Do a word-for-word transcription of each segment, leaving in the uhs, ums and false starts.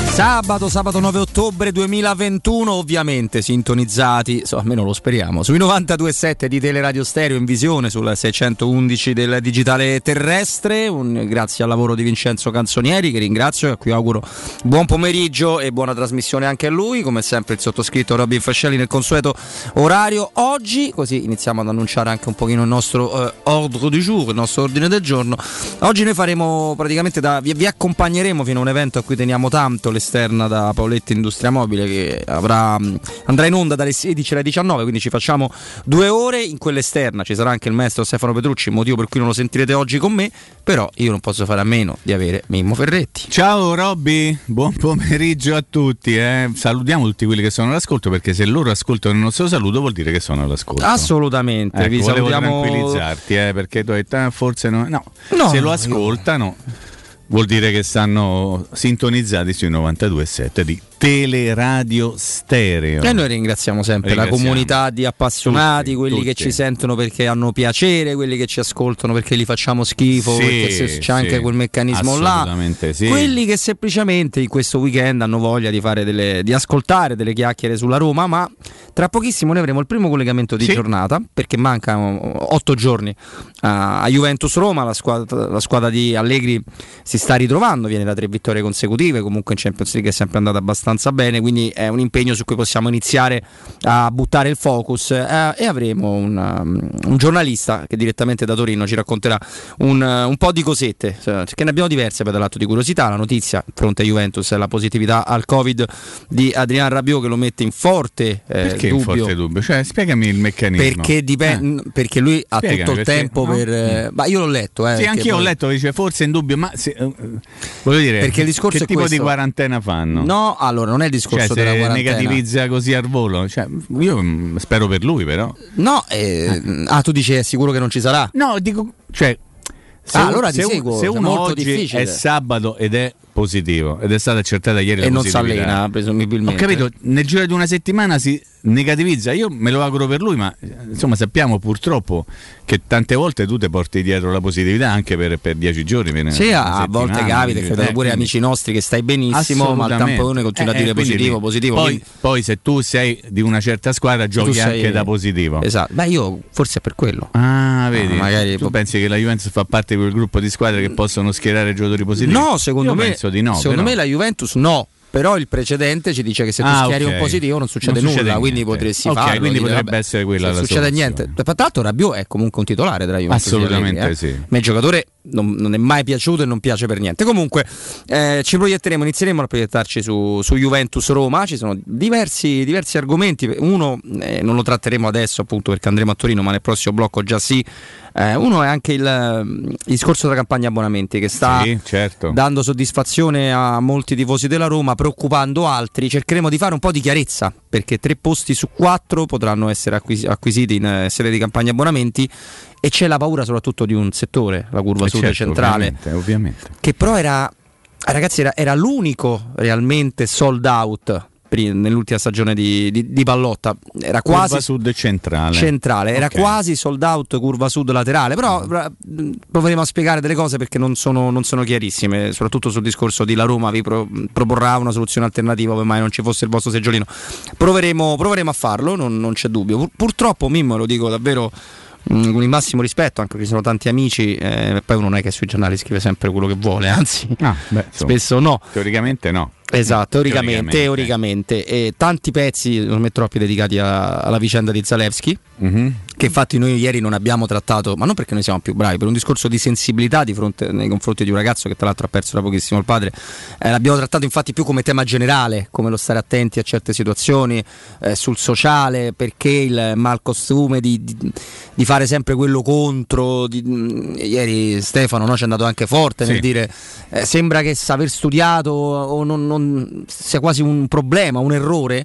Sabato, sabato nove ottobre duemilaventuno, ovviamente sintonizzati, so, almeno lo speriamo, sui novantadue virgola sette di Teleradio Stereo in visione sul seicentoundici del digitale terrestre. Un grazie al lavoro di Vincenzo Canzonieri, che ringrazio e a cui auguro buon pomeriggio e buona trasmissione anche a lui, come sempre il sottoscritto Robin Fascelli nel consueto orario. Oggi, così iniziamo ad annunciare anche un pochino il nostro eh, ordre du jour, il nostro ordine del giorno. Oggi noi faremo praticamente da, vi, vi accompagneremo fino a un evento a cui teniamo tanto, l'esterna da Paoletti Industria Mobile, che avrà, andrà in onda dalle sedici alle diciannove, quindi ci facciamo due ore. In quell'esterna ci sarà anche il maestro Stefano Petrucci, motivo per cui non lo sentirete oggi con me, però io non posso fare a meno di avere Mimmo Ferretti. Ciao Robby, buon pomeriggio a tutti, eh. Salutiamo tutti quelli che sono all'ascolto, perché se loro ascoltano il nostro saluto vuol dire che sono all'ascolto. Assolutamente, ecco, vi volevo salutiamo. tranquillizzarti, eh, perché tu hai detto, eh, forse no. no, no se lo ascoltano io... vuol dire che stanno sintonizzati sui novantadue virgola sette di Teleradio Stereo. E noi ringraziamo sempre ringraziamo. la comunità di appassionati, tutti, quelli tutti. che ci sentono perché hanno piacere, quelli che ci ascoltano perché li facciamo schifo, sì, perché se c'è sì, anche quel meccanismo là, sì. quelli che semplicemente in questo weekend hanno voglia di fare delle, di ascoltare delle chiacchiere sulla Roma. Ma tra pochissimo noi avremo il primo collegamento di sì. giornata, perché mancano otto giorni a, a Juventus Roma. La squadra, la squadra di Allegri si sta ritrovando, viene da tre vittorie consecutive, comunque in Champions League è sempre andata abbastanza bene, quindi è un impegno su cui possiamo iniziare a buttare il focus, eh, e avremo un, um, un giornalista che direttamente da Torino ci racconterà un, uh, un po' di cosette, cioè, che ne abbiamo diverse per l'atto di curiosità. La notizia fronte a Juventus è la positività al Covid di Adrien Rabiot, che lo mette in forte eh, perché dubbio. in forte dubbio? Cioè, spiegami il meccanismo. Perché dipende, eh. perché lui ha spiegami, tutto il perché, tempo no? per eh, ma io l'ho letto, eh, sì, anch'io poi... ho letto, dice forse in dubbio, ma se, uh, voglio dire, perché il discorso che è tipo questo. di quarantena fanno? No, allora non è il discorso cioè, della se quarantena. negativizza così al volo, cioè, io mh, spero per lui, però. No, eh, eh. ah, tu dici è sicuro che non ci sarà? No, dico, cioè, se, ah, allora se, ti seguo, se uno molto oggi difficile. è sabato ed è positivo ed è stata accertata ieri e la non si positività, allena presumibilmente. ho capito, nel giro di una settimana si negativizza. Io me lo auguro per lui, ma insomma sappiamo purtroppo che tante volte tu ti porti dietro la positività anche per, per dieci giorni. Per sì, a volte capita, credo eh, pure amici nostri che stai benissimo, ma il tampone continua eh, a dire positivo, lì. positivo. Poi, quindi... poi se tu sei di una certa squadra giochi sei... anche da positivo. Esatto, beh io forse è per quello. Ah, vedi, ah, magari tu pensi che la Juventus fa parte di quel gruppo di squadre che possono schierare giocatori positivi? No, secondo io me penso di no. Secondo però. me la Juventus no. Però il precedente ci dice che se tu ah, schieri okay. un positivo non succede, non succede nulla, niente. quindi potresti okay, farlo. Quindi dire, potrebbe vabbè, essere quella non la succede soluzione. niente. Tra l'altro Rabiot è comunque un titolare della Juventus. Assolutamente Allegri, eh? sì. Ma il giocatore non, non è mai piaciuto e non piace per niente. Comunque eh, ci proietteremo, inizieremo a proiettarci su, su Juventus Roma. Ci sono diversi, diversi argomenti. Uno eh, non lo tratteremo adesso appunto perché andremo a Torino, ma nel prossimo blocco già sì. Eh, uno è anche il, il discorso della campagna abbonamenti che sta sì, certo. dando soddisfazione a molti tifosi della Roma, preoccupando altri. Cercheremo di fare un po' di chiarezza, perché tre posti su quattro potranno essere acquis- acquisiti in eh, sede di campagna abbonamenti, e c'è la paura soprattutto di un settore, la curva eh sud certo, centrale, ovviamente, ovviamente. che però era, ragazzi, era, era l'unico realmente sold out nell'ultima stagione di, di, di Pallotta. Era curva quasi sud centrale, centrale era okay. quasi sold out curva sud laterale, però mm. proveremo a spiegare delle cose perché non sono, non sono chiarissime, soprattutto sul discorso di la Roma vi pro, proporrà una soluzione alternativa ove mai non ci fosse il vostro seggiolino. Proveremo, proveremo a farlo, non, non c'è dubbio. Pur, purtroppo Mimmo, lo dico davvero mm, con il massimo rispetto, anche perché ci sono tanti amici, eh, e poi uno non è che sui giornali scrive sempre quello che vuole, anzi ah, beh, spesso no, teoricamente no. Esatto, teoricamente, teoricamente. E tanti pezzi, non è troppi, dedicati a, alla vicenda di Zalewski, mm-hmm. che infatti noi ieri non abbiamo trattato, ma non perché noi siamo più bravi, per un discorso di sensibilità di fronte, nei confronti di un ragazzo che tra l'altro ha perso da pochissimo il padre. Eh, l'abbiamo trattato infatti più come tema generale, come lo stare attenti a certe situazioni, eh, sul sociale, perché il malcostume di, di, di fare sempre quello contro. Di, mh, ieri Stefano, no, ci è andato anche forte sì. nel dire eh, sembra che aver studiato o non, non sia quasi un problema, un errore,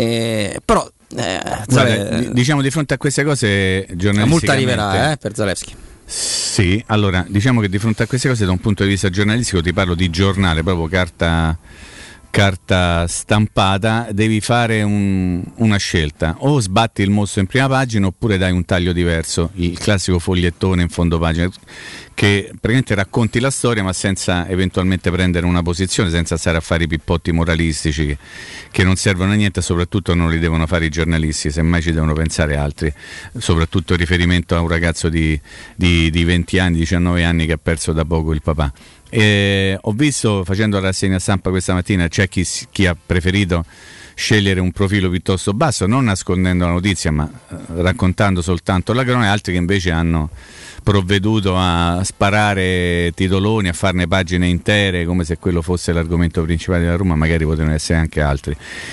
eh, però eh, Guarda, d- diciamo di fronte a queste cose giornalisticamente la multa arriverà eh, per Zalewski. Sì, allora diciamo che di fronte a queste cose da un punto di vista giornalistico ti parlo di giornale, proprio carta carta stampata, devi fare un, una scelta: o sbatti il mostro in prima pagina oppure dai un taglio diverso, il classico fogliettone in fondo pagina che praticamente racconti la storia ma senza eventualmente prendere una posizione, senza stare a fare i pippotti moralistici che, che non servono a niente, soprattutto non li devono fare i giornalisti, semmai ci devono pensare altri, soprattutto in riferimento a un ragazzo di, di, di venti anni, diciannove anni che ha perso da poco il papà. E ho visto, facendo la rassegna stampa questa mattina, c'è chi, chi ha preferito scegliere un profilo piuttosto basso, non nascondendo la notizia ma eh, raccontando soltanto la cronaca, altri che invece hanno provveduto a sparare titoloni, a farne pagine intere come se quello fosse l'argomento principale della Roma, magari potevano essere anche altri.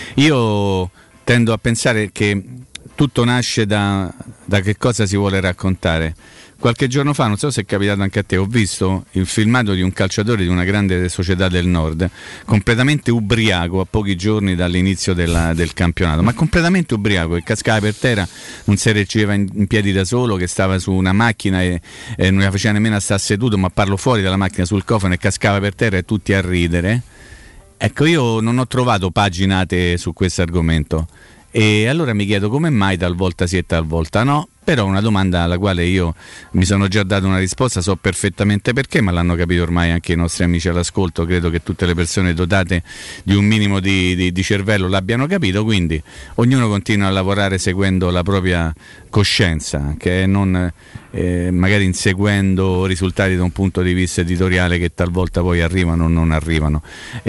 Io tendo a pensare che tutto nasce da, da che cosa si vuole raccontare. Qualche giorno fa, non so se è capitato anche a te, ho visto il filmato di un calciatore di una grande società del nord completamente ubriaco a pochi giorni dall'inizio della, del campionato, ma completamente ubriaco, che cascava per terra, non si reggeva in, in piedi da solo, che stava su una macchina e, e non la faceva nemmeno a stare seduto, ma parlo fuori dalla macchina sul cofano e cascava per terra e tutti a ridere. Ecco, io non ho trovato paginate su questo argomento e allora mi chiedo come mai talvolta sì e talvolta no. Però una domanda alla quale io mi sono già dato una risposta, so perfettamente perché, ma l'hanno capito ormai anche i nostri amici all'ascolto, credo che tutte le persone dotate di un minimo di, di, di cervello l'abbiano capito, quindi ognuno continua a lavorare seguendo la propria coscienza, che non eh, magari inseguendo risultati da un punto di vista editoriale che talvolta poi arrivano o non arrivano,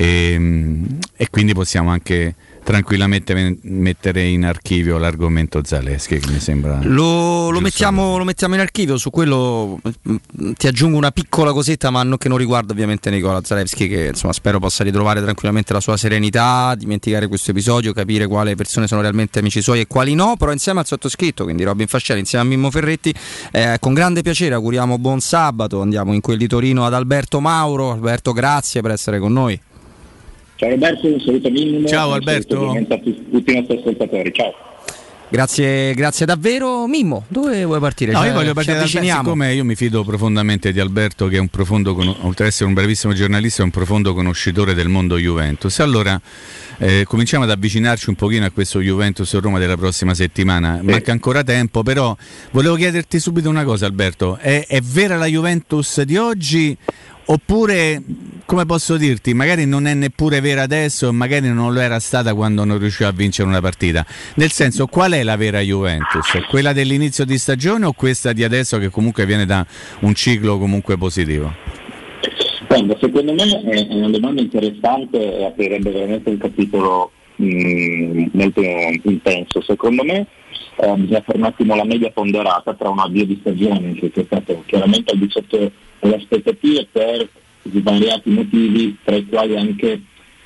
e, e quindi possiamo anche tranquillamente mettere in archivio l'argomento Zalewski, che mi sembra lo, lo, mettiamo, lo mettiamo in archivio. Su quello ti aggiungo una piccola cosetta, ma non, che non riguarda ovviamente Nicola Zalewski, che insomma spero possa ritrovare tranquillamente la sua serenità, dimenticare questo episodio, capire quali persone sono realmente amici suoi e quali no, però insieme al sottoscritto, quindi Robin Fascelli insieme a Mimmo Ferretti, eh, con grande piacere auguriamo buon sabato. Andiamo in quel di Torino ad Alberto Mauro. Alberto, grazie per essere con noi. Ciao Roberto, un saluto minimo. Ciao Alberto. A tutti i nostri ascoltatori, ciao. Grazie, grazie davvero. Mimmo, dove vuoi partire? No, cioè, io voglio partire da Alberto, siccome io mi fido profondamente di Alberto, che è un profondo, oltre ad essere un bravissimo giornalista, è un profondo conoscitore del mondo Juventus. Allora eh, cominciamo ad avvicinarci un pochino a questo Juventus Roma della prossima settimana. Sì. Manca ancora tempo, però volevo chiederti subito una cosa, Alberto. È, è vera la Juventus di oggi? Oppure, come posso dirti, magari non è neppure vera adesso, magari non lo era stata quando non riusciva a vincere una partita. Nel senso, qual è la vera Juventus? Quella dell'inizio di stagione o questa di adesso, che comunque viene da un ciclo comunque positivo? Guarda, secondo me è una domanda interessante e aprirebbe veramente un capitolo mh, molto intenso. Secondo me eh, bisogna fare un attimo la media ponderata tra un avvio di stagione che è stato chiaramente al di sotto delle aspettative per svariati motivi, tra i quali anche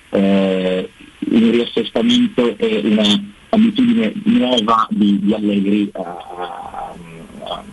eh, un riassestamento e una abitudine nuova di, di Allegri a, a,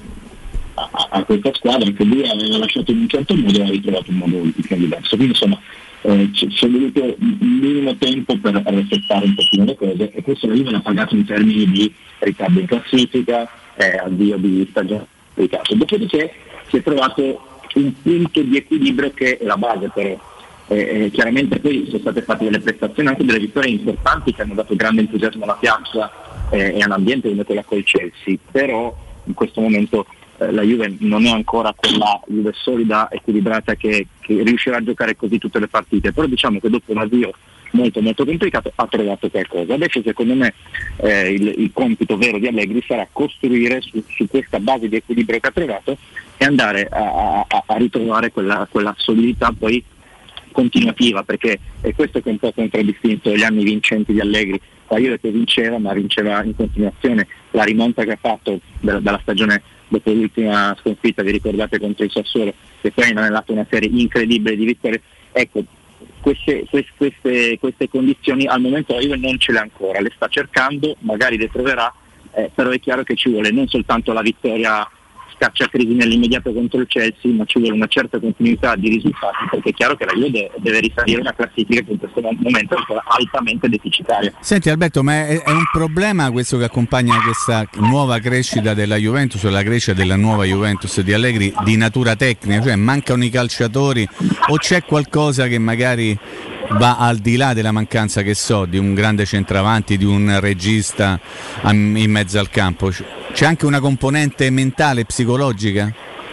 a, a questa squadra, che lui aveva lasciato in un certo modo e ha ritrovato un modo diverso. Quindi insomma eh, ci è voluto un minimo tempo per resettare un pochino le cose, e questo lui me l'ha pagato in termini di ritardo in classifica, eh, avvio di stagione. Dopodiché si è trovato un punto di equilibrio che è la base, però eh, eh, chiaramente poi sono state fatte delle prestazioni, anche delle vittorie importanti che hanno dato grande entusiasmo alla piazza eh, e all'ambiente, come quella col Chelsea, però in questo momento eh, la Juve non è ancora quella Juve solida, equilibrata che, che riuscirà a giocare così tutte le partite, però diciamo che dopo un avvio molto molto complicato ha trovato qualcosa. Adesso secondo me eh, il, il compito vero di Allegri sarà costruire su, su questa base di equilibrio che ha trovato e andare a, a, a ritrovare quella, quella solidità poi continuativa, perché è questo che un po' contraddistinto gli anni vincenti di Allegri. La Juve che vinceva, ma vinceva in continuazione. La rimonta che ha fatto da, dalla stagione dopo l'ultima sconfitta, vi ricordate, contro il Sassuolo, che poi ha annellato una serie incredibile di vittorie. Ecco, Queste, queste, queste condizioni al momento la Juve non ce le ha ancora, le sta cercando, magari le troverà, eh, però è chiaro che ci vuole non soltanto la vittoria scacciacrisi nell'immediato contro il Chelsea, ma ci vuole una certa continuità di risultati, perché è chiaro che la Juve deve risalire una classifica che in questo momento è altamente deficitaria. Senti Alberto, ma è, è un problema questo che accompagna questa nuova crescita della Juventus, o la crescita della nuova Juventus di Allegri, di natura tecnica, cioè mancano i calciatori o c'è qualcosa che magari va al di là della mancanza, che so, di un grande centravanti, di un regista in mezzo al campo? C'è anche una componente mentale, psicologica?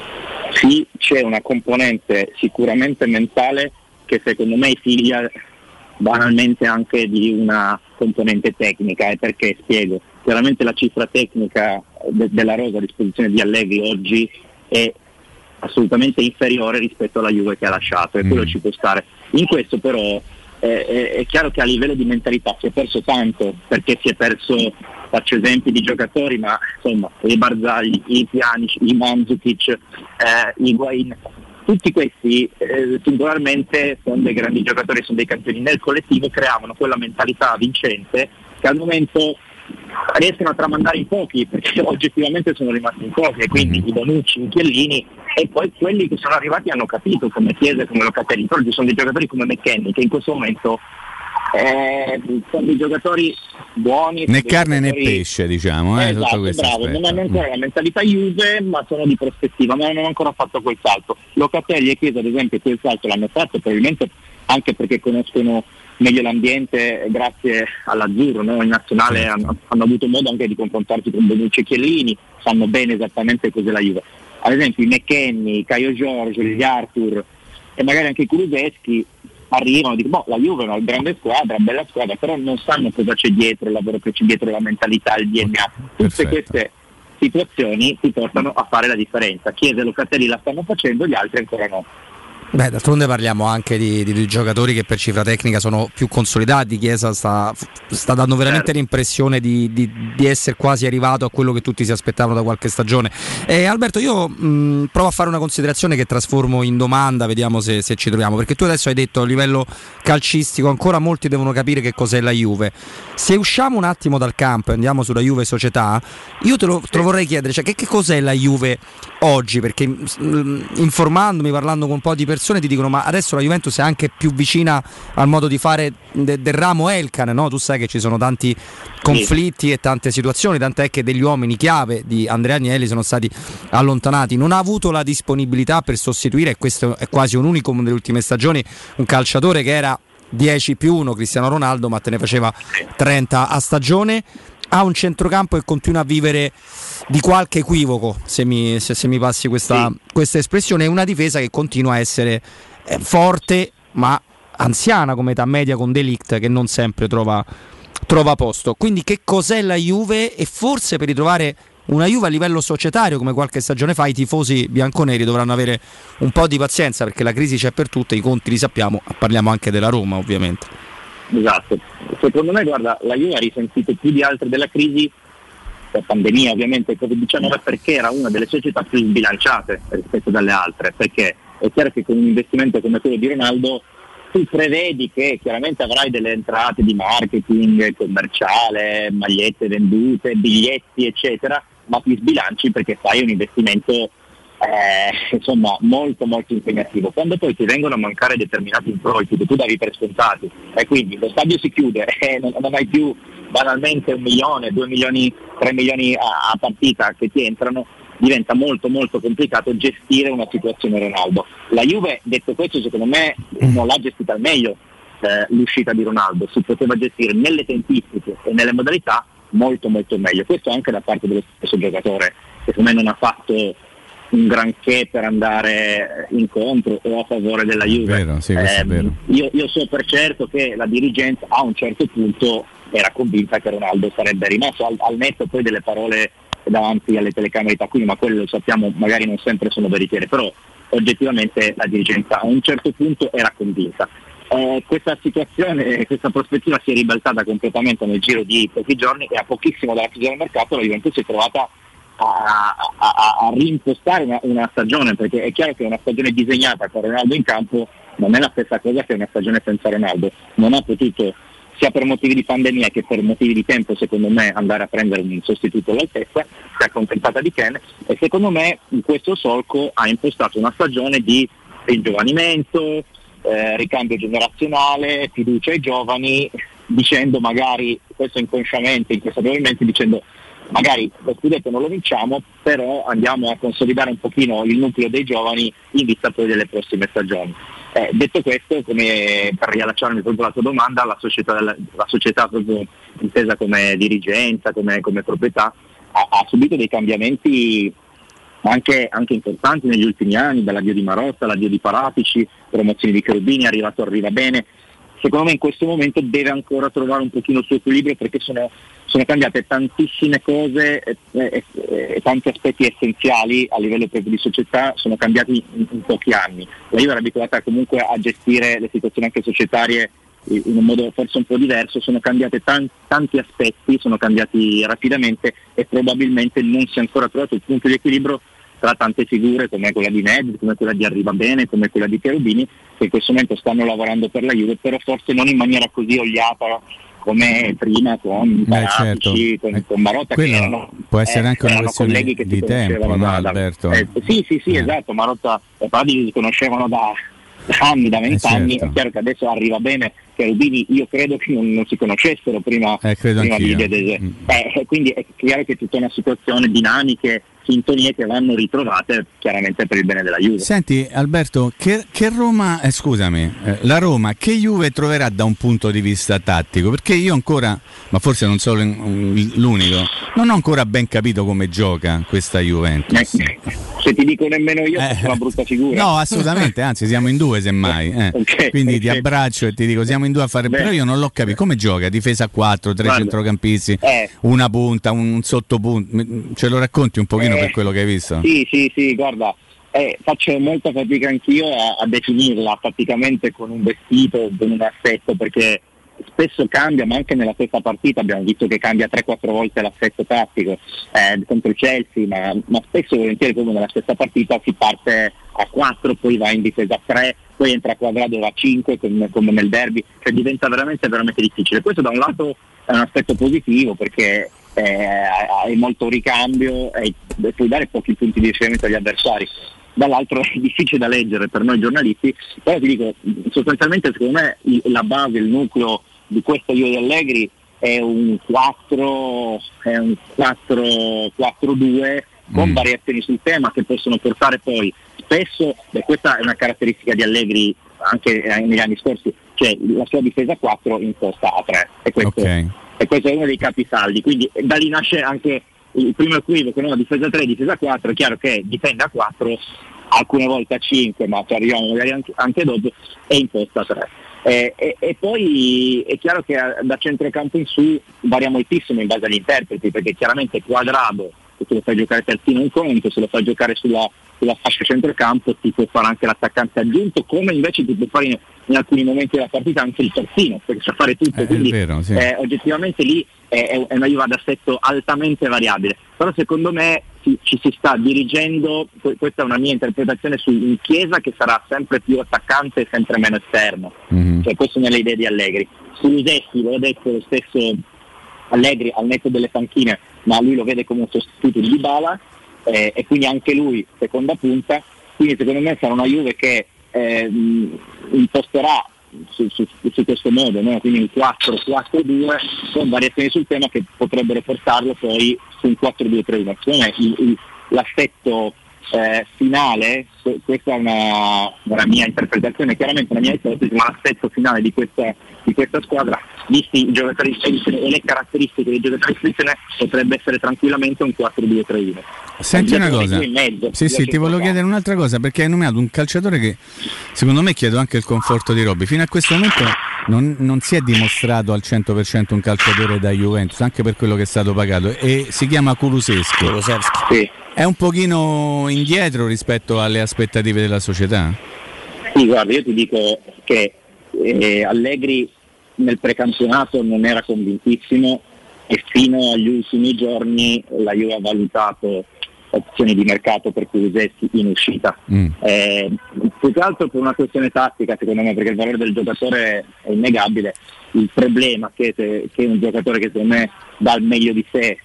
Sì, c'è una componente sicuramente mentale che secondo me è figlia banalmente anche di una componente tecnica, e perché spiego. Chiaramente la cifra tecnica de- della rosa a disposizione di Allegri oggi è assolutamente inferiore rispetto alla Juve che ha lasciato, e quello mm. ci può stare. In questo però eh, è, è chiaro che a livello di mentalità si è perso tanto, perché si è perso, faccio esempi di giocatori, ma insomma i Barzagli, i Pjanic, i Mandzukic, eh, i Higuain, tutti questi eh, singolarmente sono dei grandi giocatori, sono dei campioni, nel collettivo creavano quella mentalità vincente che al momento riescono a tramandare in pochi, perché oggettivamente sono rimasti in pochi, e quindi i Bonucci, i Chiellini, e poi quelli che sono arrivati hanno capito, come Chiesa, come Locatelli. Però ci sono dei giocatori come McKennie che in questo momento eh, sono dei giocatori buoni, né dei carne giocatori... né pesce, diciamo, eh, esatto, tutto bravo, aspetto. non hanno ancora la mentalità Juve, ma sono di prospettiva, ma non hanno ancora fatto quel salto. Locatelli e Chiesa ad esempio quel salto l'hanno fatto, probabilmente anche perché conoscono meglio l'ambiente grazie all'azzurro, no? In nazionale certo. hanno, hanno avuto modo anche di confrontarsi con Bonucci e Chiellini, sanno bene esattamente cos'è la Juve. Ad esempio i McKennie, Caio Giorgio, gli Arthur e magari anche i Kulusevski arrivano e dicono, boh, la Juve è una grande squadra, bella squadra, però non sanno cosa c'è dietro, il lavoro che c'è dietro, la mentalità, il D N A. Tutte Perfetto. queste situazioni ti portano a fare la differenza. Chiesa e Locatelli la stanno facendo, gli altri ancora no. Beh, d'altronde parliamo anche di, di, di giocatori che per cifra tecnica sono più consolidati. Chiesa sta, sta dando veramente certo. l'impressione di, di, di essere quasi arrivato a quello che tutti si aspettavano da qualche stagione. Eh, Alberto, io mh, provo a fare una considerazione che trasformo in domanda, vediamo se, se ci troviamo, perché tu adesso hai detto a livello calcistico ancora molti devono capire che cos'è la Juve. Se usciamo un attimo dal campo e andiamo sulla Juve società, io te lo, te lo vorrei chiedere, cioè, che, che cos'è la Juve oggi? Perché mh, informandomi, parlando con un po' di persone, ti dicono ma adesso la Juventus è anche più vicina al modo di fare de- del ramo Elkan, no? Tu sai che ci sono tanti conflitti e tante situazioni, tant'è che degli uomini chiave di Andrea Agnelli sono stati allontanati. Non ha avuto la disponibilità per sostituire, e questo è quasi un unicum delle ultime stagioni, un calciatore che era dieci più uno, Cristiano Ronaldo, ma te ne faceva trenta a stagione. Ha un centrocampo che continua a vivere di qualche equivoco, se mi, se, se mi passi questa, sì. questa espressione, e una difesa che continua a essere eh, forte ma anziana come età media, con De Ligt che non sempre trova, trova posto. Quindi che cos'è la Juve? E forse per ritrovare una Juve a livello societario come qualche stagione fa i tifosi bianconeri dovranno avere un po' di pazienza, perché la crisi c'è per tutte, i conti li sappiamo, parliamo anche della Roma ovviamente. Esatto, secondo me guarda, la Juve ha risentito più di altre della crisi, la pandemia ovviamente, covid diciannove, perché era una delle società più sbilanciate rispetto dalle altre, perché è chiaro che con un investimento come quello di Ronaldo tu prevedi che chiaramente avrai delle entrate di marketing, commerciale, magliette vendute, biglietti eccetera, ma ti sbilanci perché fai un investimento Eh, insomma molto molto impegnativo. Quando poi ti vengono a mancare determinati introiti che tu davi per scontati, e quindi lo stadio si chiude e non, non hai più banalmente un milione, due milioni, tre milioni a, a partita che ti entrano, diventa molto molto complicato gestire una situazione Ronaldo. La Juve, detto questo, secondo me non l'ha gestita al meglio eh, l'uscita di Ronaldo, si poteva gestire nelle tempistiche e nelle modalità molto molto meglio. Questo anche da parte dello stesso giocatore, che secondo me non ha fatto un granché per andare incontro o a favore della Juve. Vero, sì, questo eh, è vero. Io, io so per certo che la dirigenza a un certo punto era convinta che Ronaldo sarebbe rimasto, al, al netto poi delle parole davanti alle telecamere da qui, ma quello lo sappiamo, magari non sempre sono veritiere, però oggettivamente la dirigenza a un certo punto era convinta. Eh, questa situazione, questa prospettiva si è ribaltata completamente nel giro di pochi giorni, e a pochissimo dalla chiusura del mercato la Juventus si è trovata A, a, a reimpostare una, una stagione, perché è chiaro che una stagione disegnata con Ronaldo in campo non è la stessa cosa che una stagione senza Ronaldo. Non ha potuto sia per motivi di pandemia che per motivi di tempo, secondo me, andare a prendere un sostituto all'altezza, si è accontentata di Ken e secondo me in questo solco ha impostato una stagione di ringiovanimento, eh, ricambio generazionale, fiducia ai giovani, dicendo magari, questo inconsciamente, inconsapevolmente, dicendo magari lo scudetto non lo vinciamo, però andiamo a consolidare un pochino il nucleo dei giovani in vista poi delle prossime stagioni. Eh, detto questo, come per riallacciarmi proprio alla tua domanda, la società, la società proprio intesa come dirigenza, come, come proprietà, ha, ha subito dei cambiamenti anche, anche importanti negli ultimi anni, dall'addio di Marotta, l'addio di Paratici, promozioni di Cherubini, è arrivato Arriva Bene. Secondo me in questo momento deve ancora trovare un pochino il suo equilibrio, perché sono, sono cambiate tantissime cose e, e, e tanti aspetti essenziali a livello proprio di società sono cambiati in, in pochi anni. La Juve era abituata comunque a gestire le situazioni anche societarie in un modo forse un po' diverso, sono cambiate tan- tanti aspetti, sono cambiati rapidamente e probabilmente non si è ancora trovato il punto di equilibrio tra tante figure come quella di Ned, come quella di Arriva Bene, come quella di Cherubini, che in questo momento stanno lavorando per la Juve, però forse non in maniera così oliata come prima con Paratici, certo. con, con Marotta, Quello che erano, può essere eh, anche una questione che di tempo, no, da, Alberto? Eh, sì, sì, sì, eh. esatto, Marotta e Paratici si conoscevano da anni, da vent'anni, eh certo. È chiaro che adesso Arriva Bene, Cherubini, io credo che non, non si conoscessero prima, eh, credo prima di anch'io. vedere. Mm. Eh, quindi è chiaro che è tutta una situazione, dinamiche, sintonie che vanno ritrovate chiaramente per il bene della Juve. Senti Alberto, che, che Roma, eh, scusami, eh, la Roma che Juve troverà da un punto di vista tattico? Perché io ancora, ma forse non sono l'unico, non ho ancora ben capito come gioca questa Juventus. Eh, se ti dico nemmeno io, Eh, faccio una brutta figura. No, assolutamente, anzi siamo in due semmai. Eh. Okay, Quindi okay. ti abbraccio e ti dico siamo in due a fare. Beh. Però io non l'ho capito. Come gioca? Difesa a quattro, tre Guarda, centrocampisti, eh. una punta, un sottopunto. Ce lo racconti un pochino Eh, per quello che hai visto? Sì, sì, sì, guarda, eh, faccio molta fatica anch'io a, a definirla praticamente con un vestito, con un assetto, perché spesso cambia, ma anche nella stessa partita abbiamo visto che cambia tre quattro volte l'assetto tattico eh, contro il Chelsea, ma, ma spesso e volentieri come nella stessa partita si parte a quattro, poi va in difesa a tre, poi entra Quadrado a cinque come, come nel derby, cioè diventa veramente veramente difficile. Questo da un lato è un aspetto positivo perché eh, hai molto ricambio e puoi dare pochi punti di riferimento agli avversari, dall'altro è difficile da leggere per noi giornalisti, però ti dico, sostanzialmente secondo me il, la base, il nucleo di questa Juve di Allegri è un quattro è un quattro quattro due con Mm. variazioni sul tema che possono portare poi spesso, e questa è una caratteristica di Allegri anche negli anni scorsi, cioè la sua difesa a quattro imposta a tre, e questo, Ok. e questo è uno dei capisaldi, quindi da lì nasce anche il primo equivoco, no? Difesa tre, difesa quattro, è chiaro che difende a quattro, alcune volte a cinque, ma ci arriviamo magari anche, anche dopo, e imposta a tre. Eh, e, e poi è chiaro che da centrocampo in su varia moltissimo in base agli interpreti, perché chiaramente Quadrado, se lo fai giocare terzino un conto, se lo fai giocare sulla, sulla fascia centrocampo ti può fare anche l'attaccante aggiunto, come invece ti può fare in, in alcuni momenti della partita anche il terzino, perché sa fare tutto, Eh, quindi è vero, sì. eh, oggettivamente lì è, è una Juve ad assetto altamente variabile, però secondo me ci, ci si sta dirigendo, questa è una mia interpretazione, su in Chiesa che sarà sempre più attaccante e sempre meno esterno, Mm-hmm. cioè questo nelle idee di Allegri. Su Lusetti lo ha detto lo stesso Allegri al netto delle panchine, ma lui lo vede come un sostituto di Dybala, eh, e quindi anche lui seconda punta, quindi secondo me sarà una Juve che eh, imposterà su, su, su questo modo, no? Quindi un quattro quattro due con variazioni sul tema che potrebbero portarlo poi su un quattro due tre uno. Secondo me il, il, l'assetto eh, finale, questa è una, una mia interpretazione, chiaramente una mia ipotesi, ma l'assetto finale di questa, di questa squadra, visti i giocatori e le caratteristiche dei giocatori potrebbe essere tranquillamente un quattro due tre uno. Senti una cosa, in mezzo, sì sì, ti volevo chiedere un'altra cosa, perché hai nominato un calciatore che secondo me chiedo anche il conforto di Robby. Fino a questo momento non, non si è dimostrato al cento per cento un calciatore da Juventus, anche per quello che è stato pagato, e si chiama Kulusevski. Sì. È un pochino indietro rispetto alle aspettative della società? Sì, guarda, io ti dico che eh, Allegri nel precampionato non era convintissimo e fino agli ultimi giorni la Juve ha valutato opzioni di mercato per Kulusevski in uscita. Mm. Eh, più che altro per una questione tattica, secondo me, perché il valore del giocatore è innegabile, il problema che, se, che un giocatore che secondo me dà il meglio di sé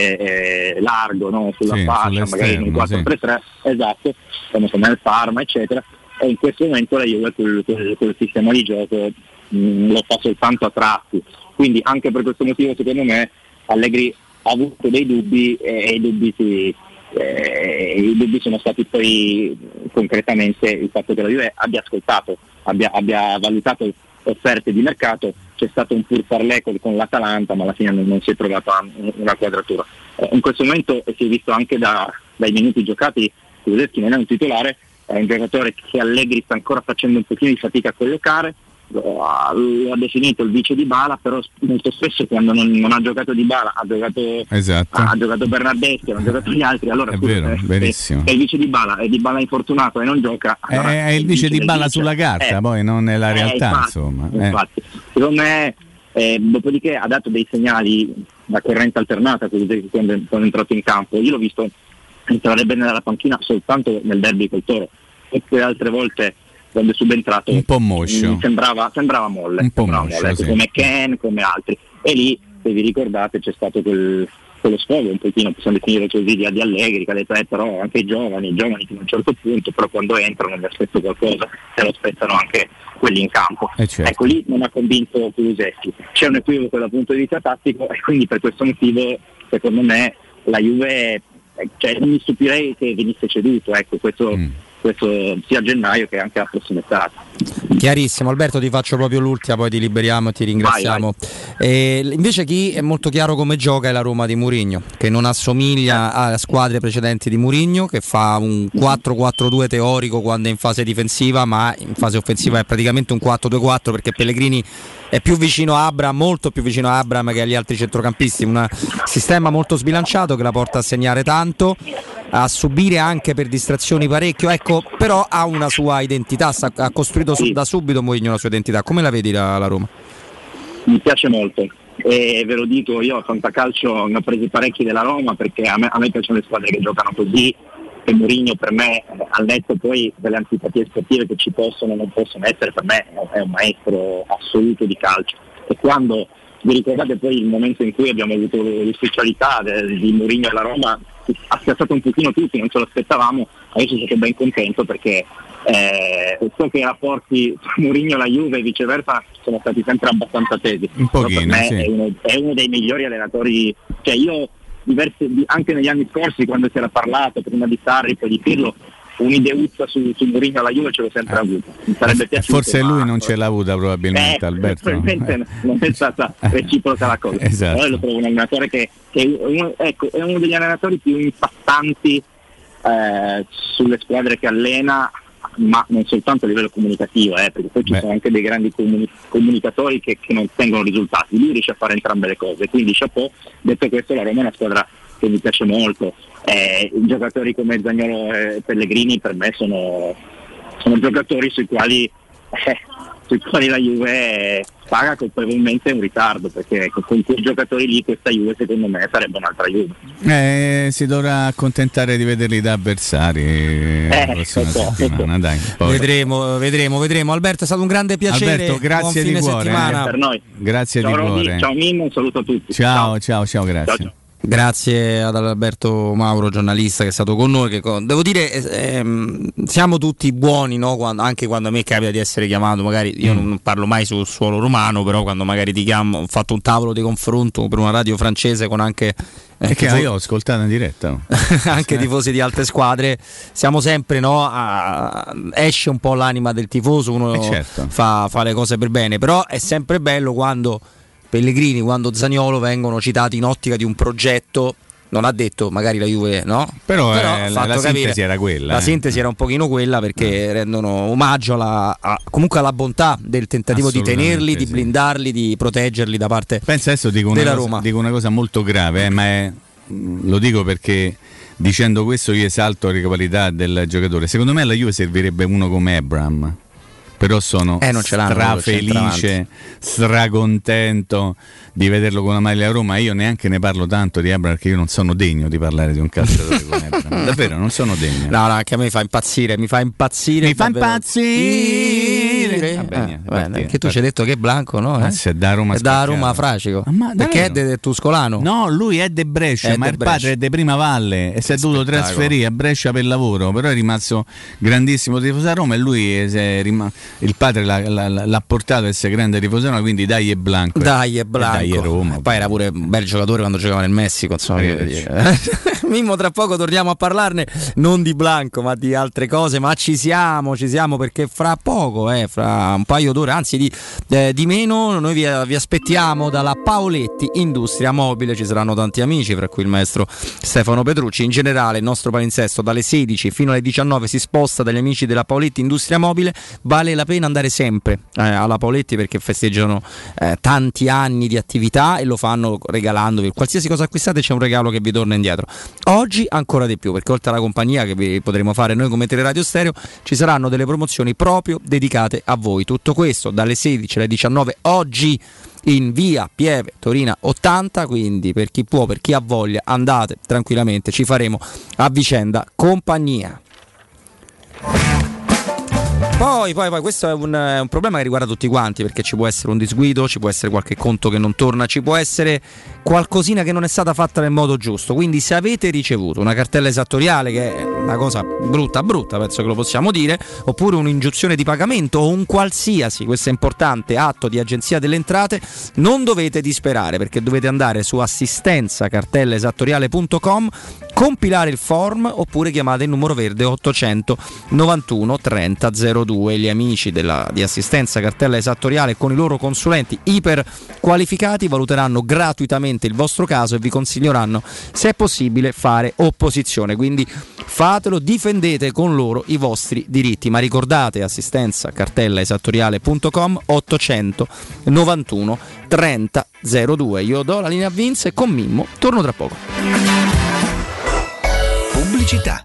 eh, eh, largo, no? Sulla sì, fascia, magari in un quattro tre tre, sì. Esatto, come nel Parma eccetera, e in questo momento la Juve quel, quel, quel sistema di gioco mh, lo fa soltanto a tratti, quindi anche per questo motivo secondo me Allegri ha avuto dei dubbi e, e i dubbi si Eh, i dubbi sono stati poi concretamente il fatto che la Juve abbia ascoltato, abbia, abbia valutato offerte di mercato, c'è stato un pur parlé con l'Atalanta ma alla fine non, non si è trovata una quadratura. Eh, in questo momento si è visto anche da, dai minuti giocati, Kulusevski non è un titolare, è un giocatore che Allegri sta ancora facendo un pochino di fatica a collocare, lo ha, lo ha definito il vice Dybala, però molto spesso quando non, non ha giocato Dybala ha giocato, esatto. ha, ha giocato Bernardeschi, hanno giocato gli altri, allora è scusa, vero, se, se è il vice Dybala e Dybala infortunato e non gioca, allora è, è il vice Dybala sulla carta, eh, poi non è la realtà, eh, infatti, insomma eh. infatti. Secondo me eh, dopodiché ha dato dei segnali da corrente alternata quando è entrato in campo. Io l'ho visto entrare bene dalla panchina soltanto nel derby col Toro, e le altre volte quando è subentrato un po' moscio, sembrava, sembrava molle, un po' sembrava moscio, molle, sì. come Ken, come altri, e lì se vi ricordate c'è stato quel, quello sfogo un pochino, possiamo definire così, di Allegri che ha detto eh, però anche i giovani, i giovani fino a un certo punto, però quando entrano mi aspetto qualcosa, se lo aspettano anche quelli in campo. Eh certo. Ecco, lì non ha convinto Kulusevski, c'è un equivoco dal punto di vista tattico e quindi per questo motivo secondo me la Juve, cioè, non mi stupirei che venisse ceduto, ecco, questo, mm. questo sia a gennaio che anche a prossima estate. Chiarissimo. Alberto, ti faccio proprio l'ultima, poi ti liberiamo e ti ringraziamo. Vai, vai. E invece chi è molto chiaro come gioca è la Roma di Mourinho, che non assomiglia alle squadre precedenti di Mourinho, che fa un quattro quattro due teorico quando è in fase difensiva, ma in fase offensiva è praticamente un quattro due quattro, perché Pellegrini è più vicino a Abraham, molto più vicino a Abraham che agli altri centrocampisti, un sistema molto sbilanciato che la porta a segnare tanto, a subire anche per distrazioni parecchio, ecco, però ha una sua identità, ha costruito sì. da subito Mourinho la sua identità. Come la vedi la, la Roma? Mi piace molto e ve lo dico, io a Fantacalcio ne ho presi parecchi della Roma perché a me, a me piacciono le squadre che giocano così, e Mourinho per me, al netto poi delle antipatie sportive che ci possono o non possono essere, per me è un maestro assoluto di calcio, e quando vi ricordate poi il momento in cui abbiamo avuto l'ufficialità di Mourinho alla Roma, ha spiazzato un pochino tutti, non ce lo aspettavamo, adesso sono ben contento perché eh, so che i rapporti tra Mourinho e la Juve e viceversa sono stati sempre abbastanza tesi, un pochino, per me sì. è, uno, è uno dei migliori allenatori, cioè io diversi, anche negli anni scorsi quando si era parlato prima di Sarri poi di Pirlo, un'ideuzza su, su Mourinho alla Juve ce l'ho sempre eh. avuto, mi sarebbe piaciuto, forse lui ma... non ce l'ha avuta probabilmente, eh, Alberto probabilmente eh. non è stata reciproca la cosa. Esatto. Però lo trovo un allenatore che, che è, uno, ecco, è uno degli allenatori più impattanti eh, sulle squadre che allena, ma non soltanto a livello comunicativo, eh, perché poi ci Beh. sono anche dei grandi comuni- comunicatori che, che non ottengono risultati, lui riesce a fare entrambe le cose, quindi chapeau. Detto questo, la Roma è una squadra che mi piace molto, eh, giocatori come Zaniolo e Pellegrini per me sono, sono giocatori sui quali, eh, sui quali la Juve paga colpevolmente un ritardo, perché ecco, con quei giocatori lì questa Juve secondo me sarebbe un'altra Juve. Eh, si dovrà accontentare di vederli da avversari eh, la prossima so, settimana, so. Dai, poi. Vedremo, vedremo, vedremo. Alberto, è stato un grande piacere. Alberto, grazie di cuore. Eh, per noi. Grazie ciao, di Rodi, cuore. ciao Mimmo, un saluto a tutti. Ciao, ciao, ciao, ciao grazie. Ciao, ciao. Grazie ad Alberto Mauro, giornalista che è stato con noi. Che, devo dire, ehm, siamo tutti buoni, no? Quando, anche quando a me capita di essere chiamato, magari io mm. non parlo mai sul suolo romano, però quando magari ti chiamo, ho fatto un tavolo di confronto per una radio francese con anche eh, che io ho ascoltato in diretta anche tifosi di altre squadre, siamo sempre, no, a, esce un po' l'anima del tifoso, uno eh certo. fa, fa le cose per bene, però è sempre bello quando Pellegrini, quando Zaniolo vengono citati in ottica di un progetto. Non ha detto magari la Juve, no? Però, Però eh, la, la sintesi era quella. La eh. sintesi era un pochino quella, perché eh. rendono omaggio alla, a, comunque alla bontà del tentativo di tenerli, di blindarli, di proteggerli da parte Pensa adesso dico della una cosa, Roma. Dico una cosa molto grave, eh, ma è, lo dico perché dicendo questo io esalto la qualità del giocatore. Secondo me alla Juve servirebbe uno come Abraham. Però sono eh, non ce strafelice, stracontento di vederlo con la maglia a Roma. Io neanche ne parlo tanto di Abraham, perché io non sono degno di parlare di un calciatore come Abraham. Davvero, non sono degno. No, no, anche a me fa impazzire, mi fa impazzire. Mi fa impazzire. dire? Vabbè, eh, niente, bene, partire, che tu ci hai detto che è Blanco, no? Ah, Eh? se è da Roma, è da Roma Fracico. Ma perché è de Tuscolano? No, lui è de Brescia, è ma de il Brescia. padre è de Prima Valle e si è dovuto spettacolo. trasferire a Brescia per lavoro, però è rimasto grandissimo tifoso a Roma e lui è rim- il padre l'ha, l'ha, l'ha portato a essere grande tifoso a Roma, quindi dai è Blanco. Dai è Blanco. Dai è Roma. E poi era pure un bel giocatore quando giocava nel Messico, insomma. Mimmo, tra poco torniamo a parlarne non di Blanco ma di altre cose, ma ci siamo, ci siamo perché fra poco, eh, fra un paio d'ore, anzi di, eh, di meno, noi vi, vi aspettiamo dalla Paoletti Industria Mobile. Ci saranno tanti amici, fra cui il maestro Stefano Petrucci. In generale il nostro palinsesto dalle sedici fino alle diciannove si sposta dagli amici della Paoletti Industria Mobile. Vale la pena andare sempre eh, alla Paoletti perché festeggiano eh, tanti anni di attività e lo fanno regalandovi qualsiasi cosa acquistate, c'è un regalo che vi torna indietro. Oggi ancora di più, perché oltre alla compagnia che vi potremo fare noi come Teleradio Stereo, ci saranno delle promozioni proprio dedicate a voi. Tutto questo dalle sedici alle diciannove oggi in via Pieve Torina ottanta, quindi per chi può, per chi ha voglia, andate tranquillamente, ci faremo a vicenda compagnia. Poi, poi, poi, questo è un, è un problema che riguarda tutti quanti, perché ci può essere un disguido, ci può essere qualche conto che non torna, ci può essere qualcosina che non è stata fatta nel modo giusto. Quindi se avete ricevuto una cartella esattoriale, che è una cosa brutta brutta, penso che lo possiamo dire, oppure un'ingiunzione di pagamento o un qualsiasi, questo è importante, atto di agenzia delle entrate, non dovete disperare, perché dovete andare su assistenza cartella esattoriale punto com, compilare il form oppure chiamate il numero verde ottocento novantuno trenta zero due. Gli amici della, di assistenza cartella esattoriale con i loro consulenti iper qualificati valuteranno gratuitamente il vostro caso e vi consiglieranno se è possibile fare opposizione, quindi fatelo, difendete con loro i vostri diritti. Ma ricordate assistenza cartella esattoriale punto com, ottocento novantuno trenta zero due. Io do la linea a Vince e con Mimmo torno tra poco. Pubblicità.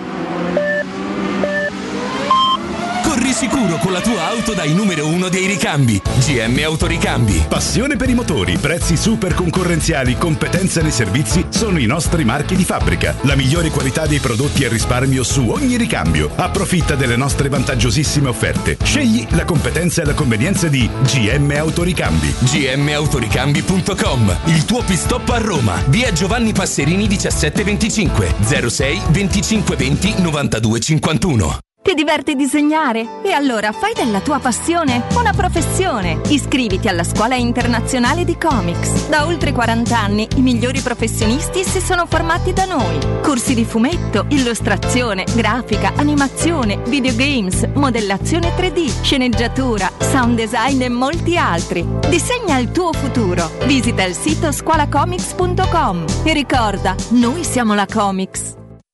Corri sicuro con la tua auto dai numero uno dei ricambi. G M Autoricambi. Passione per i motori, prezzi super concorrenziali, competenza nei servizi sono i nostri marchi di fabbrica. La migliore qualità dei prodotti e risparmio su ogni ricambio. Approfitta delle nostre vantaggiosissime offerte. Scegli la competenza e la convenienza di G M Autoricambi. G M Autoricambi punto com. Il tuo pit-stop a Roma. Via Giovanni Passerini diciassette venticinque zero sei venticinque venti novantadue cinquantuno. Ti diverti disegnare? E allora fai della tua passione una professione. Iscriviti alla Scuola Internazionale di Comics. Da oltre quaranta anni i migliori professionisti si sono formati da noi. Corsi di fumetto, illustrazione, grafica, animazione, videogames, modellazione tre D, sceneggiatura, sound design e molti altri. Disegna il tuo futuro. Visita il sito scuola comics punto com e ricorda, noi siamo la Comics.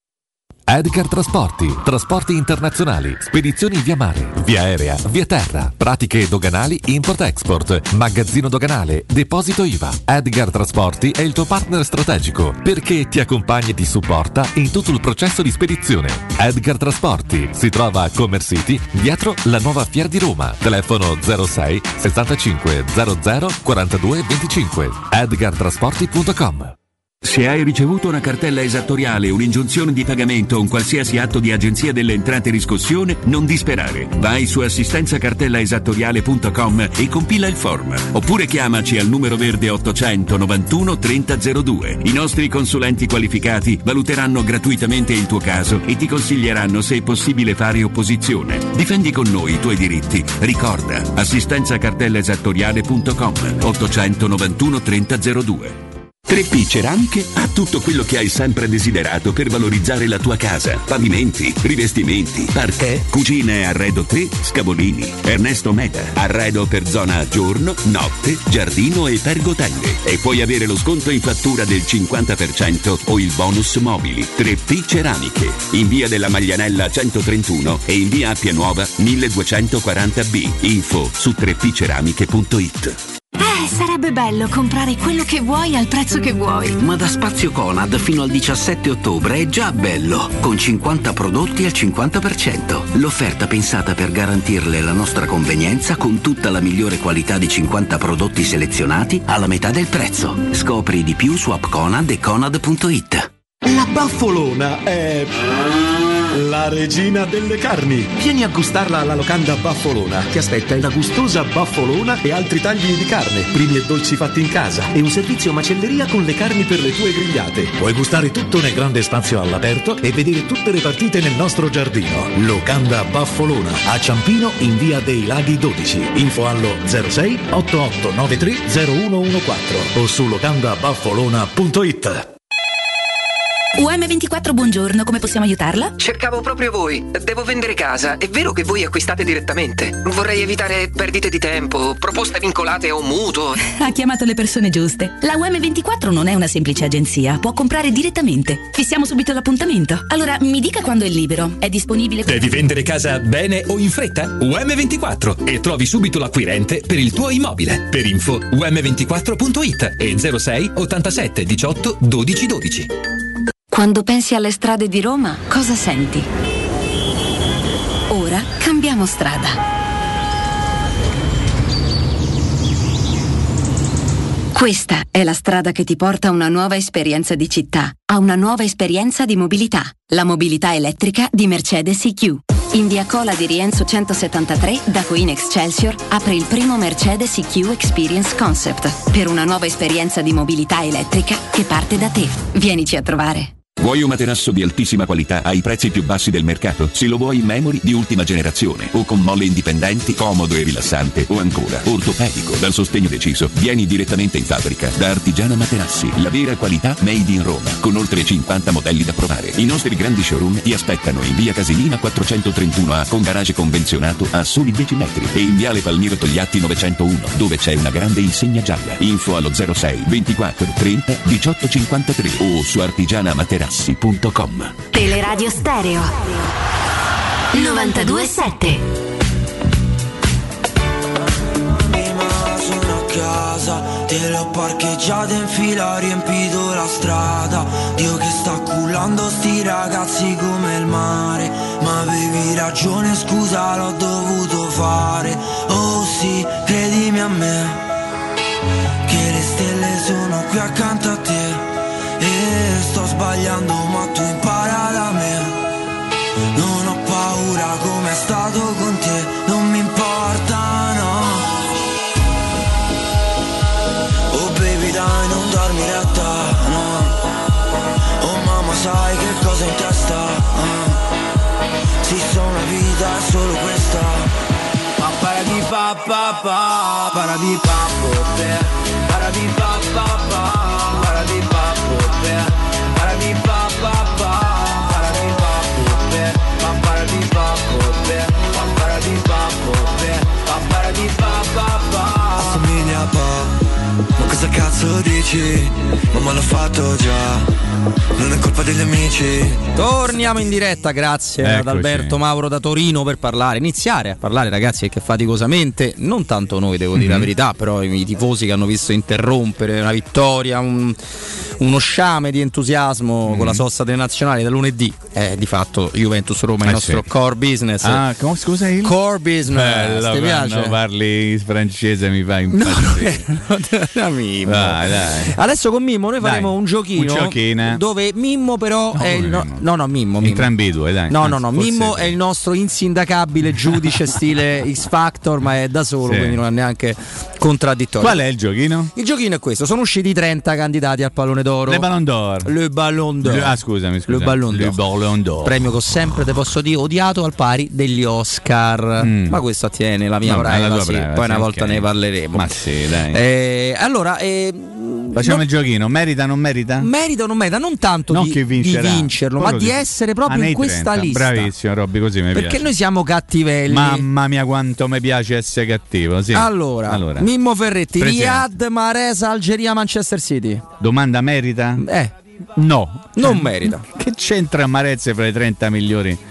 Edgar Trasporti, trasporti internazionali, spedizioni via mare, via aerea, via terra, pratiche doganali import-export, magazzino doganale, deposito I V A. Edgar Trasporti è il tuo partner strategico perché ti accompagna e ti supporta in tutto il processo di spedizione. Edgar Trasporti si trova a Commerce City, dietro la nuova Fiera di Roma. Telefono zero sei sessantacinque zero zero quarantadue venticinque. edgar trasporti punto com. Se hai ricevuto una cartella esattoriale, un'ingiunzione di pagamento o un qualsiasi atto di agenzia delle entrate riscossione, non disperare. Vai su assistenza cartella esattoriale punto com e compila il form. Oppure chiamaci al numero verde ottocento novantuno trenta zero due. I nostri consulenti qualificati valuteranno gratuitamente il tuo caso e ti consiglieranno se è possibile fare opposizione. Difendi con noi i tuoi diritti. Ricorda, assistenza cartella esattoriale punto com, ottocento novantuno trenta zero due. tre P Ceramiche ha tutto quello che hai sempre desiderato per valorizzare la tua casa. Pavimenti, rivestimenti, parquet, cucine e arredo tre, Scavolini. Ernesto Meda, arredo per zona giorno, notte, giardino e pergotelle. E puoi avere lo sconto in fattura del cinquanta per cento o il bonus mobili. tre P Ceramiche, in via della Maglianella centotrentuno e in via Appia Nuova milleduecentoquaranta B. Info su tre p ceramiche punto it. Eh, sarebbe bello comprare quello che vuoi al prezzo che vuoi. Ma da Spazio Conad fino al diciassette ottobre è già bello, con cinquanta prodotti al cinquanta per cento. L'offerta pensata per garantirle la nostra convenienza con tutta la migliore qualità di cinquanta prodotti selezionati alla metà del prezzo. Scopri di più su app Conad e conad punto it. La Baffolona è la regina delle carni. Vieni a gustarla alla locanda Baffolona. Ti aspetta la gustosa Baffolona e altri tagli di carne, primi e dolci fatti in casa e un servizio macelleria con le carni per le tue grigliate. Puoi gustare tutto nel grande spazio all'aperto e vedere tutte le partite nel nostro giardino. Locanda Baffolona a Ciampino in via dei Laghi dodici. Info allo zero sei otto otto nove tre zero uno uno quattro o su locanda baffolona punto it. U M ventiquattro, buongiorno, come possiamo aiutarla? Cercavo proprio voi. Devo vendere casa. È vero che voi acquistate direttamente? Vorrei evitare perdite di tempo, proposte vincolate a un mutuo. Ha chiamato le persone giuste. La U M ventiquattro non è una semplice agenzia, può comprare direttamente. Fissiamo subito l'appuntamento. Allora, mi dica quando è libero. È disponibile? Devi vendere casa bene o in fretta? U M ventiquattro e trovi subito l'acquirente per il tuo immobile. Per info u m ventiquattro punto it e zero sei ottantasette diciotto dodici dodici. Quando pensi alle strade di Roma, cosa senti? Ora cambiamo strada. Questa è la strada che ti porta a una nuova esperienza di città, a una nuova esperienza di mobilità. La mobilità elettrica di Mercedes E Q. In via Cola di Rienzo centosettantatré, da Queen Excelsior, apre il primo Mercedes E Q Experience Concept, per una nuova esperienza di mobilità elettrica che parte da te. Vienici a trovare. Vuoi un materasso di altissima qualità ai prezzi più bassi del mercato? Se lo vuoi in memory di ultima generazione o con molle indipendenti, comodo e rilassante, o ancora ortopedico dal sostegno deciso, vieni direttamente in fabbrica da Artigiana Materassi, la vera qualità made in Roma, con oltre cinquanta modelli da provare. I nostri grandi showroom ti aspettano in via Casilina quattrocentotrentuno A con garage convenzionato a soli dieci metri e in viale Palmiro Togliatti novecentouno, dove c'è una grande insegna gialla. Info allo zero sei ventiquattro trenta diciotto cinquantatré o su artigiana materassi punto com. Teleradio Stereo novantadue sette. Sono a casa, te l'ho parcheggiata in fila, ho riempito la strada. Dio che sta cullando sti ragazzi come il mare. Ma avevi ragione, scusa, l'ho dovuto fare. Oh sì, credimi a me, che le stelle sono qui accanto a te. E sto sbagliando ma tu impara da me. Non ho paura come è stato con te, non mi importa, no. Oh baby dai, non darmi retta, no. Oh mamma sai che cosa in testa, uh. Sì, sono la vita, è solo questa. Pa para di pa pa pa, para di pa per, para di pa pa pa, para di pa per, para di pa pa pa, para di pa per, pa para di pa per, pa para di pa per, pa para di pa pa pa. Assomiglia a pa, ma cosa cazzo dici? Mamma l'ho fatto già, non è colpa degli amici. Torniamo in diretta, grazie Eccoci. ad Alberto Mauro da Torino per parlare, iniziare a parlare, ragazzi, che faticosamente, non tanto noi, devo dire mm-hmm. la verità, però i tifosi che hanno visto interrompere una vittoria, un, uno sciame di entusiasmo mm-hmm. con la sosta delle nazionali da lunedì, è di fatto Juventus-Roma, il eh nostro sì. core business. Ah, come, scusa il? Core business, Bello, ti piace? quando parli francese mi fa impazzire. No, no, Mimmo. Dai, dai. Adesso con Mimmo noi faremo Dai, un giochino un giochino. dove Mimmo però no, è il no, no no Mimmo, Mimmo. Entrambi i due, dai. No, Anzi, no, no, forse... Mimmo è il nostro insindacabile giudice stile X Factor, ma è da solo, sì. quindi non è neanche contraddittorio. Qual è il giochino? Il giochino è questo, sono usciti trenta candidati al pallone d'oro. Le Ballon d'Or. Le Ballon d'Or. Ah, scusami, scusa. Le Ballon d'Or. Le Ballon d'Or. Premio che ho sempre, te posso dire, odiato al pari degli Oscar. Mm. Ma questo attiene la mia privacy, poi privacy, una volta okay. ne parleremo. Ma sì, dai. Eh, allora, eh, facciamo non... il giochino, merita o non merita? Merita o non merita, non tanto non di, che di vincerlo, Quello ma di, di essere proprio ah, in questa trenta. lista. Bravissimo, Robby, così mi Perché piace. noi siamo cattivelli. Mamma mia, quanto mi piace essere cattivo. Sì. Allora, allora, Mimmo Ferretti, Presidente. Riyadh, Mahrez, Algeria, Manchester City. Domanda merita? Eh. No. Non cioè, merita. Che c'entra Mahrez fra i trenta migliori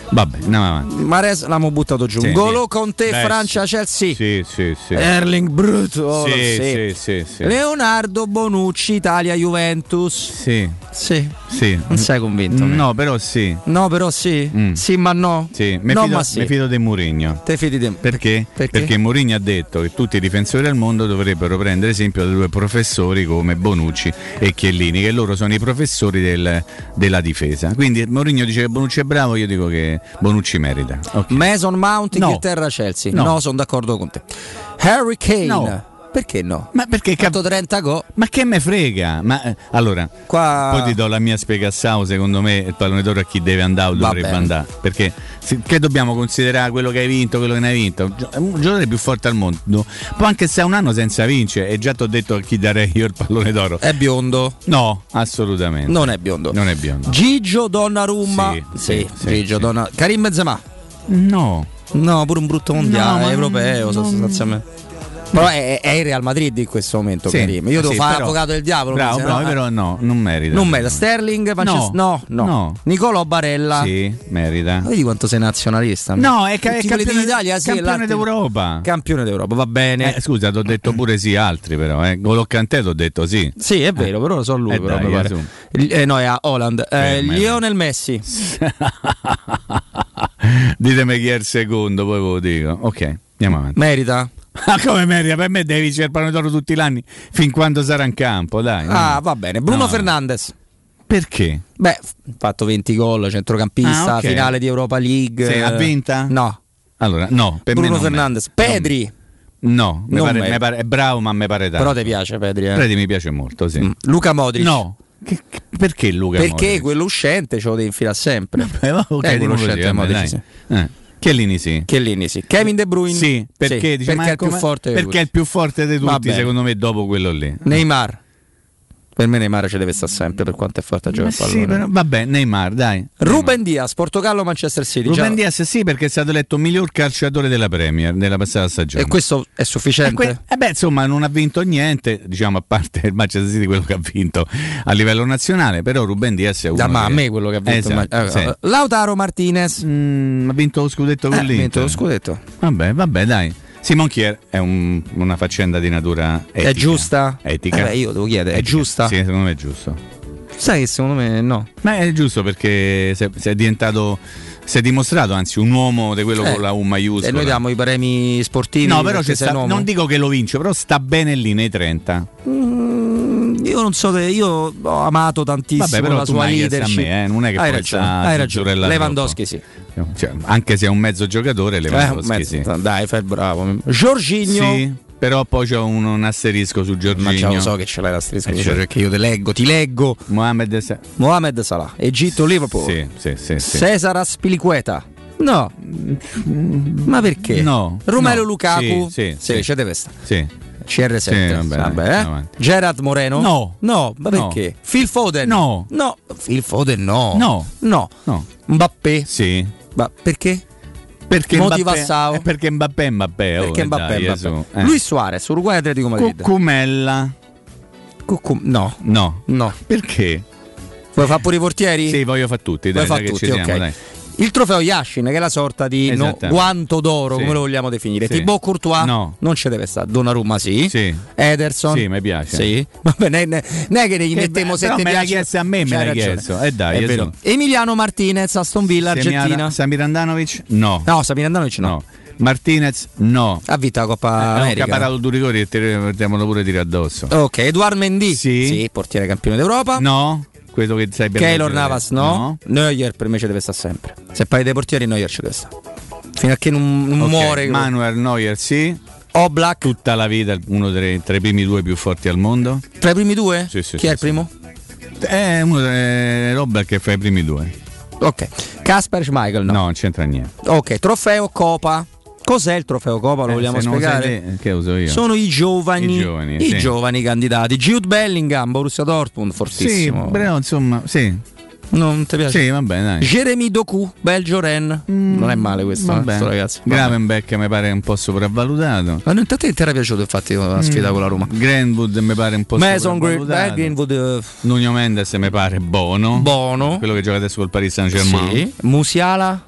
Vabbè, andiamo avanti. Mares l'abbiamo buttato giù. Sì, Golo sì. con te, Beh, Francia, Chelsea. Sì, sì, sì. Erling Brutto. Sì, sì. sì, sì, sì. Leonardo Bonucci, Italia, Juventus. Sì. Sì. Sì. Non sei convinto? me? No, però sì. No, però sì. Mm. Sì, ma no. Sì, mi no, fido, ma sì. mi fido di Mourinho. Te fidi di Perché? Perché? Perché Mourinho ha detto che tutti i difensori del mondo dovrebbero prendere esempio da due professori come Bonucci e Chiellini, che loro sono i professori del, della difesa. Quindi Mourinho dice che Bonucci è bravo, io dico che Bonucci merita. Okay. Mason Mount, No. Inghilterra, Chelsea. No. No, sono d'accordo con te. Harry Kane. No. Perché no? Ma perché ha fatto trenta gol. Ma che me frega? Ma eh, allora, Qua... poi ti do la mia spiegazione. Secondo me il pallone d'oro a chi deve andare o Va dovrebbe bene. andare. Perché se, che dobbiamo considerare quello che hai vinto, quello che non hai vinto? È un giocatore più forte al mondo. Poi anche se è un anno senza vincere, e già ti ho detto a chi darei io il pallone d'oro. È biondo? No, assolutamente. Non è biondo. Non è biondo. Gigio Donnarumma. Sì, Sì, sì, sì, Gigio sì. Donnarumma. Karim Benzema. No. No, pure un brutto mondiale No, ma europeo non- sostanzialmente. Però è, è il Real Madrid in questo momento, Sì, Karim. Io devo sì, fare però- avvocato del diavolo. Bravo, se bravo, no- però no, non merita. Non merita. Sterling, Manchester- no, no, no. Nicolò Barella. Sì, merita. Vedi quanto sei nazionalista? No, è, ca- è Tutti quelli campione d'Italia, sì, campione l'arte- d'Europa. Campione d'Europa, va bene. Eh, scusa, ti ho detto pure sì, altri però. Eh. Golo Kanté ti ho detto sì. Sì, è vero, però sono lui. Eh, però, dai, mi pare. su. Il- eh, no, è a Holland. Eh, Eh, ma- Lionel Messi. Ditemi chi è il secondo, poi ve lo dico. Ok, andiamo avanti. Merita? Ma come merita? Per me devi vincere il pallone d'oro tutti gli anni fin quando sarà in campo, dai. Ah, no. va bene. Bruno No. Fernandes. Perché? Beh, ha fatto venti gol, centrocampista, Ah, ok. finale di Europa League. Sì, ha vinta? No. Allora, no, per Bruno me non Fernandes. merita. Pedri. No, mi Non pare, merita. mi pare- è bravo, ma mi pare tanto. Però ti piace Pedri, eh? Pedri mi piace molto, sì. Mm. Luca Modric. No. Che- che- perché Luca Perché Modric? quello uscente ce lo devi infilare sempre. Eh, va, ok, Eh, quello dimo così, uscente è vabbè, Modric, dai. sì. Eh. Chiellini sì. Chiellini sì. Kevin De Bruyne. Sì, perché, Sì, dice, ma perché è il più come- forte di perché tutti. è il più forte di Va tutti, bene. secondo me, dopo quello lì. Neymar. Per me Neymar ci deve stare sempre per quanto è forte a Ma giocare a sì, pallone. però, vabbè, Neymar, dai. Ruben Diaz, Portogallo, Manchester City. Ruben già- Diaz sì, perché è stato eletto miglior calciatore della Premier della passata stagione. E questo è sufficiente? E que- eh beh, insomma, non ha vinto niente, diciamo, a parte il Manchester City, quello che ha vinto a livello nazionale, però Ruben Diaz è uno Da, ma a che- me quello che ha vinto. Esatto, ma- eh, sì. eh, Lautaro Martinez. Mm, ha vinto lo scudetto con Eh, ha l'Inter. vinto lo scudetto. Vabbè, vabbè, dai. Simon Kier è un- una faccenda di natura etica. È giusta? Etica. Eh beh, io devo chiedere, è Etica. giusta? Sì, secondo me è giusto. Sai che secondo me no. Ma è giusto perché si è, si è diventato, si è dimostrato anzi un uomo di quello Eh, con la U maiuscola. E noi diamo i premi sportivi. No, però perché c'è sei sta- un uomo. non dico che lo vince, però sta bene lì nei trenta. Mm, io non so, te- io ho amato tantissimo Vabbè, però la tu sua m'hai chiesto a leadership. me, eh, non è che hai puoi ragione, sta- hai ragione. giurellare Lewandowski sì. Cioè, anche se è un mezzo giocatore, Lewandowski Eh, mezzo- sì. Dai, fai il bravo. Jorginho. Sì, però poi c'è un, un asterisco su Ma già Jorginho. lo so che ce l'hai la striscia, Eh, certo. perché io te leggo, ti leggo. Mohamed Sa- Mohamed Salah, Egitto, Liverpool. Sì, sì, sì, sì. Cesar Aspilicueta. No. Ma perché? No. Romelu No. Lukaku. Sì, sì, sì. c'è deve stare. Sì. C R sette. Sì, vabbè, vabbè, dai, eh. avanti. Gerard Moreno. No. No, ma No. perché? Phil Foden. No. No. Phil Foden no. No. No. No. Mbappé. Sì. Ma perché? Perché Motivassao. Mbappé, eh, perché Mbappé è Mbappé. oh, Perché Mbappé, dai, Mbappé. su, eh. Luis Suarez, Uruguay Atletico Madrid. Cucumella. Cucum- no. No. No. Perché? Vuoi fare pure i portieri? Sì, voglio fare tutti, dai, Vuoi dai fare che tutti, ci siamo, ok. dai. Il trofeo Yashin, che è la sorta di no- Esattamente. guanto d'oro, Sì. come lo vogliamo definire. Sì. Thibaut Courtois? No. Non ci deve stare. Donnarumma sì. Sì. Ederson? Sì, mi piace. Sì. Vabbè, ne- ne- non è che gli Che mettiamo be- se però ti me l'hai piace. chiesto a me, me C'hai l'hai ragione. chiesto. Eh dai, È io vero. so. Emiliano Martinez, Aston Villa, Semiara- Argentina. Samir Andanovic? No. No, Samir Andanovic no. No. Martinez? No. Ha vinto la Coppa Eh, no, America. Caparato due rigori e te mettiamolo pure tiri addosso. Ok, Edouard Mendy. Sì. portiere campione d'Europa. No. Quello che sai per Keylor me- Navas no. Neuer per me ci deve stare sempre. Se parli dei portieri Neuer ci deve stare. Fino a che non, non Ok, muore. Manuel Neuer sì. Oblak. Tutta la vita uno dei, tra i primi due più forti al mondo. Tra i primi due? Sì, sì, Chi sì, è il sì. primo? È uno dei Oblak che fa i primi due. Ok. Kasper Schmeichel no. No, non c'entra niente. Ok, trofeo Copa. Cos'è il trofeo Copa? Lo Eh, vogliamo se non lo sai spiegare? te, che uso io? Sono i giovani, I giovani, i sì. giovani candidati. Jude Bellingham, Borussia Dortmund, Sì, fortissimo. però insomma, sì. Non ti piace? Sì, va bene, dai. Jeremy Doku, Belgio Ren. Non è male questo, eh, Vabbè. sto ragazzo. Vabbè. Gravenbeck mi pare un po' sopravvalutato. Ma non a te ti era piaciuto infatti la sfida Mm. con la Roma? Greenwood mi pare un po' Mason Green- sopravvalutato. eh, Greenwood eh, Nuno Mendes mi pare buono. buono. Quello che gioca adesso col Paris Saint Germain. Sì. Musiala.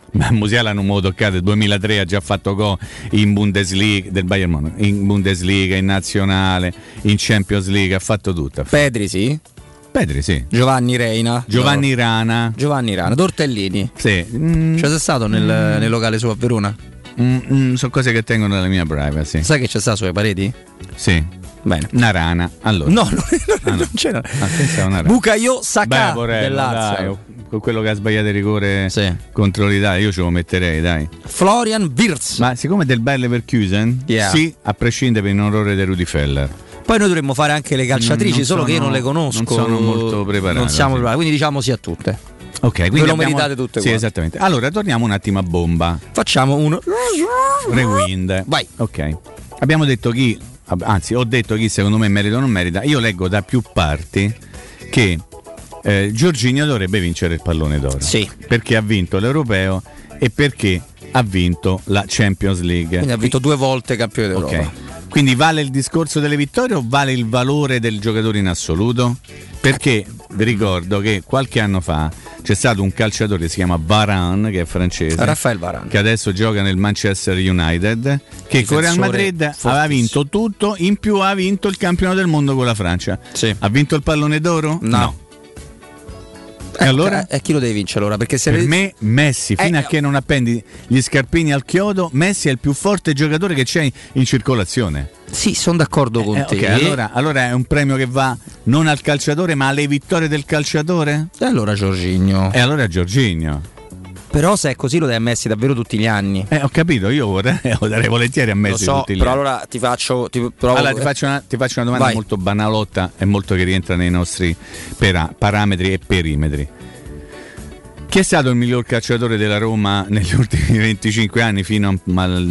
Ma Musiala non me lo toccate, duemilatré ha già fatto gol in Bundesliga del Bayern Monaco, in Bundesliga, in nazionale, in Champions League, ha fatto tutto. Pedri sì? Pedri sì. Giovanni Reina. Giovanni no. Rana. Giovanni Rana. Tortellini. Sì. Mm. Cioè sei stato nel, mm. nel locale su a Verona? Mm, mm, sono cose che tengono nella mia privacy. Sai che c'è stato sulle pareti? Sì. Bene. Una rana. Allora. No, no, no, ah, no. non c'era. Ah, una rana. Bukayo Saka del Lazio. Dai, con quello che ha sbagliato il rigore sì. contro l'Italia, io ce lo metterei, dai. Florian Wirtz. Ma siccome è del Bayer Leverkusen, yeah. sì, a prescindere per in onore di Rudi Feller. Poi noi dovremmo fare anche le calciatrici, non solo sono, che io non le conosco. Non sono molto preparato. Non siamo preparati, quindi diciamo sì a tutte. Ok, quindi ve lo abbiamo... meritate tutte. Sì, quante. Esattamente. Allora torniamo un attimo a bomba. Facciamo un rewind. Vai. Ok. Abbiamo detto chi, anzi, ho detto chi secondo me merita o non merita. Io leggo da più parti che eh, Jorginho dovrebbe vincere il pallone d'oro. Sì. Perché ha vinto l'Europeo e perché ha vinto la Champions League. Quindi ha vinto due volte campione d'Europa. Ok. Quindi vale il discorso delle vittorie o vale il valore del giocatore in assoluto? Perché vi ricordo che qualche anno fa c'è stato un calciatore che si chiama Varane, che è francese, Raphaël Varane, che adesso gioca nel Manchester United, che con Real Madrid aveva vinto tutto, in più ha vinto il campionato del mondo con la Francia. Sì. Ha vinto il pallone d'oro? No, no. E allora? E chi lo deve vincere allora? Perché se per vedi... me Messi, fino eh, a che non appendi gli scarpini al chiodo, Messi è il più forte giocatore che c'è in, in circolazione. Sì, sono d'accordo con eh, te. Okay, allora, allora è un premio che va non al calciatore ma alle vittorie del calciatore? E allora Jorginho. E allora Jorginho. Però se è così lo dai a Messi davvero tutti gli anni. Eh, ho capito, io vorrei, lo darei volentieri a Messi lo so, tutti gli però anni. allora ti faccio ti, provo... allora, ti, faccio una, ti faccio una domanda Vai. molto banalotta e molto che rientra nei nostri pera, parametri e perimetri. Chi è stato il miglior calciatore della Roma negli ultimi venticinque anni fino a al,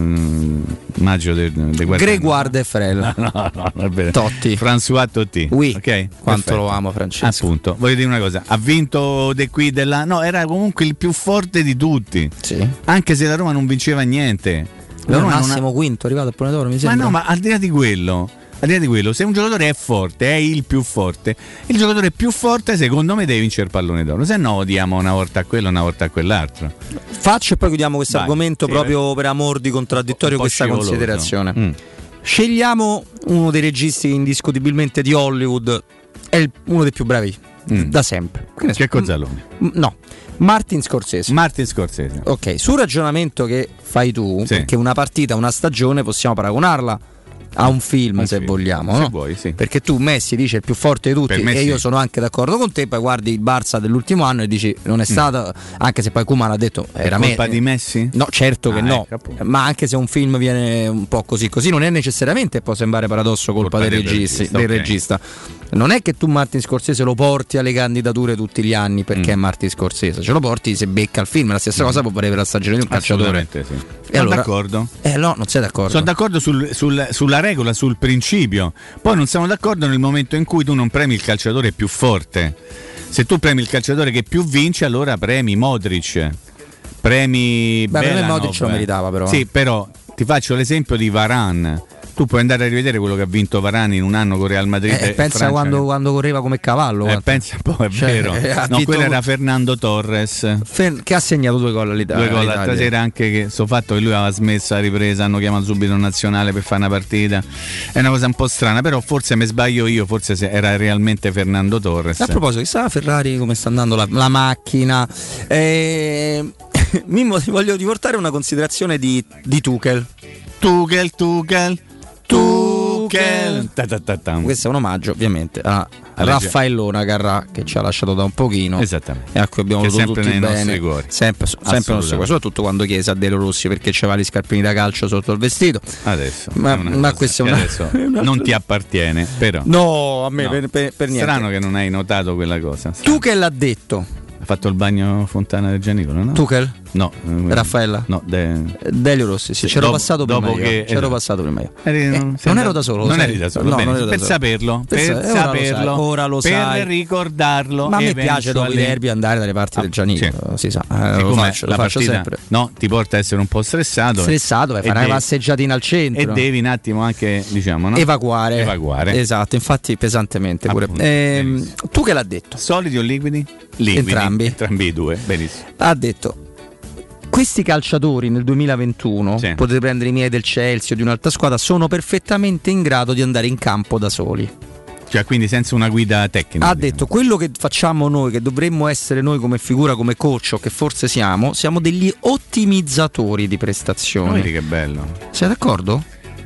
uh, maggio del de Gregoire De Frel? No, no, no, no, è vero. Totti. François Totti. Oui. Okay? Quanto Perfetto. Lo amo Francesco. Appunto, voglio dire una cosa, ha vinto De qui della no, era comunque il più forte di tutti. Sì. Anche se la Roma non vinceva niente. La Roma Massimo ha... quinto, arrivato al pallone d'oro, mi sembra. Ma no, ma al di là di quello, al di là di quello, se un giocatore è forte, è il più forte, il giocatore più forte secondo me deve vincere il pallone d'oro, se no diamo una volta a quello, una volta a quell'altro. Faccio e poi chiudiamo questo Vai, argomento sì, proprio per amor di contraddittorio, questa scivoloso. considerazione. Mm. Scegliamo uno dei registi indiscutibilmente di Hollywood, è il, uno dei più bravi mm. da sempre. Che, che Cozzalone? M- no. Martin Scorsese. Martin Scorsese. Ok, sul ragionamento che fai tu, sì. Perché una partita, una stagione possiamo paragonarla a un film, un se film. vogliamo, se no? vuoi, sì. Perché tu Messi dice il più forte di tutti e sì. io sono anche d'accordo con te, poi guardi il Barça dell'ultimo anno e dici non è stato, mm. anche se poi Koeman ha detto era colpa me- di Messi? No, certo ah, che no, ecco, ma anche se un film viene un po' così così non è necessariamente, può sembrare paradosso, colpa, colpa del, del, registi, regista, del okay. regista. Non è che tu Martin Scorsese lo porti alle candidature tutti gli anni perché mm. è Martin Scorsese, ce lo porti se becca il film, la stessa mm. cosa può valere per la stagione di un calciatore. Sì. E sono allora, d'accordo? Eh no, non sei d'accordo. Sono d'accordo sul, sul, sulla regola, sul principio. Poi non siamo d'accordo nel momento in cui tu non premi il calciatore più forte. Se tu premi il calciatore che più vince, allora premi Modric. Premi Beh, Belanov. per me Modric lo meritava però. Sì, però ti faccio l'esempio di Varane. Tu puoi andare a rivedere quello che ha vinto Varane in un anno con Real Madrid. Eh, e pensa Francia. Quando, quando correva come cavallo. Eh, pensa un po', è cioè, vero. Eh, no, quello era Fernando Torres. Fer- che ha segnato due gol all'Italia. Due gol l'altra sera, anche che sto fatto che lui aveva smesso la ripresa, hanno chiamato subito un nazionale per fare una partita. È una cosa un po' strana, però forse mi sbaglio io, forse era realmente Fernando Torres. A proposito, chissà la Ferrari come sta andando la, la macchina. Eh, Mimmo, ti voglio riportare una considerazione di, di Tuchel. Tuchel, Tuchel. Tuchel. Questo è un omaggio ovviamente a Raffaellona Carrà, che ci ha lasciato da un pochino. Esattamente. E a cui abbiamo che voluto sempre tutti nei bene. nostri cuori. Sempre, sempre nei nostri cuori, soprattutto quando chiese a Delo Rossi perché c'aveva gli scarpini da calcio sotto il vestito. Adesso. Ma, ma questo è una... adesso non ti appartiene, però. No, a me no. Per, per, per niente. Strano che non hai notato quella cosa. Tu che l'ha detto? Ha fatto il bagno Fontana del Gianicolo, no? Tuchel? No. Raffaella? No, De... Delio Rossi, sì, sì, c'ero dopo, passato prima dopo io. Che, c'ero esatto. passato prima io. Eri, eh, non non ero da solo. Non sai? eri da solo, no, bene, non ero da per solo. saperlo, per, per saperlo, ora lo sai, ora lo per sai. ricordarlo. Ma a me piace dopo i derby andare dalle parti ah, del Gianicolo, sì. Si sa, eh, lo faccio, lo faccio sempre. No, ti porta a essere un po' stressato. Stressato, vai fare una passeggiatina al centro. E devi un attimo anche, diciamo, no? Evacuare. Evacuare. Esatto, infatti pesantemente pure. Eh, tu che l'ha detto? Solidi o liquidi? Liquidi. Entrambi. Entrambi i due, benissimo. Ha detto questi calciatori nel duemilaventuno, Sì. potete prendere i miei del Chelsea o di un'altra squadra, sono perfettamente in grado di andare in campo da soli. Cioè, quindi senza una guida tecnica. Ha detto quello che facciamo noi, che dovremmo essere noi come figura, come coach, o che forse siamo, siamo degli ottimizzatori di prestazioni. Vedi che bello. Sei d'accordo?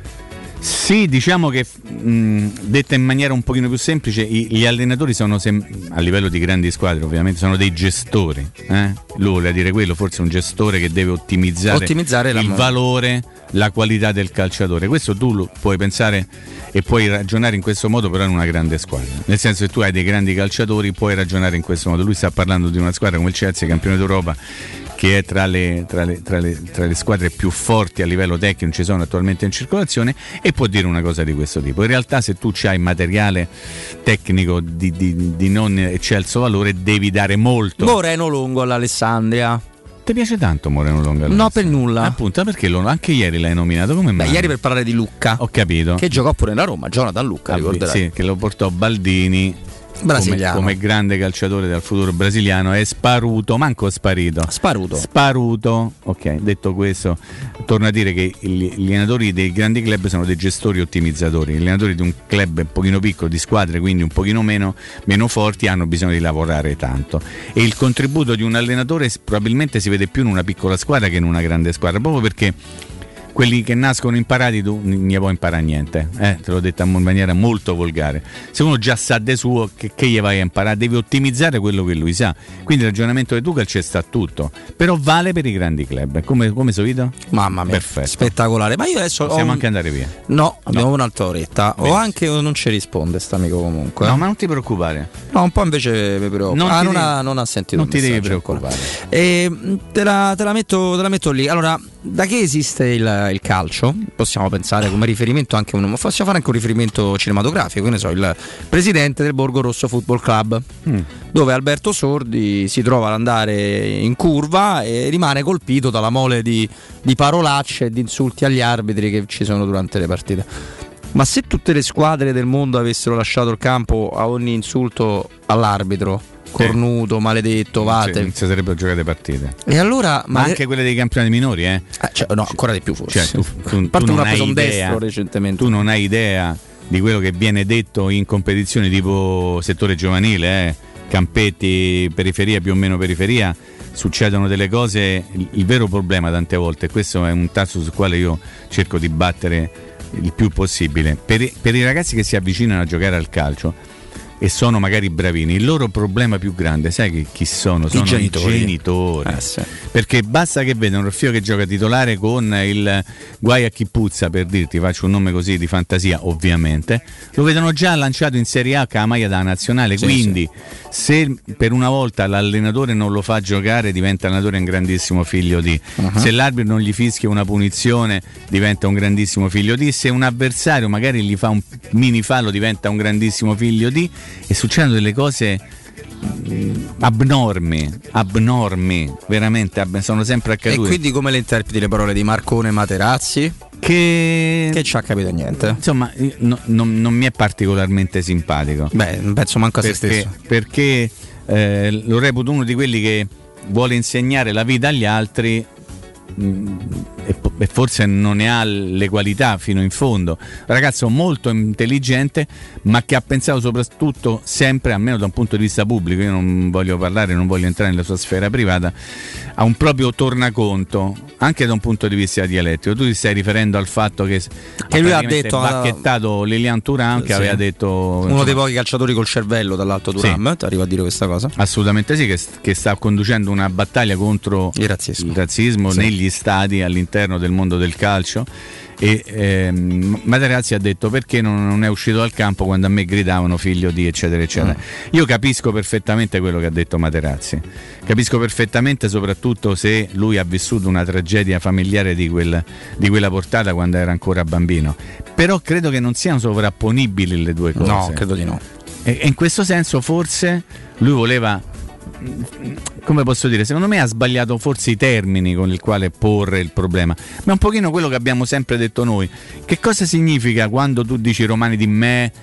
Sì, diciamo che mh, detta in maniera un pochino più semplice, i, gli allenatori sono sem- a livello di grandi squadre ovviamente sono dei gestori, eh? Lui voleva dire quello, forse un gestore che deve ottimizzare, Ottimizzare il la- valore, la qualità del calciatore. Questo tu lo puoi pensare e puoi ragionare in questo modo, però in una grande squadra, nel senso che tu hai dei grandi calciatori, puoi ragionare in questo modo. Lui sta parlando di una squadra come il Chelsea, campione d'Europa, che è tra le, tra, le, tra, le, tra le squadre più forti a livello tecnico, ci sono attualmente in circolazione, e può dire una cosa di questo tipo. In realtà, se tu hai materiale tecnico di, di, di non eccelso valore, devi dare molto. Moreno Longo all'Alessandria. Ti piace tanto Moreno Longo? No, per nulla. Appunto, perché lo, anche ieri l'hai nominato come Beh, mai? ieri per parlare di Lucca. Ho capito. Che giocò pure nella Roma, Jonathan Lucca, Ah, ricorderai. sì, che lo portò Baldini. Brasiliano. Come, come grande calciatore del futuro brasiliano, è sparuto, manco sparito. Sparuto. Sparuto. Ok, detto questo, torno a dire che gli, gli allenatori dei grandi club sono dei gestori ottimizzatori. Gli allenatori di un club un pochino piccolo, di squadre quindi un pochino meno, meno forti, hanno bisogno di lavorare tanto. E il contributo di un allenatore probabilmente si vede più in una piccola squadra che in una grande squadra, proprio perché quelli che nascono imparati tu non gli puoi imparare niente, eh? Te l'ho detto in maniera molto volgare. Se uno già sa de suo, che, che gli vai a imparare? Devi ottimizzare quello che lui sa. Quindi il ragionamento di Tuchel c'è sta tutto, però vale per i grandi club. Come, come Sovito? Mamma mia, perfetto, spettacolare. Ma io adesso possiamo ho un... anche andare via. No, abbiamo No. un'altra oretta. O anche non ci risponde st'amico comunque. No, ma non ti preoccupare. No, un po' invece mi preoccupa. Non ah, ti non, devi- ha, non ha sentito non il ti devi messaggio ancora. preoccupare. E, te, la, te, la metto, te la metto lì. Allora, da che esiste il, il calcio? Possiamo pensare come riferimento anche un, possiamo fare anche un riferimento cinematografico, che ne so, il presidente del Borgo Rosso Football Club, Mm. dove Alberto Sordi si trova ad andare in curva e rimane colpito dalla mole di, di parolacce e di insulti agli arbitri che ci sono durante le partite. Ma se tutte le squadre del mondo avessero lasciato il campo a ogni insulto all'arbitro, cornuto, maledetto, vate, Non si sarebbero giocate partite. e allora Ma anche quelle dei campionati minori, eh? Ah, cioè, no, ancora di più forse. Cioè, tu, tu, A parte tu uno non ha preso hai un idea, destro recentemente. tu non hai idea di quello che viene detto in competizioni tipo settore giovanile, eh? Campetti, periferia, più o meno periferia, succedono delle cose. Il, il vero problema tante volte, e questo è un tasto sul quale io cerco di battere il più possibile, per, i- per i ragazzi che si avvicinano a giocare al calcio e sono magari bravini, il loro problema più grande, sai che chi sono? Sono genitori. i genitori. Eh, sì. Perché basta che vedano il figlio che gioca titolare con il guai a chi puzza, per dirti, faccio un nome così di fantasia ovviamente, lo vedono già lanciato in Serie A con la maglia da nazionale, Sì, quindi se per una volta l'allenatore non lo fa giocare, diventa l'allenatore un grandissimo figlio di, Uh-huh. se l'arbitro non gli fischia una punizione, diventa un grandissimo figlio di, se un avversario magari gli fa un mini fallo, diventa un grandissimo figlio di, e succedono delle cose mh, abnormi, abnormi, veramente ab- sono sempre E accadute. quindi come le interpreti le parole di Marcone e Materazzi? Che, che ci ha capito niente. Insomma, io no- non, non mi è particolarmente simpatico. Beh, non penso manco a se perché, stesso. perché eh, lo reputo uno di quelli che vuole insegnare la vita agli altri mh, e, po- e forse non ne ha le qualità fino in fondo. Un ragazzo molto intelligente, ma che ha pensato soprattutto sempre, almeno da un punto di vista pubblico, io non voglio parlare, non voglio entrare nella sua sfera privata, a un proprio tornaconto, anche da un punto di vista dialettico. Tu ti stai riferendo al fatto che, Che lui ha praticamente detto, bacchettato Lilian Thuram, che Sì. aveva detto Uno insomma, dei pochi calciatori col cervello dall'alto Thuram, ti arrivo a dire questa cosa. assolutamente sì, che, che sta conducendo una battaglia contro il razzismo, il razzismo Sì. negli stadi, all'interno del mondo del calcio. E ehm, Materazzi ha detto: perché non, non è uscito dal campo quando a me gridavano figlio di eccetera eccetera. Mm. Io capisco perfettamente quello che ha detto Materazzi, capisco perfettamente, soprattutto se lui ha vissuto una tragedia familiare di, quel, di quella portata quando era ancora bambino, però credo che non siano sovrapponibili le due cose. No, credo di no. E, e in questo senso forse lui voleva come posso dire, secondo me ha sbagliato forse i termini con il quale porre il problema, ma è un pochino quello che abbiamo sempre detto noi. Che cosa significa quando tu dici romani di me?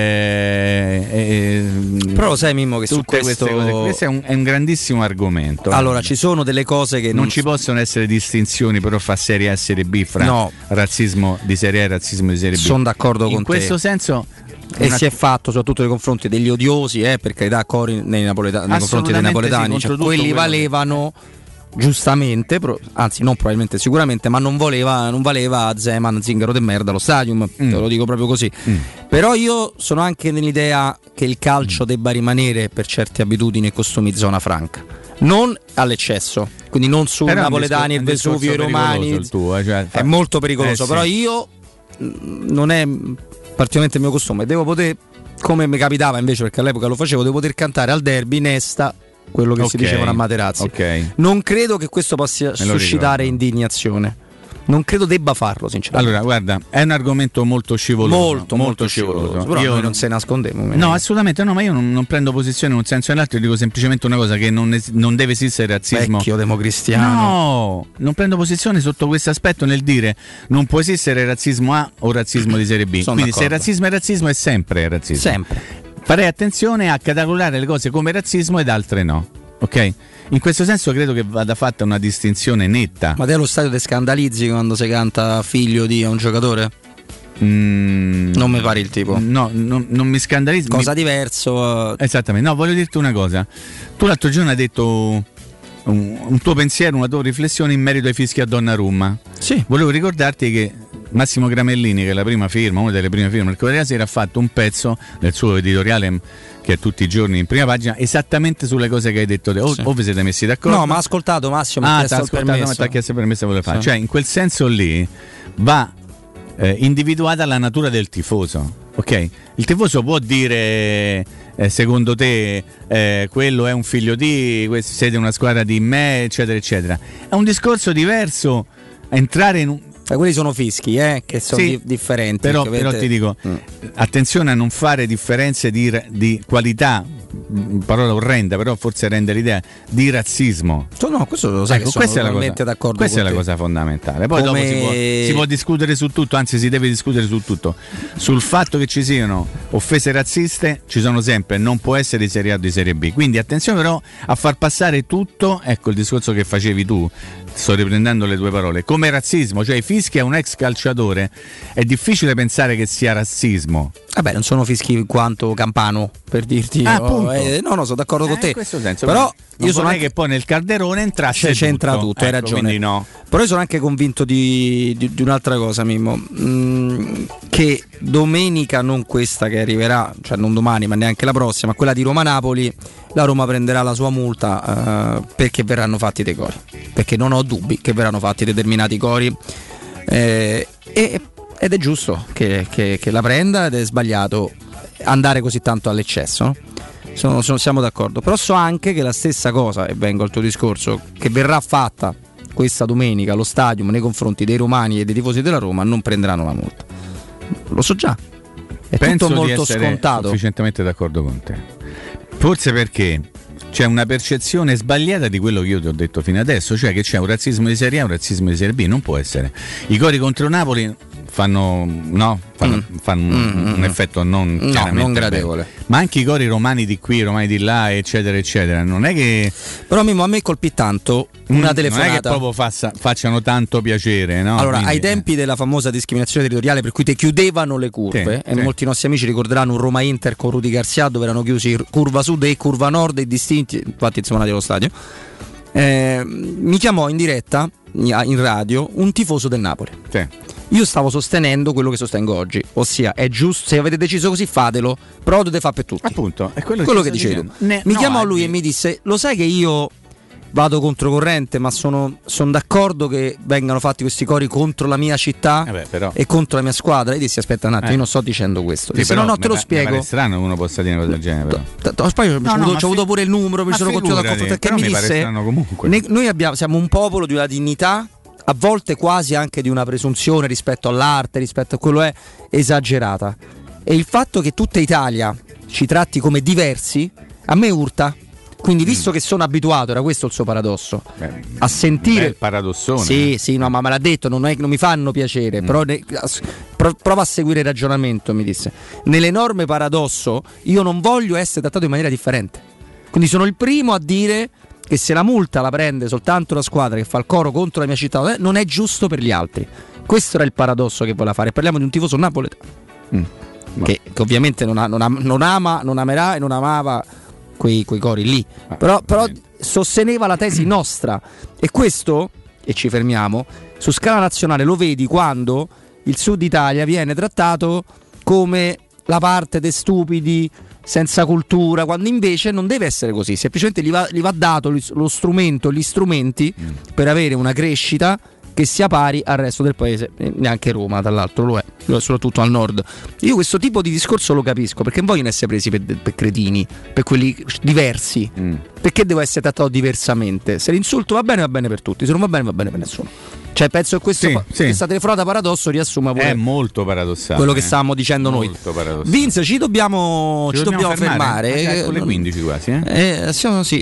Eh, eh, Però lo sai, Mimmo, che su questo cose, questo è un, è un grandissimo argomento. Allora, ci sono delle cose che non, non ci possono essere distinzioni, però fra serie A e serie B, fra no. razzismo di serie A e razzismo di serie B. Sono d'accordo con te. In questo senso. E una... si è fatto soprattutto nei confronti degli odiosi, eh, per carità, cori nei, napoleta- nei confronti dei napoletani, sì, cioè, quelli valevano che... giustamente, pro- anzi non probabilmente sicuramente, ma non voleva, non valeva Zeman, Zingaro de merda allo stadium, mm. te lo dico proprio così. Mm. Però io sono anche nell'idea che il calcio mm. debba rimanere per certe abitudini e costumi zona franca, non all'eccesso, quindi non su però napoletani, il Vesuvio, i romani, il tuo, eh, cioè, è molto pericoloso, eh, però sì. io non è particolarmente il mio costume, devo poter, come mi capitava invece perché all'epoca lo facevo, devo poter cantare al derby Nesta quello che okay. si dicevano a Materazzi. Okay. Non credo che questo possa suscitare ricordo. indignazione. Non credo debba farlo, sinceramente. Allora, guarda, è un argomento molto scivoloso. Molto, molto, molto scivoloso. scivoloso. Però io noi non se nascondiamo. No, assolutamente no, ma io non, non prendo posizione in un senso o nell'altro, io dico semplicemente una cosa, che non, es- non deve esistere razzismo. Vecchio democristiano. No, non prendo posizione sotto questo aspetto nel dire non può esistere razzismo A o razzismo di serie B. Sono Quindi d'accordo. Se razzismo è razzismo è sempre razzismo. Sempre. Farei attenzione a catalogare le cose come razzismo ed altre no. Ok? In questo senso credo che vada fatta una distinzione netta. Ma te allo stadio te scandalizzi quando si canta figlio di un giocatore? Mm, non mi pare il tipo. No, no non mi scandalizzi. Cosa mi... diverso. Esattamente. No, voglio dirti una cosa. Tu l'altro giorno hai detto un, un tuo pensiero, una tua riflessione in merito ai fischi a Donnarumma. Sì. Volevo ricordarti che Massimo Gramellini, che è la prima firma, una delle prime firme del Corriere della Sera, ha fatto un pezzo nel suo editoriale che è tutti i giorni in prima pagina esattamente sulle cose che hai detto te. O, sì. o vi siete messi d'accordo? No, ma ha ascoltato Massimo, ah, ti ha ascoltato, ma ti ha chiesto il permesso di voler fare. Sì. Cioè, in quel senso lì va eh, individuata la natura del tifoso. Ok? Il tifoso può dire eh, secondo te eh, quello è un figlio di, siete una squadra di me, eccetera, eccetera. È un discorso diverso entrare in un Eh, quelli sono fischi, eh, che sono sì, di- differenti. Però, però ti dico, mm. attenzione a non fare differenze di, di qualità, parola orrenda, però forse rende l'idea, di razzismo. No, questo lo sai, ecco, che sono questa è la cosa, d'accordo questa con è te. la cosa fondamentale. Poi Come... dopo si può, si può discutere su tutto, anzi si deve discutere su tutto. Sul fatto che ci siano offese razziste ci sono sempre, non può essere di serie A o di serie B. Quindi attenzione però a far passare tutto, ecco il discorso che facevi tu, sto riprendendo le tue parole, come razzismo, cioè i fischi a un ex calciatore è difficile pensare che sia razzismo. Vabbè, non sono fischi in quanto Campano, per dirti. Ah, oh, eh, no, no, sono d'accordo eh, con te. In questo senso, però io sono vorrei anche... che poi nel calderone entrasse tutto. C'entra tutto, hai ecco, ragione. No. Però io sono anche convinto di, di, di un'altra cosa, Mimmo, mm, che domenica, non questa che arriverà, cioè non domani, ma neanche la prossima, quella di Roma-Napoli, la Roma prenderà la sua multa uh, perché verranno fatti dei cori. Perché non ho dubbi che verranno fatti determinati cori. Eh, e, ed è giusto che, che, che la prenda, ed è sbagliato andare così tanto all'eccesso, no? sono, sono, siamo d'accordo. Però so anche che la stessa cosa, e vengo al tuo discorso, che verrà fatta questa domenica allo stadium nei confronti dei romani e dei tifosi della Roma, non prenderanno la multa. Lo so già, è Penso tutto molto di essere scontato. Sufficientemente d'accordo con te. Forse perché c'è una percezione sbagliata di quello che io ti ho detto fino adesso, cioè che c'è un razzismo di serie A e un razzismo di serie B. Non può essere. I cori contro Napoli fanno, no, fanno, mm. fanno mm. un, un effetto non, no, non gradevole. Bello. Ma anche i cori romani di qui, romani di là, eccetera, eccetera. Non è che. Però Mimmo, a me colpì tanto una mm, telefonata. Non è che proprio faccia, facciano tanto piacere, no? Allora, Quindi, ai tempi della famosa discriminazione territoriale, per cui te chiudevano le curve, sì, e sì. molti nostri amici ricorderanno un Roma Inter con Rudy Garcia, dove erano chiusi curva sud e curva nord e distinti, infatti siamo andati allo stadio. Eh, mi chiamò in diretta in radio un tifoso del Napoli. Sì. Io stavo sostenendo quello che sostengo oggi, ossia è giusto, se avete deciso così fatelo, però dovete fare per tutti. Appunto, è quello, quello che, che dicevo. Ne, mi no, chiamò oggi... lui e mi disse: lo sai che io vado controcorrente, ma sono, sono d'accordo che vengano fatti questi cori contro la mia città eh beh, però... e contro la mia squadra. E dissi: aspetta un attimo, eh. io non sto dicendo questo. Sì, Disse, no, no, te lo me, spiego. È strano che uno possa dire una cosa del genere. Però. Poi no, no, no, c'ho avuto pure il numero, mi sono continuato a confrontare. Che mi, mi disse: comunque. Ne, noi abbiamo, siamo un popolo di una dignità, a volte quasi anche di una presunzione rispetto all'arte, rispetto a quello è esagerata. E il fatto che tutta Italia ci tratti come diversi a me urta, Quindi visto che sono abituato, era questo il suo paradosso, Beh, a sentire il paradossone. Sì, sì, no, ma me l'ha detto, non, è, non mi fanno piacere, mm. però ne, pro, prova a seguire il ragionamento, mi disse. Nell'enorme paradosso io non voglio essere trattato in maniera differente. Quindi sono il primo a dire che se la multa la prende soltanto la squadra che fa il coro contro la mia città, non è giusto per gli altri. Questo era il paradosso che voleva fare. Parliamo di un tifoso napoletano mm. che, che ovviamente non, ha, non, ha, non ama, non amerà e non amava Quei, quei cori lì, ah, però, però sosteneva la tesi nostra, e questo, e ci fermiamo, su scala nazionale lo vedi quando il Sud Italia viene trattato come la parte dei stupidi senza cultura, quando invece non deve essere così, semplicemente gli va, gli va dato lo strumento, gli strumenti mm. per avere una crescita che sia pari al resto del paese, neanche Roma tra l'altro lo è, soprattutto al nord. Io questo tipo di discorso lo capisco, perché non vogliono essere presi per, per cretini, per quelli diversi, mm. perché devo essere trattato diversamente? Se l'insulto va bene va bene per tutti, se non va bene va bene per nessuno. Cioè penso che questo, sì, sì. questa telefonata paradosso riassuma pure è molto paradossale quello che stavamo dicendo molto noi. Vince, ci dobbiamo, ci, ci dobbiamo, dobbiamo fermare, fermare. Ah, con le quindici quasi eh? Eh, siamo, sì,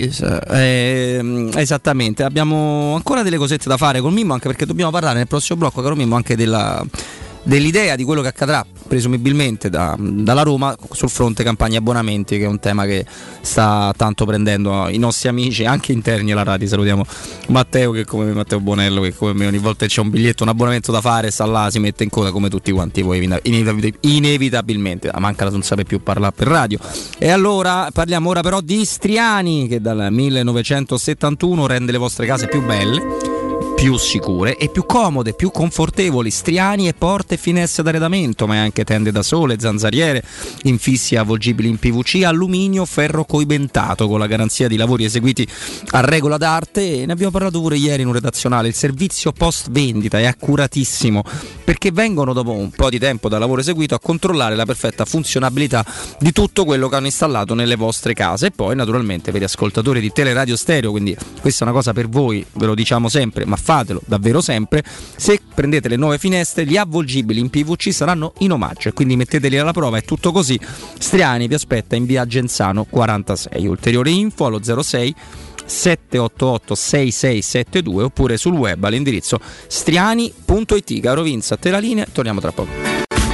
eh, esattamente, abbiamo ancora delle cosette da fare con Mimmo, anche perché dobbiamo parlare nel prossimo blocco, caro Mimmo, anche della dell'idea di quello che accadrà presumibilmente da, dalla Roma sul fronte campagna abbonamenti, che è un tema che sta tanto prendendo i nostri amici anche interni alla radio. Salutiamo Matteo, che come me, Matteo Bonello, che come me ogni volta c'è un biglietto, un abbonamento da fare, sta là, si mette in coda come tutti quanti voi inevitabilmente, manca da non sapere più parlare per radio. E allora parliamo ora però di Striani, che dal millenovecentosettantuno rende le vostre case più belle, più sicure e più comode, più confortevoli. Striani e porte e finestre d'arredamento, ma è anche tende da sole, zanzariere, infissi avvolgibili in P V C, alluminio, ferro coibentato, con la garanzia di lavori eseguiti a regola d'arte. E ne abbiamo parlato pure ieri in un redazionale. Il servizio post vendita è accuratissimo, perché vengono dopo un po' di tempo dal lavoro eseguito a controllare la perfetta funzionabilità di tutto quello che hanno installato nelle vostre case. E poi naturalmente per gli ascoltatori di Teleradio Stereo, quindi questa è una cosa per voi, ve lo diciamo sempre, ma fatelo davvero sempre: se prendete le nuove finestre, gli avvolgibili in P V C saranno in omaggio, e quindi metteteli alla prova. È tutto così. Striani vi aspetta in via Genzano quarantasei. Ulteriori info allo zero sei sette otto otto sei sei sette due oppure sul web all'indirizzo striani punto it. Caro Vince, a te la linea, torniamo tra poco.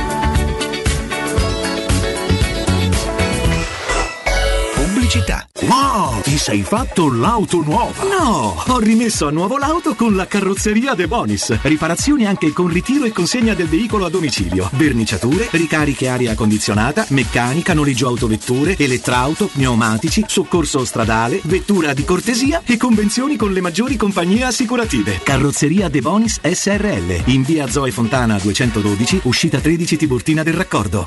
Wow, ti sei fatto l'auto nuova? No, ho rimesso a nuovo l'auto con la carrozzeria De Bonis. Riparazioni anche con ritiro e consegna del veicolo a domicilio, verniciature, ricariche aria condizionata, meccanica, noleggio autovetture, elettrauto, pneumatici, soccorso stradale, vettura di cortesia e convenzioni con le maggiori compagnie assicurative. Carrozzeria De Bonis S R L, in via Zoe Fontana duecentododici, uscita tredici Tiburtina del Raccordo.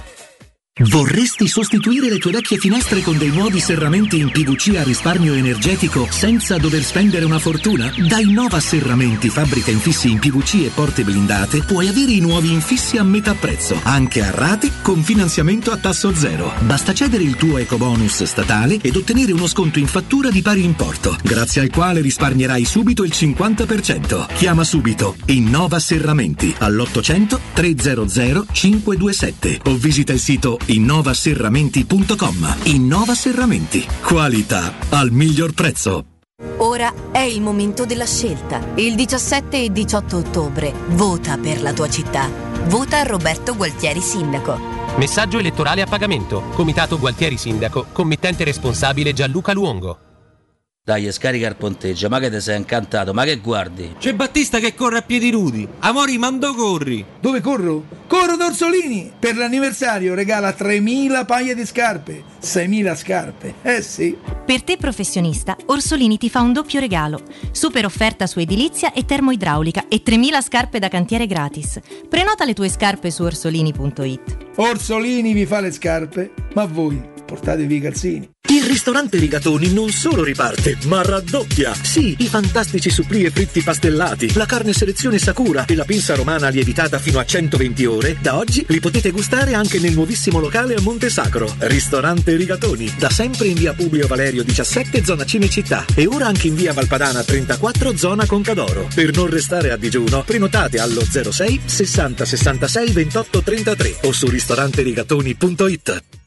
Vorresti sostituire le tue vecchie finestre con dei nuovi serramenti in P V C a risparmio energetico senza dover spendere una fortuna? Da Innova Serramenti, fabbrica infissi in P V C e porte blindate, puoi avere i nuovi infissi a metà prezzo, anche a rate con finanziamento a tasso zero. Basta cedere il tuo ecobonus statale ed ottenere uno sconto in fattura di pari importo, grazie al quale risparmierai subito il cinquanta per cento. Chiama subito Innova Serramenti all'ottocento trecento cinquecentoventisette o visita il sito innova serramenti punto com. Innova Serramenti, qualità al miglior prezzo. Ora è il momento della scelta. Il diciassette e diciotto ottobre vota per la tua città. Vota Roberto Gualtieri Sindaco. Messaggio elettorale a pagamento. Comitato Gualtieri Sindaco. Committente responsabile Gianluca Luongo. Dai, scarica il ponteggio, ma che te sei incantato, ma che guardi? C'è Battista che corre a piedi nudi. Amori, mando corri. Dove corro? Corro da Orsolini. Per l'anniversario regala tremila paia di scarpe, seimila scarpe. Eh sì. Per te professionista, Orsolini ti fa un doppio regalo. Super offerta su edilizia e termoidraulica e tremila scarpe da cantiere gratis. Prenota le tue scarpe su orsolini punto it. Orsolini vi fa le scarpe, ma voi portatevi i calzini. Il ristorante Rigatoni non solo riparte, ma raddoppia. Sì, i fantastici supplì e fritti pastellati, la carne selezione Sakura e la pinza romana lievitata fino a centoventi ore, da oggi li potete gustare anche nel nuovissimo locale a Monte Sacro. Ristorante Rigatoni, da sempre in via Publio Valerio diciassette, zona Cinecittà, e ora anche in via Valpadana trentaquattro, zona Concadoro. Per non restare a digiuno, prenotate allo zero sei sessanta sessantasei ventotto trentatré o su ristorante rigatoni punto it. The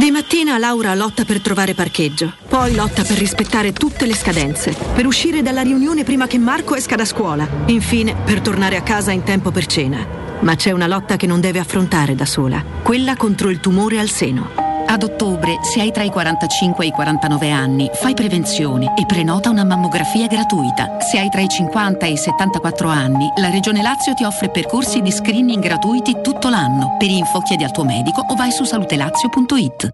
Di mattina Laura lotta per trovare parcheggio, poi lotta per rispettare tutte le scadenze, per uscire dalla riunione prima che Marco esca da scuola, infine per tornare a casa in tempo per cena. Ma c'è una lotta che non deve affrontare da sola, quella contro il tumore al seno. Ad ottobre, se hai tra i quarantacinque e i quarantanove anni, fai prevenzione e prenota una mammografia gratuita. Se hai tra i cinquanta e i settantaquattro anni, la Regione Lazio ti offre percorsi di screening gratuiti tutto l'anno. Per info chiedi al tuo medico o vai su salutelazio punto it.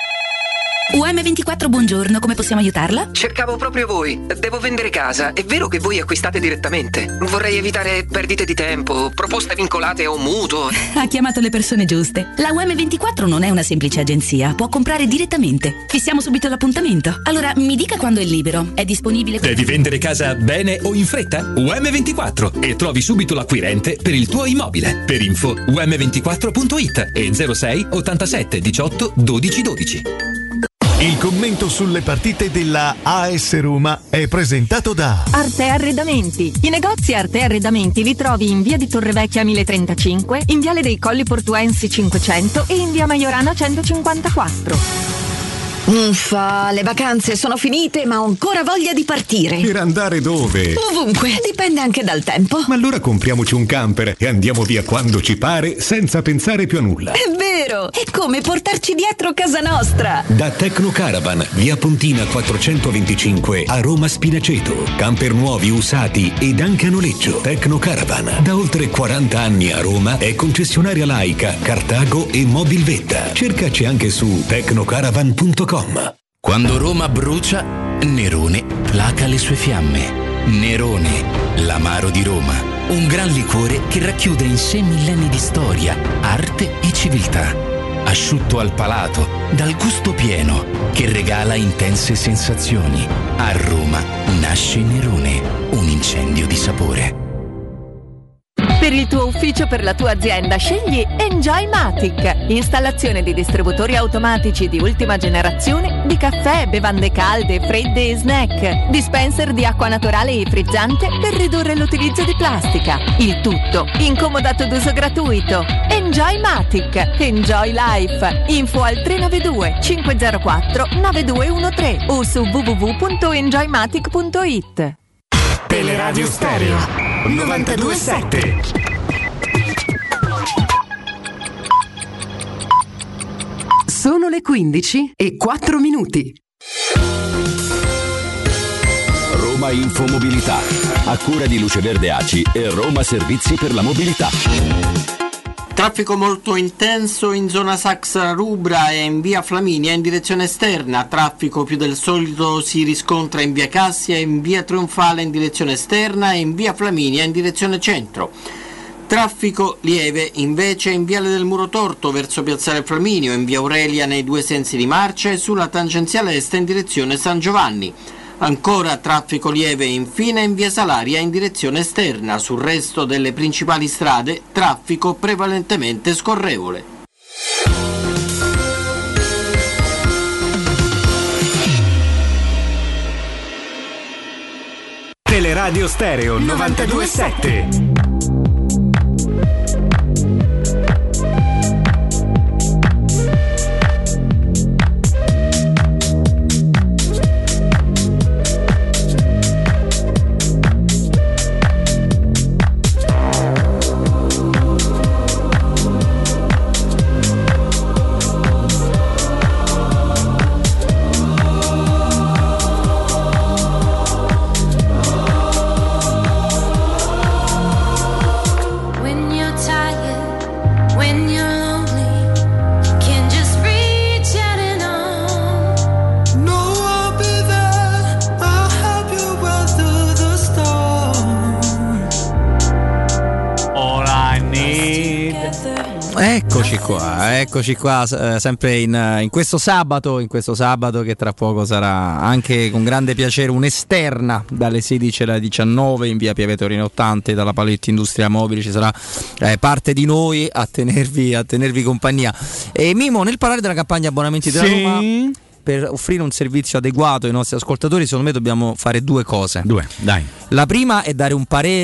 U M ventiquattro, buongiorno, come possiamo aiutarla? Cercavo proprio voi. Devo vendere casa. È vero che voi acquistate direttamente? Vorrei evitare perdite di tempo, proposte vincolate o mutuo. Ha chiamato le persone giuste. La U M ventiquattro non è una semplice agenzia, può comprare direttamente. Fissiamo subito l'appuntamento. Allora, mi dica quando è libero. È disponibile... Devi vendere casa bene o in fretta? U M ventiquattro e trovi subito l'acquirente per il tuo immobile. Per info U M ventiquattro punto it e zero sei ottantasette diciotto dodici dodici. Il commento sulle partite della A S Roma è presentato da Arte Arredamenti. I negozi Arte Arredamenti li trovi in via di Torrevecchia mille trentacinque, in viale dei Colli Portuensi cinquecento e in via Maiorana centocinquantaquattro. Uffa, le vacanze sono finite, ma ho ancora voglia di partire. Per andare dove? Ovunque, dipende anche dal tempo. Ma allora compriamoci un camper e andiamo via quando ci pare, senza pensare più a nulla. È vero! È come portarci dietro casa nostra. Da Tecnocaravan, via Pontina quattrocentoventicinque a Roma Spinaceto. Camper nuovi, usati ed anche a noleggio. Tecnocaravan, da oltre quaranta anni a Roma, è concessionaria Laica, Cartago e Mobilvetta. Cercaci anche su tecnocaravan punto com. Quando Roma brucia, Nerone placa le sue fiamme. Nerone, l'amaro di Roma. Un gran liquore che racchiude in sé millenni di storia, arte e civiltà. Asciutto al palato, dal gusto pieno, che regala intense sensazioni. A Roma nasce Nerone, un incendio di sapore. Per il tuo ufficio, per la tua azienda, scegli Enjoymatic. Installazione di distributori automatici di ultima generazione di caffè, bevande calde, fredde e snack. Dispenser di acqua naturale e frizzante per ridurre l'utilizzo di plastica. Il tutto incomodato d'uso gratuito. Enjoymatic. Enjoy Life. Info al tre nove due cinque zero quattro nove due uno tre o su w w w punto enjoymatic punto it. Teleradio Stereo novantadue sette. Sono le quindici e quattro minuti. Roma Infomobilità, a cura di Luce Verde A C I e Roma Servizi per la Mobilità. Traffico molto intenso in zona Saxa Rubra e in via Flaminia in direzione esterna. Traffico più del solito si riscontra in via Cassia, in via Trionfale in direzione esterna e in via Flaminia in direzione centro. Traffico lieve invece in viale del Muro Torto verso piazzale Flaminio, in via Aurelia nei due sensi di marcia e sulla tangenziale est in direzione San Giovanni. Ancora traffico lieve infine in via Salaria in direzione esterna. Sul resto delle principali strade traffico prevalentemente scorrevole. Teleradio Stereo novantadue sette. Eccoci qua, eccoci qua, eh, sempre in, in questo sabato, in questo sabato che tra poco sarà anche con grande piacere un'esterna dalle sedici alle diciannove in via Pieve Torino ottanta dalla Paletti Industria Mobili. Ci sarà eh, parte di noi a tenervi, a tenervi compagnia. E Mimo, nel parlare della campagna abbonamenti della sì. Roma, per offrire un servizio adeguato ai nostri ascoltatori, secondo me dobbiamo fare due cose. Due, dai. La prima è dare un parere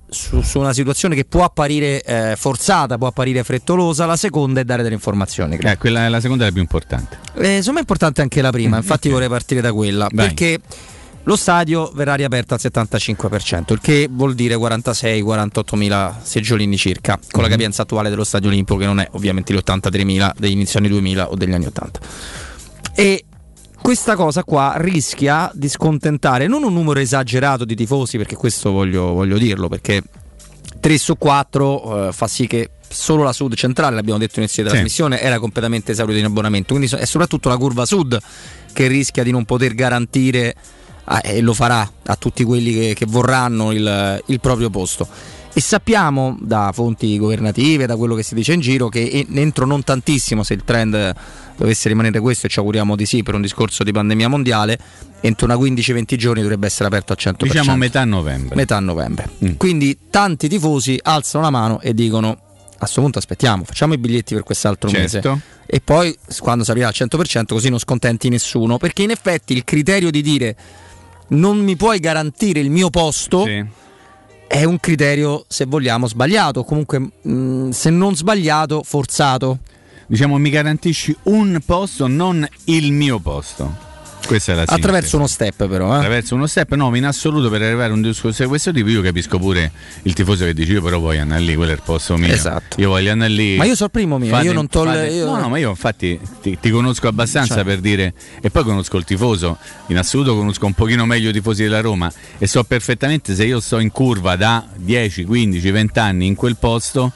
su, su una situazione che può apparire eh, forzata, può apparire frettolosa. La seconda è dare delle informazioni. Eh, quella, la seconda è la più importante. Eh, secondo me è importante anche la prima, infatti vorrei partire da quella. Vai. Perché lo stadio verrà riaperto al settantacinque per cento, il che vuol dire quarantasei quarantotto mila seggiolini circa, con mm-hmm. la capienza attuale dello Stadio Olimpico, che non è ovviamente gli ottantatremila degli inizi anni duemila o degli anni ottanta. E questa cosa qua rischia di scontentare non un numero esagerato di tifosi, perché questo voglio, voglio dirlo, perché tre su quattro eh, fa sì che solo la Sud Centrale, l'abbiamo detto inizio di trasmissione, sì. era completamente esaurita in abbonamento, quindi è soprattutto la curva Sud che rischia di non poter garantire, eh, e lo farà a tutti quelli che, che vorranno il, il proprio posto. E sappiamo da fonti governative, da quello che si dice in giro, che entro non tantissimo, se il trend dovesse rimanere questo, e ci auguriamo di sì per un discorso di pandemia mondiale, entro una quindici venti giorni dovrebbe essere aperto al cento per cento. Diciamo metà novembre. Metà novembre. Mm. Quindi tanti tifosi alzano la mano e dicono: a questo punto aspettiamo, facciamo i biglietti per quest'altro certo. mese e poi quando salirà al cento per cento così non scontenti nessuno, perché in effetti il criterio di dire non mi puoi garantire il mio posto sì. è un criterio, se vogliamo, sbagliato, comunque mh, se non sbagliato, forzato. Diciamo, mi garantisci un posto, non il mio posto. Questa è la sintesi. Attraverso uno step, però. Eh? Attraverso uno step, no, in assoluto, per arrivare a un discorso di questo tipo, io capisco pure il tifoso che dice: io però voglio andare lì, quello è il posto mio. Esatto. Io voglio andare lì. Ma io so il primo mio, fate, io non tolgo. Io... No, no, ma io infatti ti, ti conosco abbastanza cioè. per dire, e poi conosco il tifoso, in assoluto conosco un pochino meglio i tifosi della Roma e so perfettamente se io sto in curva da dieci, quindici, venti anni in quel posto.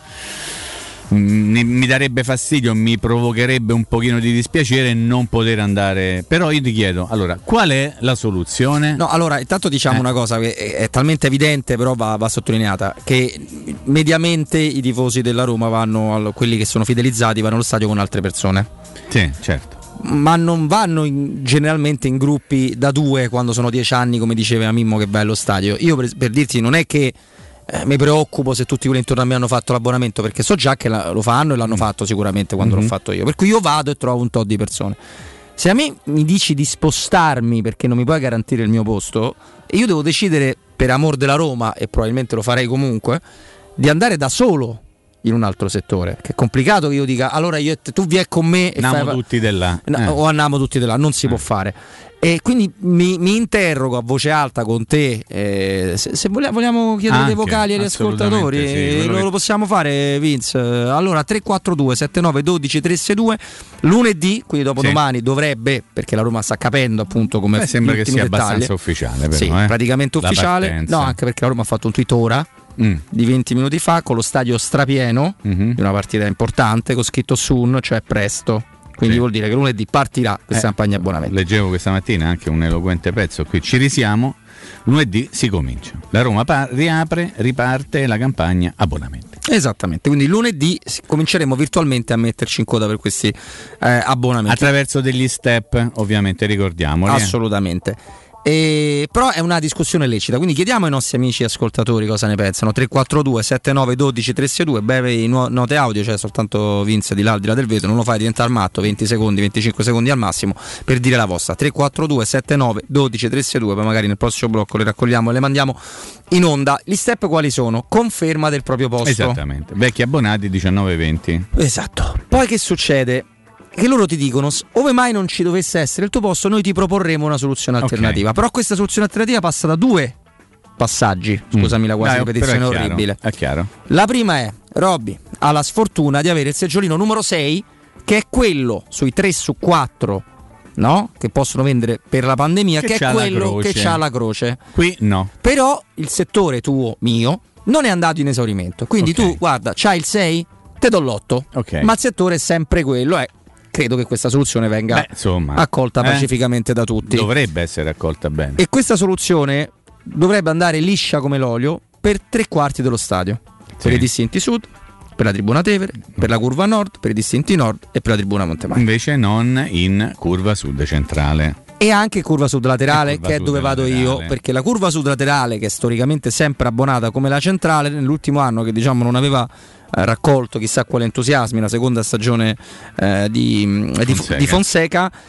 Mi, mi darebbe fastidio, mi provocherebbe un pochino di dispiacere non poter andare. Però io ti chiedo, allora, qual è la soluzione? No, allora, intanto diciamo eh. una cosa che è, è talmente evidente, però va, va sottolineata, che mediamente i tifosi della Roma vanno, al, quelli che sono fidelizzati, vanno allo stadio con altre persone. Sì, certo. Ma non vanno in, generalmente in gruppi da due quando sono dieci anni, come diceva Mimmo che va allo stadio. Io per, per dirti, non è che Eh, mi preoccupo se tutti quelli intorno a me hanno fatto l'abbonamento, perché so già che la, lo fanno e l'hanno fatto sicuramente quando mm-hmm. l'ho fatto io, per cui io vado e trovo un tot di persone. Se a me mi dici di spostarmi perché non mi puoi garantire il mio posto e io devo decidere, per amor della Roma, e probabilmente lo farei comunque, di andare da solo in un altro settore, che è complicato che io dica allora io, tu vieni con me e andiamo fai... tutti di là no, eh. o andiamo tutti di là, non si eh. può fare. E quindi mi, mi interrogo a voce alta con te, eh, se, se vogliamo, vogliamo chiedere Anche, dei vocali agli ascoltatori, sì, eh, lo, che... lo possiamo fare, Vince. Allora tre quattro due sette nove uno due tre sei due, lunedì, quindi dopo domani sì. dovrebbe, perché la Roma sta capendo appunto come Beh, sembra che sia dettagli. abbastanza ufficiale però, sì, eh? praticamente la ufficiale partenza. No, anche perché la Roma ha fatto un tweet ora mm. di venti minuti fa con lo stadio strapieno mm-hmm. di una partita importante con scritto soon, cioè presto. Quindi sì. vuol dire che lunedì partirà questa eh, campagna abbonamento. Leggevo questa mattina anche un eloquente pezzo qui. Ci risiamo, lunedì si comincia. La Roma pa- riapre, riparte la campagna abbonamenti. Esattamente, quindi lunedì cominceremo virtualmente a metterci in coda per questi eh, abbonamenti. Attraverso degli step, ovviamente, ricordiamoli. Assolutamente. Eh. E, però è una discussione lecita, quindi chiediamo ai nostri amici ascoltatori cosa ne pensano. Tre quattro due sette nove uno due tre sei due, brevi note audio, cioè soltanto Vince di là, di là del vetro, non lo fai diventare matto, venti secondi, venticinque secondi al massimo per dire la vostra. Tre quattro due sette nove uno due tre sei due, poi magari nel prossimo blocco le raccogliamo e le mandiamo in onda. Gli step quali sono? Conferma del proprio posto. Esattamente, vecchi abbonati diciannove venti. Esatto. Poi che succede? Che loro ti dicono, ove mai non ci dovesse essere il tuo posto, noi ti proporremo una soluzione alternativa. Okay. Però questa soluzione alternativa passa da due passaggi. Scusami mm. la quasi ripetizione orribile. È chiaro. La prima è: Robby ha la sfortuna di avere il seggiolino numero sei, che è quello sui tre su quattro, no? Che possono vendere per la pandemia, che, che è quello che c'ha la croce. Qui no. Però il settore tuo, mio, non è andato in esaurimento. Quindi okay. tu, guarda, c'hai il sei, te do l'otto. Okay. Ma il settore è sempre quello, è. Credo che questa soluzione venga Beh, insomma, accolta eh? pacificamente da tutti. Dovrebbe essere accolta bene. E questa soluzione dovrebbe andare liscia come l'olio per tre quarti dello stadio. Sì. Per i distinti sud, per la tribuna Tevere, per la curva nord, per i distinti nord e per la tribuna Montemagno. Invece non in curva sud centrale. E anche curva sud laterale, curva che è sud dove vado laterale. io, perché la curva sud laterale, che è storicamente sempre abbonata come la centrale, nell'ultimo anno che diciamo non aveva eh, raccolto chissà quale entusiasmi, la seconda stagione eh, di, Fonseca. di Fonseca,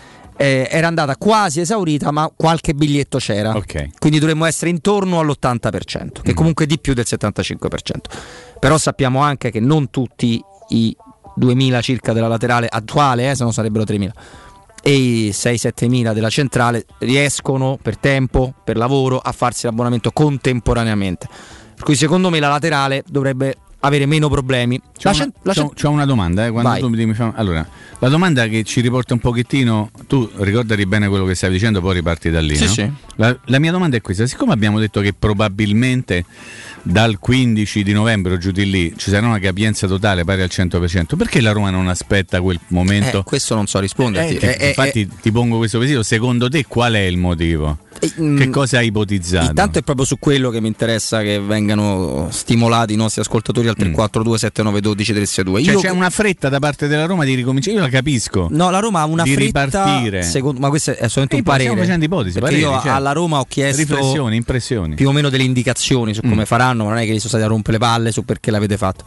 eh, era andata quasi esaurita, ma qualche biglietto c'era. Okay. Quindi dovremmo essere intorno all'ottanta per cento, che Mm. comunque è di più del settantacinque per cento. Però sappiamo anche che non tutti i duemila circa della laterale attuale, eh, se no sarebbero tremila, e i sei sette mila della centrale riescono per tempo, per lavoro, a farsi l'abbonamento contemporaneamente. Per cui secondo me la laterale dovrebbe avere meno problemi. C'ho, La una, cent- la c'ho- cent- c'ho una domanda, eh, quando Vai. tu mi mi fai- allora, la domanda che ci riporta un pochettino, tu ricordati bene quello che stavi dicendo, poi riparti da lì. Sì, no? sì. La, la mia domanda è questa: siccome abbiamo detto che probabilmente dal quindici di novembre o giù di lì ci sarà una capienza totale pari al cento per cento, perché la Roma non aspetta quel momento? Eh, questo non so risponderti. Eh, ti- Eh, eh, infatti ti pongo questo quesito: secondo te qual è il motivo? Che cosa hai ipotizzato? Intanto è proprio su quello che mi interessa che vengano stimolati i nostri ascoltatori al tre quattro due sette nove uno due tre sei due. Cioè Io c'è una fretta da parte della Roma di ricominciare, io la capisco. No, la Roma ha una di fretta, ripartire. secondo, ma questo è solamente Eh, un parere. stiamo facendo ipotesi, perché pareri, io certo. alla Roma ho chiesto Riflessioni, impressioni. più o meno delle indicazioni su come Mm. faranno, ma non è che gli sono stati a rompere le palle su perché l'avete fatto.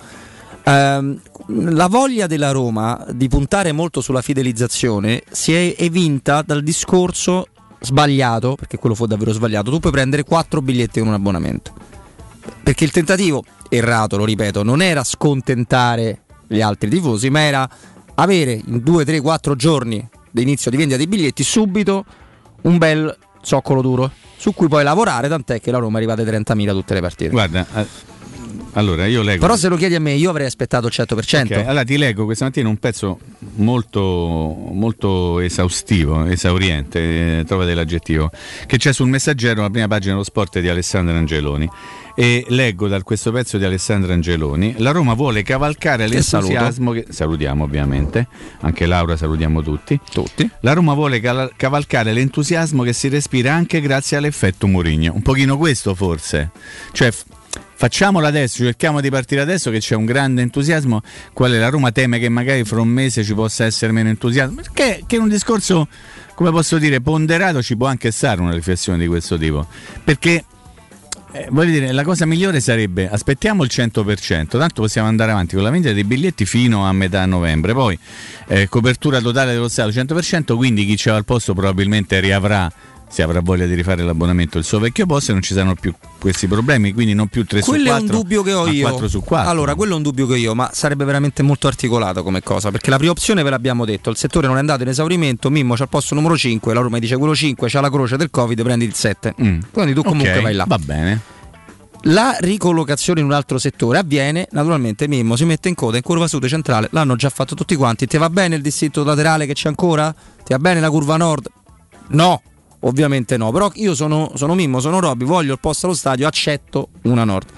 Ehm, la voglia della Roma di puntare molto sulla fidelizzazione si è evinta dal discorso sbagliato, perché quello fu davvero sbagliato. Tu puoi prendere quattro biglietti con un abbonamento, perché il tentativo errato, lo ripeto, non era scontentare gli altri tifosi, ma era avere in due, tre, quattro giorni di inizio di vendita dei biglietti subito un bel zoccolo duro su cui poi lavorare, tant'è che la Roma è arrivata ai trentamila tutte le partite. Guarda, eh, allora io leggo. Però se lo chiedi a me, io avrei aspettato il cento per cento. Ok, allora ti leggo questa mattina un pezzo molto, molto esaustivo, esauriente, eh, trovate l'aggettivo, che c'è sul Messaggero, la prima pagina dello sport di Alessandro Angeloni. E leggo da questo pezzo di Alessandro Angeloni: la Roma vuole cavalcare l'entusiasmo che, salutiamo ovviamente anche Laura, salutiamo tutti tutti la Roma vuole cal- cavalcare l'entusiasmo che si respira anche grazie all'effetto Mourinho, un pochino questo forse, cioè f- facciamolo adesso, cerchiamo di partire adesso che c'è un grande entusiasmo. Quale la Roma teme che magari fra un mese ci possa essere meno entusiasmo, perché che è un discorso, come posso dire, ponderato. Ci può anche stare una riflessione di questo tipo, perché Eh, voglio dire, la cosa migliore sarebbe aspettiamo il cento per cento, tanto possiamo andare avanti con la vendita dei biglietti fino a metà novembre, poi eh, copertura totale dello Stato cento per cento, quindi chi c'era al posto probabilmente riavrà, se avrà voglia di rifare l'abbonamento, il suo vecchio posto, e non ci saranno più questi problemi, quindi non più tre quello su quattro, è un dubbio che ho ma io. quattro su quattro. Allora, quello è un dubbio che ho io, ma sarebbe veramente molto articolato come cosa, perché la prima opzione ve l'abbiamo detto, il settore non è andato in esaurimento, Mimmo c'ha il posto numero cinque, la Roma dice quello cinque, c'ha la croce del Covid, prendi il sette. Mm. Quindi tu comunque Ok, vai là. va bene. La ricollocazione in un altro settore avviene, naturalmente Mimmo si mette in coda in curva sud centrale, l'hanno già fatto tutti quanti. Ti va bene il distretto laterale che c'è ancora? Ti va bene la curva nord? No, ovviamente no, però io sono, sono Mimmo, sono Robby, voglio il posto allo stadio, accetto una nord.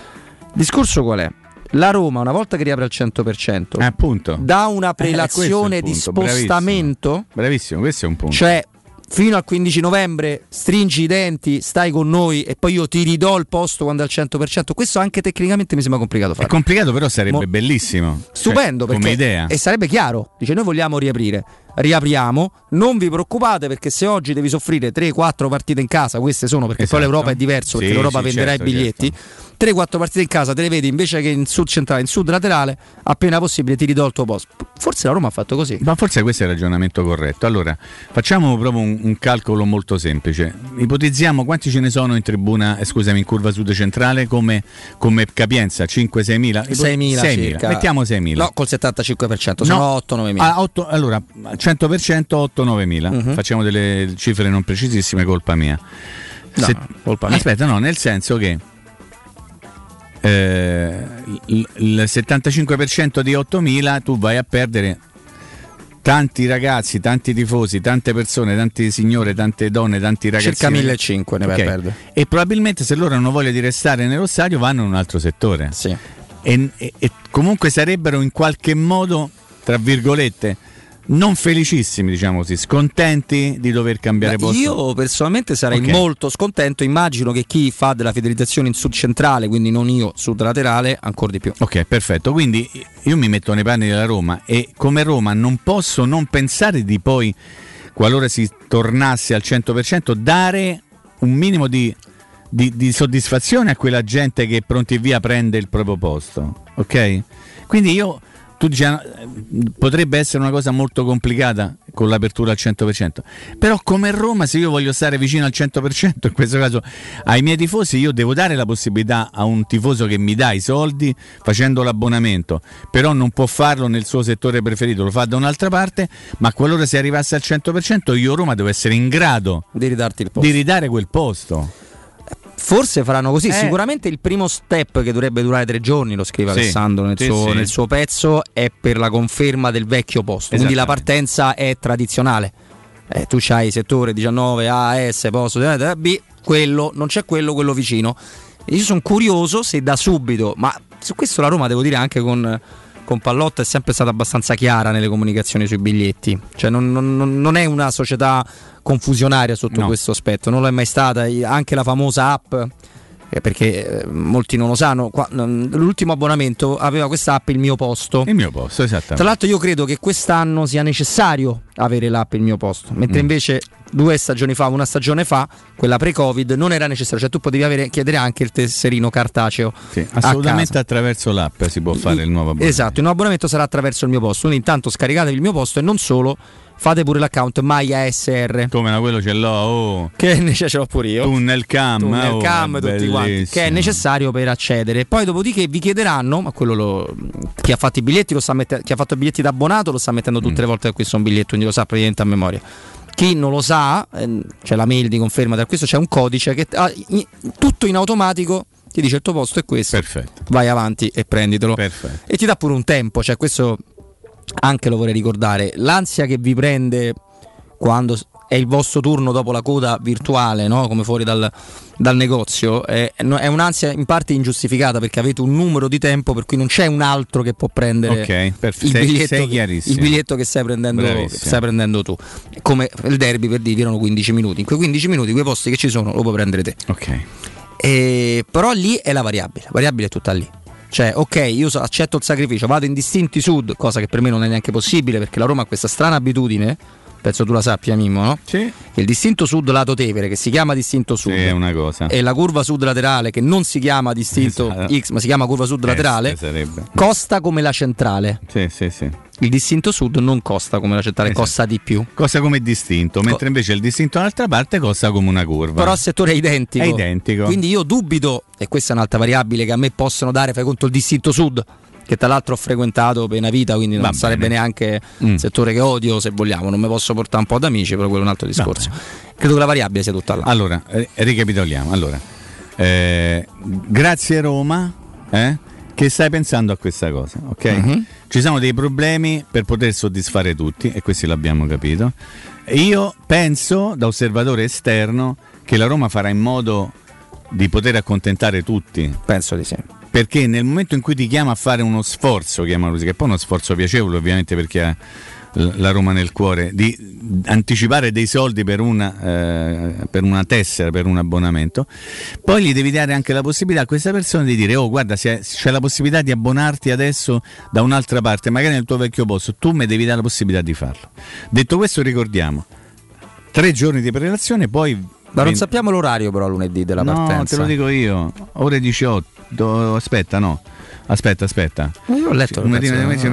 Il discorso qual è? La Roma, una volta che riapre al cento per cento, eh, appunto. dà una Eh, prelazione questo è di il punto, spostamento, bravissimo. Bravissimo, questo è un punto. cioè fino al quindici novembre stringi i denti, stai con noi e poi io ti ridò il posto quando è al cento per cento. Questo anche tecnicamente mi sembra complicato fare. È complicato, però sarebbe Mo- bellissimo. Stupendo, cioè, perché come idea. e sarebbe chiaro. Dice noi vogliamo riaprire. Riapriamo, non vi preoccupate, perché se oggi devi soffrire tre quattro partite in casa, queste sono perché Esatto. poi l'Europa è diverso, perché Sì, l'Europa sì, venderà certo, i biglietti. certo. tre quattro partite in casa te le vedi invece che in sud centrale, in sud laterale, appena possibile ti ridò il tuo posto. Forse la Roma ha fatto così. Ma forse questo è il ragionamento corretto. Allora, facciamo proprio un, un calcolo molto semplice. Ipotizziamo quanti ce ne sono in tribuna, eh, scusami, in curva sud centrale come, come capienza, cinque sei mila? seimila circa. Mettiamo seimila. No, col settantacinque per cento, sono No. otto nove mila. Ah, otto, allora, cento per cento otto nove mila. Mhm. Facciamo delle cifre non precisissime, colpa mia. No, Se- no, colpa mia. Aspetta, no, nel senso che eh, il, il settantacinque per cento di ottomila tu vai a perdere tanti ragazzi, tanti tifosi, tante persone, tante signore, tante donne, tanti ragazzi. Circa millecinquecento ne vai a perdere. E probabilmente se loro hanno voglia di restare nello stadio vanno in un altro settore. Sì. E, e- e comunque sarebbero in qualche modo, tra virgolette, non felicissimi, diciamo così, scontenti di dover cambiare Beh, posto. io personalmente sarei Ok. molto scontento. Immagino che chi fa della fidelizzazione in sud centrale, quindi non io, sud laterale, ancora di più. Ok, perfetto. Quindi io mi metto nei panni della Roma e come Roma non posso non pensare di poi, qualora si tornasse al cento per cento, dare un minimo di, di, di soddisfazione a quella gente che pronti via prende il proprio posto. Ok? Quindi io tu dici, potrebbe essere una cosa molto complicata con l'apertura al cento per cento, però come Roma, se io voglio stare vicino al cento per cento, in questo caso ai miei tifosi, io devo dare la possibilità a un tifoso che mi dà i soldi facendo l'abbonamento, però non può farlo nel suo settore preferito, lo fa da un'altra parte, ma qualora si arrivasse al cento per cento io Roma devo essere in grado di ridarti il posto, di ridare quel posto. Forse faranno così, eh. sicuramente il primo step, che dovrebbe durare tre giorni, lo scrive sì, Alessandro nel, sì, suo, sì. nel suo pezzo, è per la conferma del vecchio posto, quindi la partenza è tradizionale, eh, tu c'hai settore diciannove A, S, posto B, quello, non c'è quello, quello vicino. Io sono curioso se da subito, ma su questo la Roma, devo dire, anche con, con Pallotta è sempre stata abbastanza chiara nelle comunicazioni sui biglietti, cioè non, non, non è una società confusionaria sotto no. questo aspetto, non lo è mai stata. Anche la famosa app, eh, perché eh, molti non lo sanno, qua, l'ultimo abbonamento aveva questa app, il mio posto. Il mio posto, esattamente. Tra l'altro io credo che quest'anno sia necessario avere l'app il mio posto, mentre mm. invece due stagioni fa, una stagione fa, quella pre-Covid, non era necessario, cioè tu potevi avere, chiedere anche il tesserino cartaceo. Sì, assolutamente attraverso l'app si può fare il, il nuovo abbonamento. Esatto, il nuovo abbonamento sarà attraverso il mio posto, quindi intanto scaricatevi il mio posto e non solo, fate pure l'account MyASR. Come no, quello ce l'ho, oh. Che ce l'ho pure io. Tunnel Cam, Tunnel oh, Cam, tutti quanti, che è necessario per accedere. Poi dopodiché vi chiederanno, ma quello lo, chi ha fatto i biglietti lo sta mettendo, chi ha fatto i biglietti da abbonato lo sta mettendo tutte mm. le volte che acquista un biglietto, quindi lo sa praticamente a memoria. Chi non lo sa, eh, c'è la mail di conferma da questo, c'è un codice che ah, in, tutto in automatico ti dice il tuo posto è questo. Perfetto. Vai avanti e prenditelo. Perfetto. E ti dà pure un tempo, cioè questo anche lo vorrei ricordare, l'ansia che vi prende quando è il vostro turno dopo la coda virtuale, no? Come fuori dal, dal negozio, è, è un'ansia in parte ingiustificata, perché avete un numero di tempo per cui non c'è un altro che può prendere okay, il, sei, biglietto, sei il biglietto che stai prendendo, che stai prendendo tu. Come il derby, per dire, erano quindici minuti, in quei quindici minuti quei posti che ci sono lo puoi prendere te. Ok. E, però lì è la variabile, la variabile è tutta lì. Cioè, ok, io so, accetto il sacrificio, vado in distinti sud, cosa che per me non è neanche possibile, perché la Roma ha questa strana abitudine, penso tu la sappia, Mimmo, no? Sì. Il distinto sud lato Tevere, che si chiama distinto sud, sì, è una cosa. E la curva sud laterale, che non si chiama distinto esatto. X, ma si chiama curva sud laterale, sarebbe. Costa come la centrale. Sì, sì, sì. Il distinto sud non costa come la centrale, esatto. costa di più. Costa come distinto, mentre invece il distinto dall'altra parte costa come una curva. Però il settore è identico. È identico. Quindi io dubito, e questa è un'altra variabile che a me possono dare, fai conto, il distinto sud, che tra l'altro ho frequentato per una vita, quindi non Va sarebbe bene. neanche il mm. settore che odio, se vogliamo, non mi posso portare un po' ad amici, però quello è un altro discorso. Credo che la variabile sia tutta là. Allora, eh, ricapitoliamo. Allora, eh, grazie Roma, eh, che stai pensando a questa cosa, ok? Mm-hmm. Ci sono dei problemi per poter soddisfare tutti, e questi l'abbiamo capito. Io penso, da osservatore esterno, che la Roma farà in modo di poter accontentare tutti. Penso di sì. Perché nel momento in cui ti chiama a fare uno sforzo, chiamalo così, che poi è uno sforzo piacevole ovviamente perché ha la Roma nel cuore, di anticipare dei soldi per una, eh, per una tessera, per un abbonamento, poi gli devi dare anche la possibilità a questa persona di dire: oh, guarda, se c'è la possibilità di abbonarti adesso da un'altra parte, magari nel tuo vecchio posto, tu mi devi dare la possibilità di farlo. Detto questo, ricordiamo tre giorni di prelazione, poi ma non sappiamo l'orario però lunedì della no, partenza. No, te lo dico io, ore diciotto, aspetta, no, aspetta, aspetta. Io ho letto, perché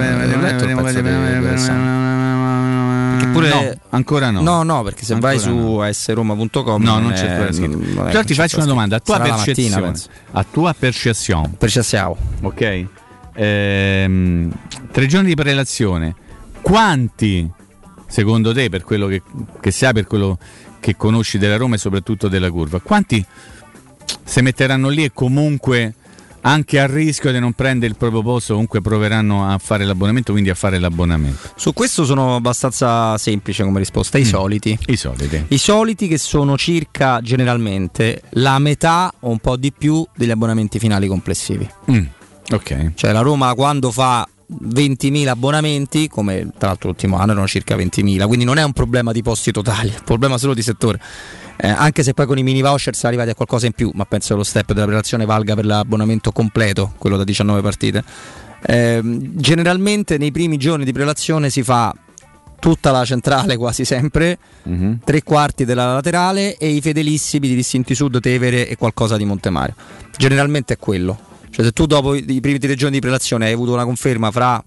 pure no, ancora no. No, no, perché se ancora vai su no. a s roma punto com no, non c'è ancora scritto. Però ti faccio una domanda, a tua percezione, mattina, a tua percezione. Percezione. Ok. Ehm, tre giorni di prelazione. Quanti secondo te, per quello che, che sai, per quello che conosci della Roma e soprattutto della curva, quanti si metteranno lì e comunque anche a rischio di non prendere il proprio posto comunque proveranno a fare l'abbonamento, quindi a fare l'abbonamento? Su questo sono abbastanza semplice come risposta, i mm. soliti. I soliti. I soliti, che sono circa generalmente la metà o un po' di più degli abbonamenti finali complessivi. Mm. Ok. Cioè la Roma quando fa ventimila abbonamenti, come tra l'altro l'ultimo anno erano circa ventimila, quindi non è un problema di posti totali, è un problema solo di settore, eh, anche se poi con i mini voucher si è arrivati a qualcosa in più, ma penso che lo step della prelazione valga per l'abbonamento completo, quello da diciannove partite. Eh, generalmente nei primi giorni di prelazione si fa tutta la centrale quasi sempre, mm-hmm. tre quarti della laterale e i fedelissimi di distinti sud, Tevere e qualcosa di Montemario. Generalmente è quello. Cioè se tu dopo i primi tre giorni di prelazione hai avuto una conferma fra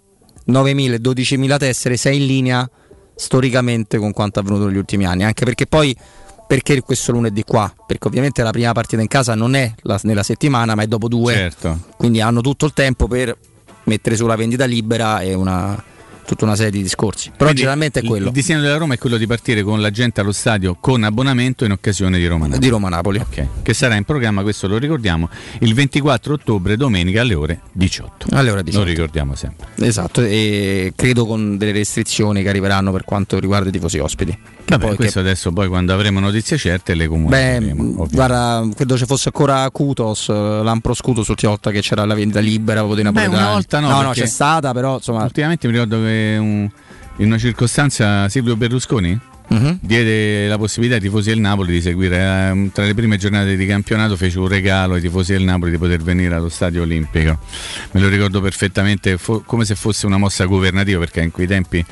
novemila e dodicimila tessere, sei in linea storicamente con quanto avvenuto negli ultimi anni, anche perché poi perché questo lunedì qua? Perché ovviamente la prima partita in casa non è la, nella settimana, ma è dopo due, certo. Quindi hanno tutto il tempo per mettere sulla vendita libera e una tutta una serie di discorsi. Però Quindi generalmente è quello. Il disegno della Roma è quello di partire con la gente allo stadio con abbonamento in occasione di Roma Napoli. Di Roma Napoli. Okay. Che sarà in programma, questo lo ricordiamo, il ventiquattro ottobre, domenica alle ore diciotto. Alle ore diciotto. Lo ricordiamo sempre. Esatto, e credo con delle restrizioni che arriveranno per quanto riguarda i tifosi ospiti. Vabbè, poi questo che... adesso poi quando avremo notizie certe le comunicheremo. Beh, guarda, credo ci fosse ancora Kutos, l'Ampro Scuto l'ultima volta che c'era la vendita libera proprio dei napoletani. Beh, una volta no, no, no, c'è stata, però insomma. Ultimamente mi ricordo che un, in una circostanza Silvio Berlusconi uh-huh. diede la possibilità ai tifosi del Napoli di seguire eh, tra le prime giornate di campionato, fece un regalo ai tifosi del Napoli di poter venire allo Stadio Olimpico. Me lo ricordo perfettamente, fo- come se fosse una mossa governativa, perché in quei tempi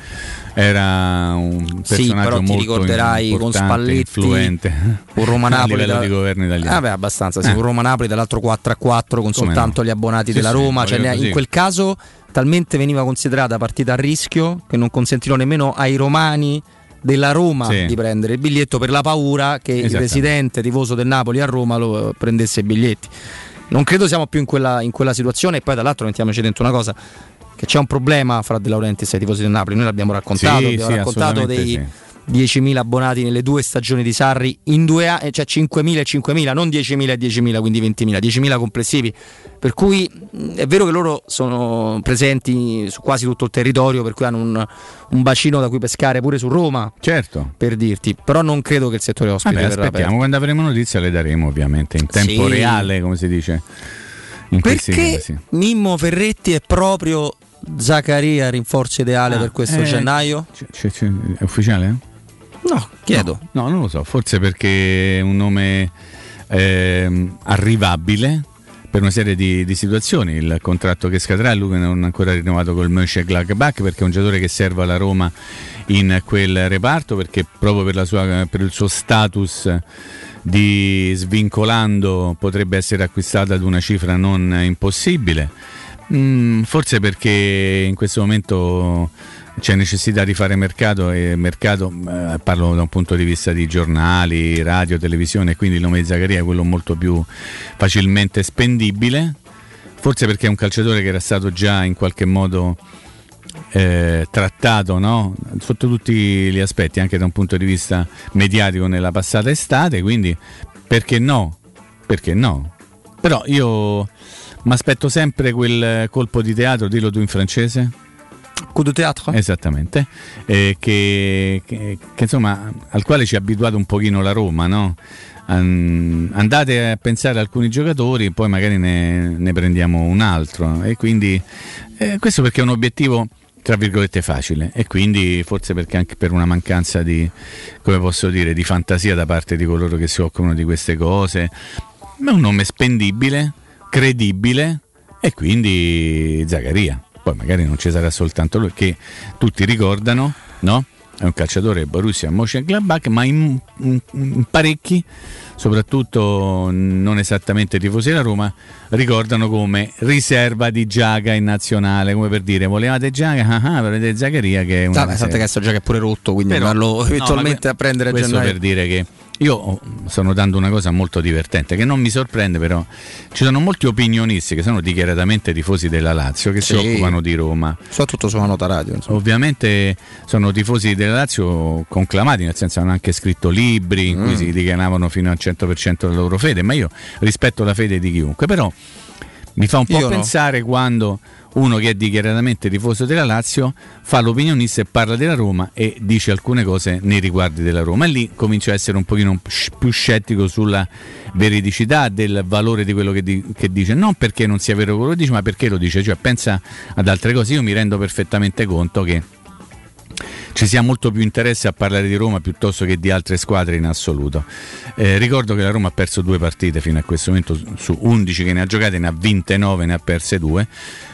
era un personaggio sì, però molto ti ricorderai con Spalletti, influente un Roma Napoli a livello da... di governo italiano. Ah beh, abbastanza, sì, eh. un Roma Napoli dall'altro quattro a quattro con come soltanto no. gli abbonati sì, della sì, Roma, cioè, in così. quel caso talmente veniva considerata partita a rischio che non consentirò nemmeno ai romani della Roma sì. di prendere il biglietto per la paura che il residente tifoso del Napoli a Roma lo prendesse i biglietti. Non credo siamo più in quella, in quella situazione. E poi dall'altro mettiamoci dentro una cosa, che c'è un problema fra De Laurentiis e i tifosi del Napoli. Noi l'abbiamo raccontato, sì, abbiamo sì, raccontato dei sì. diecimila abbonati nelle due stagioni di Sarri in due anni, cioè cinquemila e cinquemila, non diecimila e diecimila, quindi ventimila, diecimila complessivi. Per cui è vero che loro sono presenti su quasi tutto il territorio, per cui hanno un, un bacino da cui pescare pure su Roma. Certo. Per dirti, però non credo che il settore ospite Vabbè, verrà aspettiamo, aperto. quando avremo notizia le daremo ovviamente in tempo sì. reale, come si dice. In Perché sì. Mimmo Ferretti è proprio Zaccaria rinforzo ideale ah, per questo eh, gennaio? C- c- c- è ufficiale? No, chiedo. No, no, non lo so, forse perché è un nome eh, arrivabile per una serie di, di situazioni. Il contratto che scadrà, lui non ha ancora rinnovato col Mönchengladbach, perché è un giocatore che serve alla Roma in quel reparto, perché proprio per, la sua, per il suo status di svincolando potrebbe essere acquistata ad una cifra non impossibile. Mm, forse perché in questo momento c'è necessità di fare mercato, e mercato eh, parlo da un punto di vista di giornali, radio, televisione, quindi il nome di Zaccaria è quello molto più facilmente spendibile, forse perché è un calciatore che era stato già in qualche modo eh, trattato, no? Sotto tutti gli aspetti, anche da un punto di vista mediatico nella passata estate, quindi perché no? Perché no? Però io mi aspetto sempre quel colpo di teatro, dillo tu in francese. Coup de théâtre. Esattamente, eh, che, che, che insomma al quale ci ha abituato un pochino la Roma, no? An- andate a pensare a alcuni giocatori, poi magari ne, ne prendiamo un altro, e quindi eh, questo perché è un obiettivo tra virgolette facile, e quindi forse perché anche per una mancanza di, come posso dire, di fantasia da parte di coloro che si occupano di queste cose, ma è un nome spendibile, credibile, e quindi Zaccaria. Poi magari non ci sarà soltanto lui, che tutti ricordano, no? È un calciatore Borussia Mönchengladbach, ma in, in, in parecchi, soprattutto non esattamente tifosi della Roma, ricordano come riserva di Giaga in nazionale, come per dire volevate Giaga, ah, ah, volete Zaccaria, che è una ah, che questo Giaga è pure rotto, quindi però, andarlo eventualmente no, a prendere a questo gennaio. Per dire che io sto notando una cosa molto divertente, che non mi sorprende, però ci sono molti opinionisti che sono dichiaratamente tifosi della Lazio, che sì, si occupano di Roma, soprattutto sulla nota radio, insomma. Ovviamente sono tifosi della Lazio conclamati, nel senso hanno anche scritto libri in mm. cui si dichiaravano fino al cento per cento della loro fede, ma io rispetto la fede di chiunque, però mi fa un po' io pensare no. quando uno che è dichiaratamente tifoso della Lazio fa l'opinionista e parla della Roma e dice alcune cose nei riguardi della Roma, e lì comincio a essere un pochino più scettico sulla veridicità del valore di quello che, di, che dice, non perché non sia vero quello che dice, ma perché lo dice, cioè pensa ad altre cose. Io mi rendo perfettamente conto che ci sia molto più interesse a parlare di Roma piuttosto che di altre squadre in assoluto. Eh, ricordo che la Roma ha perso due partite fino a questo momento, su undici che ne ha giocate ne ha vinte nove, ne ha perse due.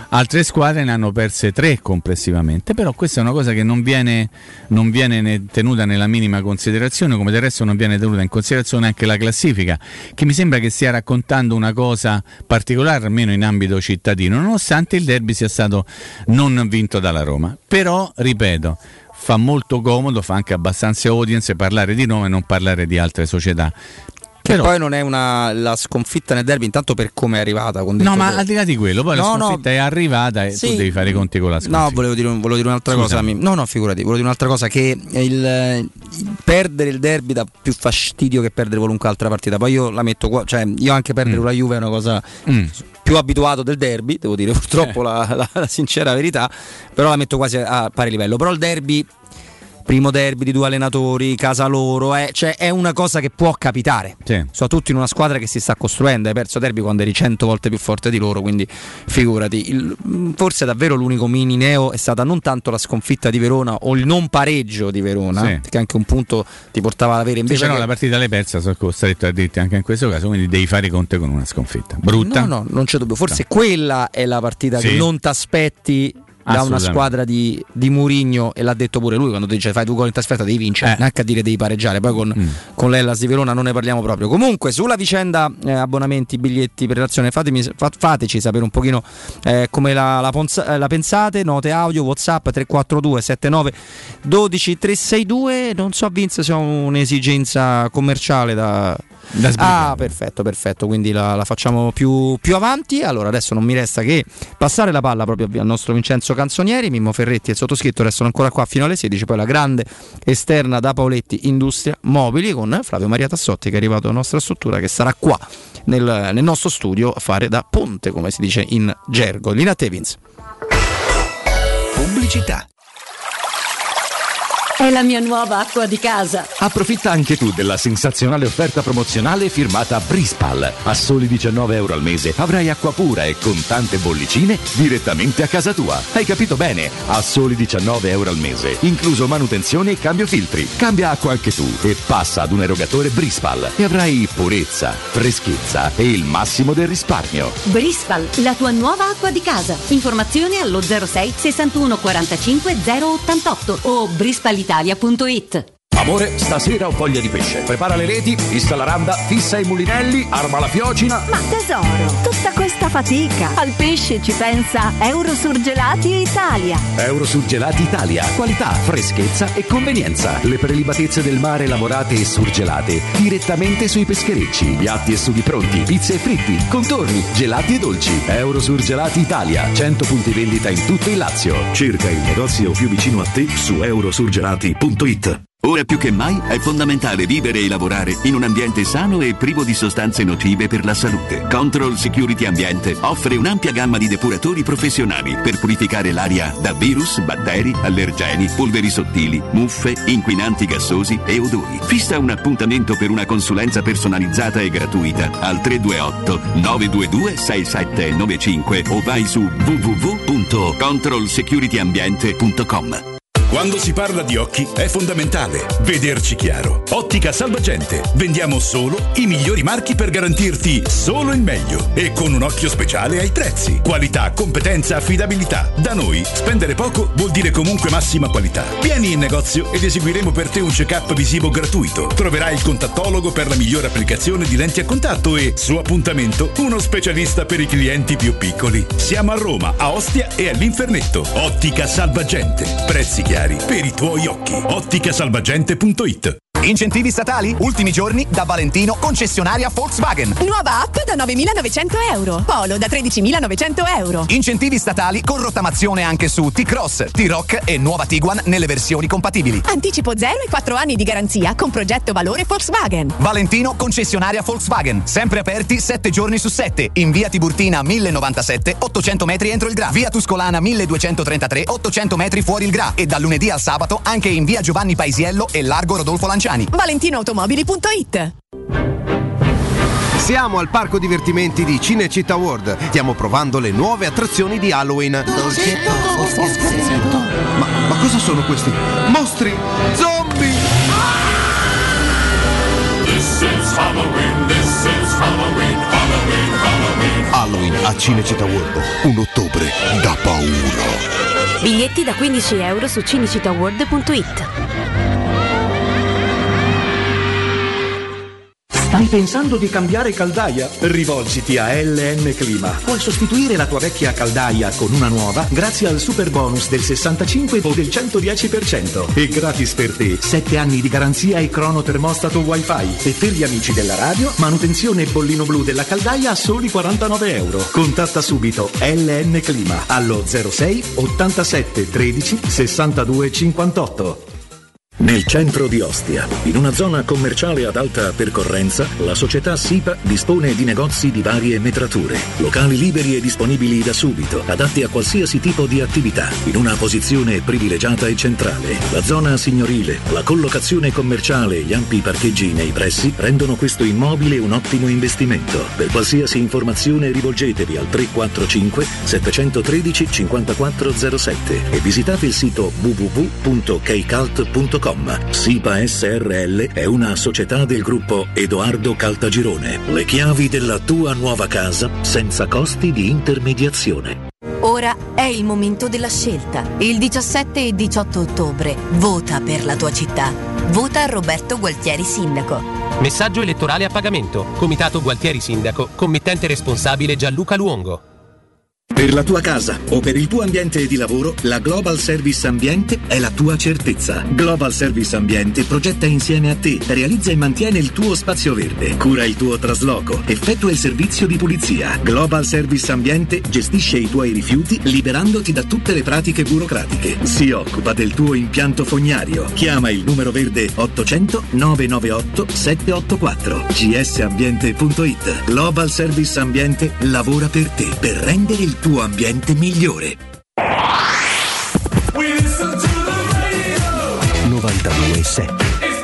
altre squadre ne hanno perse tre complessivamente, però questa è una cosa che non viene, non viene ne, tenuta nella minima considerazione, come del resto non viene tenuta in considerazione anche la classifica, che mi sembra che stia raccontando una cosa particolare, almeno in ambito cittadino, nonostante il derby sia stato non vinto dalla Roma. Però, ripeto, fa molto comodo, fa anche abbastanza audience parlare di Roma e non parlare di altre società. Che Però, poi non è una la sconfitta nel derby, intanto per come è arrivata. Con no, ma te. al di là di quello, poi no, la sconfitta no, è arrivata e sì, tu devi fare i conti con la sconfitta. No, volevo dire, volevo dire un'altra Scusa. cosa. No, no, figurati, volevo dire un'altra cosa, che il, il perdere il derby dà più fastidio che perdere qualunque altra partita. Poi io la metto qua, cioè io anche perdere mm. una Juve è una cosa mm. più abituato del derby, devo dire purtroppo eh. la, la, la sincera verità, però la metto quasi a pari livello. Però il derby, primo derby di due allenatori, casa loro, è, cioè è una cosa che può capitare, sì. soprattutto in una squadra che si sta costruendo. Hai perso derby quando eri cento volte più forte di loro, quindi figurati. Il, forse davvero l'unico mini neo è stata non tanto la sconfitta di Verona o il non pareggio di Verona, sì. che anche un punto ti portava ad avere, invece sì, però che... la partita l'hai persa, sono costretto a dirti anche in questo caso, quindi devi fare i conti con una sconfitta brutta. No, no, non c'è dubbio, forse no. Quella è la partita sì. che non ti aspetti da una squadra di, di Mourinho, e l'ha detto pure lui quando dice fai due gol in trasferta devi vincere, eh. neanche a dire devi pareggiare. Poi con, mm. con l'Hellas di Verona non ne parliamo proprio. Comunque sulla vicenda eh, abbonamenti, biglietti per relazione, fatemi, fa, fateci sapere un pochino eh, come la, la, ponza, la pensate. Note audio, WhatsApp tre quattro due sette nove uno due tre sei due. Non so Vince se ho un'esigenza commerciale da... Ah, perfetto, perfetto, quindi la, la facciamo più, più avanti. Allora adesso non mi resta che passare la palla proprio al nostro Vincenzo Canzonieri. Mimmo Ferretti e il sottoscritto restano ancora qua fino alle sedici, poi la grande esterna da Paoletti Industria Mobili con Flavio Maria Tassotti, che è arrivato alla nostra struttura, che sarà qua nel, nel nostro studio a fare da ponte, come si dice in gergo. Linea te, Vince. Pubblicità. È la mia nuova acqua di casa. Approfitta anche tu della sensazionale offerta promozionale firmata Brispal. A soli diciannove euro al mese avrai acqua pura e con tante bollicine direttamente a casa tua. Hai capito bene? A soli diciannove euro al mese, incluso manutenzione e cambio filtri. Cambia acqua anche tu e passa ad un erogatore Brispal e avrai purezza, freschezza e il massimo del risparmio. Brispal, la tua nuova acqua di casa. Informazioni allo zero sei sessantuno quarantacinque zero ottantotto o brispal italia punto it. Amore, stasera ho voglia di pesce. Prepara le reti, fissa la randa, fissa i mulinelli, arma la fiocina. Ma tesoro, tutta questa fatica. Al pesce ci pensa Eurosurgelati Italia. Eurosurgelati Italia. Qualità, freschezza e convenienza. Le prelibatezze del mare lavorate e surgelate direttamente sui pescherecci. Piatti e sughi pronti, pizze e fritti, contorni, gelati e dolci. Eurosurgelati Italia. cento punti vendita in tutto il Lazio. Cerca il negozio più vicino a te su eurosurgelati punto it. Ora più che mai è fondamentale vivere e lavorare in un ambiente sano e privo di sostanze nocive per la salute. Control Security Ambiente offre un'ampia gamma di depuratori professionali per purificare l'aria da virus, batteri, allergeni, polveri sottili, muffe, inquinanti gassosi e odori. Fissa un appuntamento per una consulenza personalizzata e gratuita al tre due otto nove due due sei sette nove cinque o vai su w w w punto control security ambiente punto com. Quando si parla di occhi è fondamentale vederci chiaro. Ottica Salvagente. Vendiamo solo i migliori marchi per garantirti solo il meglio e con un occhio speciale ai prezzi. Qualità, competenza, affidabilità. Da noi spendere poco vuol dire comunque massima qualità. Vieni in negozio ed eseguiremo per te un check-up visivo gratuito. Troverai il contattologo per la migliore applicazione di lenti a contatto e, su appuntamento, uno specialista per i clienti più piccoli. Siamo a Roma, a Ostia e all'Infernetto. Ottica Salvagente. Prezzi chiari per i tuoi occhi. ottica salvagente punto it. Incentivi statali? Ultimi giorni da Valentino, concessionaria Volkswagen. Nuova app da novemilanovecento euro. Polo da tredicimilanovecento euro. Incentivi statali con rottamazione anche su T-Cross, T-Rock e nuova Tiguan nelle versioni compatibili. Anticipo zero e quattro anni di garanzia con progetto valore Volkswagen. Valentino, concessionaria Volkswagen. Sempre aperti sette giorni su sette. In via Tiburtina mille novantasette, ottocento metri entro il Gra. Via Tuscolana milleduecentotrentatré, ottocento metri fuori il Gra. E dal lunedì al sabato anche in via Giovanni Paisiello e largo Rodolfo Lanciani. valentinoautomobili punto it. Siamo al parco divertimenti di Cinecittà World. Stiamo provando le nuove attrazioni di Halloween. Dolcetto, scherzetto. Ma, ma cosa sono questi? Mostri! Zombie! This is Halloween, this is Halloween, Halloween, Halloween. Halloween A Cinecittà World, un ottobre da paura. Biglietti da quindici euro su cinecittàworld punto it. Stai pensando di cambiare caldaia? Rivolgiti a L N Clima. Puoi sostituire la tua vecchia caldaia con una nuova grazie al super bonus del sessantacinque o del centodieci per cento. E gratis per te sette anni di garanzia e cronotermostato wifi. E per gli amici della radio, manutenzione bollino blu della caldaia a soli quarantanove euro. Contatta subito L N Clima allo zero sei ottantasette tredici sessantadue cinquantotto. Nel centro di Ostia, in una zona commerciale ad alta percorrenza, la società SIPA dispone di negozi di varie metrature, locali liberi e disponibili da subito, adatti a qualsiasi tipo di attività, in una posizione privilegiata e centrale. La zona signorile, la collocazione commerciale e gli ampi parcheggi nei pressi rendono questo immobile un ottimo investimento. Per qualsiasi informazione rivolgetevi al tre quattro cinque sette uno tre cinque zero sette e visitate il sito w w w punto keycult punto com. SIPA S R L è una società del gruppo Edoardo Caltagirone. Le chiavi della tua nuova casa senza costi di intermediazione. Ora è il momento della scelta. Il diciassette e diciotto ottobre vota per la tua città. Vota Roberto Gualtieri Sindaco. Messaggio elettorale a pagamento. Comitato Gualtieri Sindaco. Committente responsabile Gianluca Luongo. Per la tua casa o per il tuo ambiente di lavoro, la Global Service Ambiente è la tua certezza. Global Service Ambiente progetta insieme a te, realizza e mantiene il tuo spazio verde, cura il tuo trasloco, effettua il servizio di pulizia. Global Service Ambiente gestisce i tuoi rifiuti liberandoti da tutte le pratiche burocratiche. Si occupa del tuo impianto fognario. Chiama il numero verde ottocento nove nove otto sette otto quattro g s ambiente punto it. Global Service Ambiente lavora per te, per rendere il tuo ambiente migliore. novantadue sette.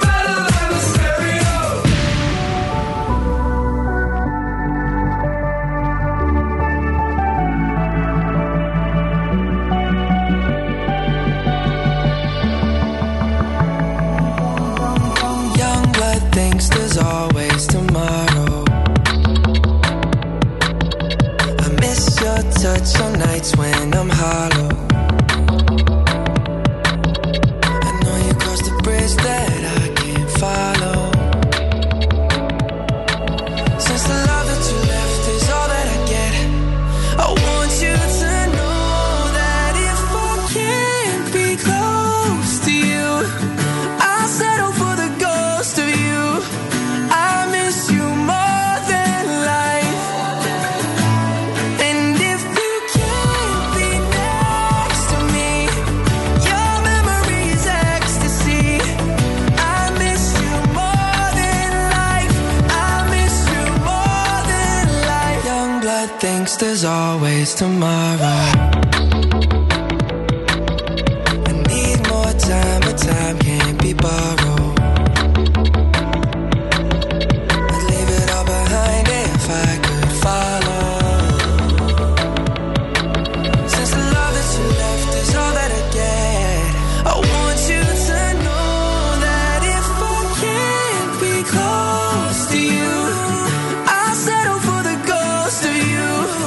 Young blood thinks there's always tomorrow. Your touch on nights when I'm hollow. I know you crossed the bridge that I can't follow. Since the love that you left is all that I get, I want you to know that if I can't be close to you, I'll settle for the ghost of you. I miss you more than life. Thinks there's always tomorrow. I need more time, but time can't be borrowed. I'd leave it all behind if I could follow. Since the love that you left is all that I get, I want you to know that if I can't be close to you, I'll settle for the ghost of you.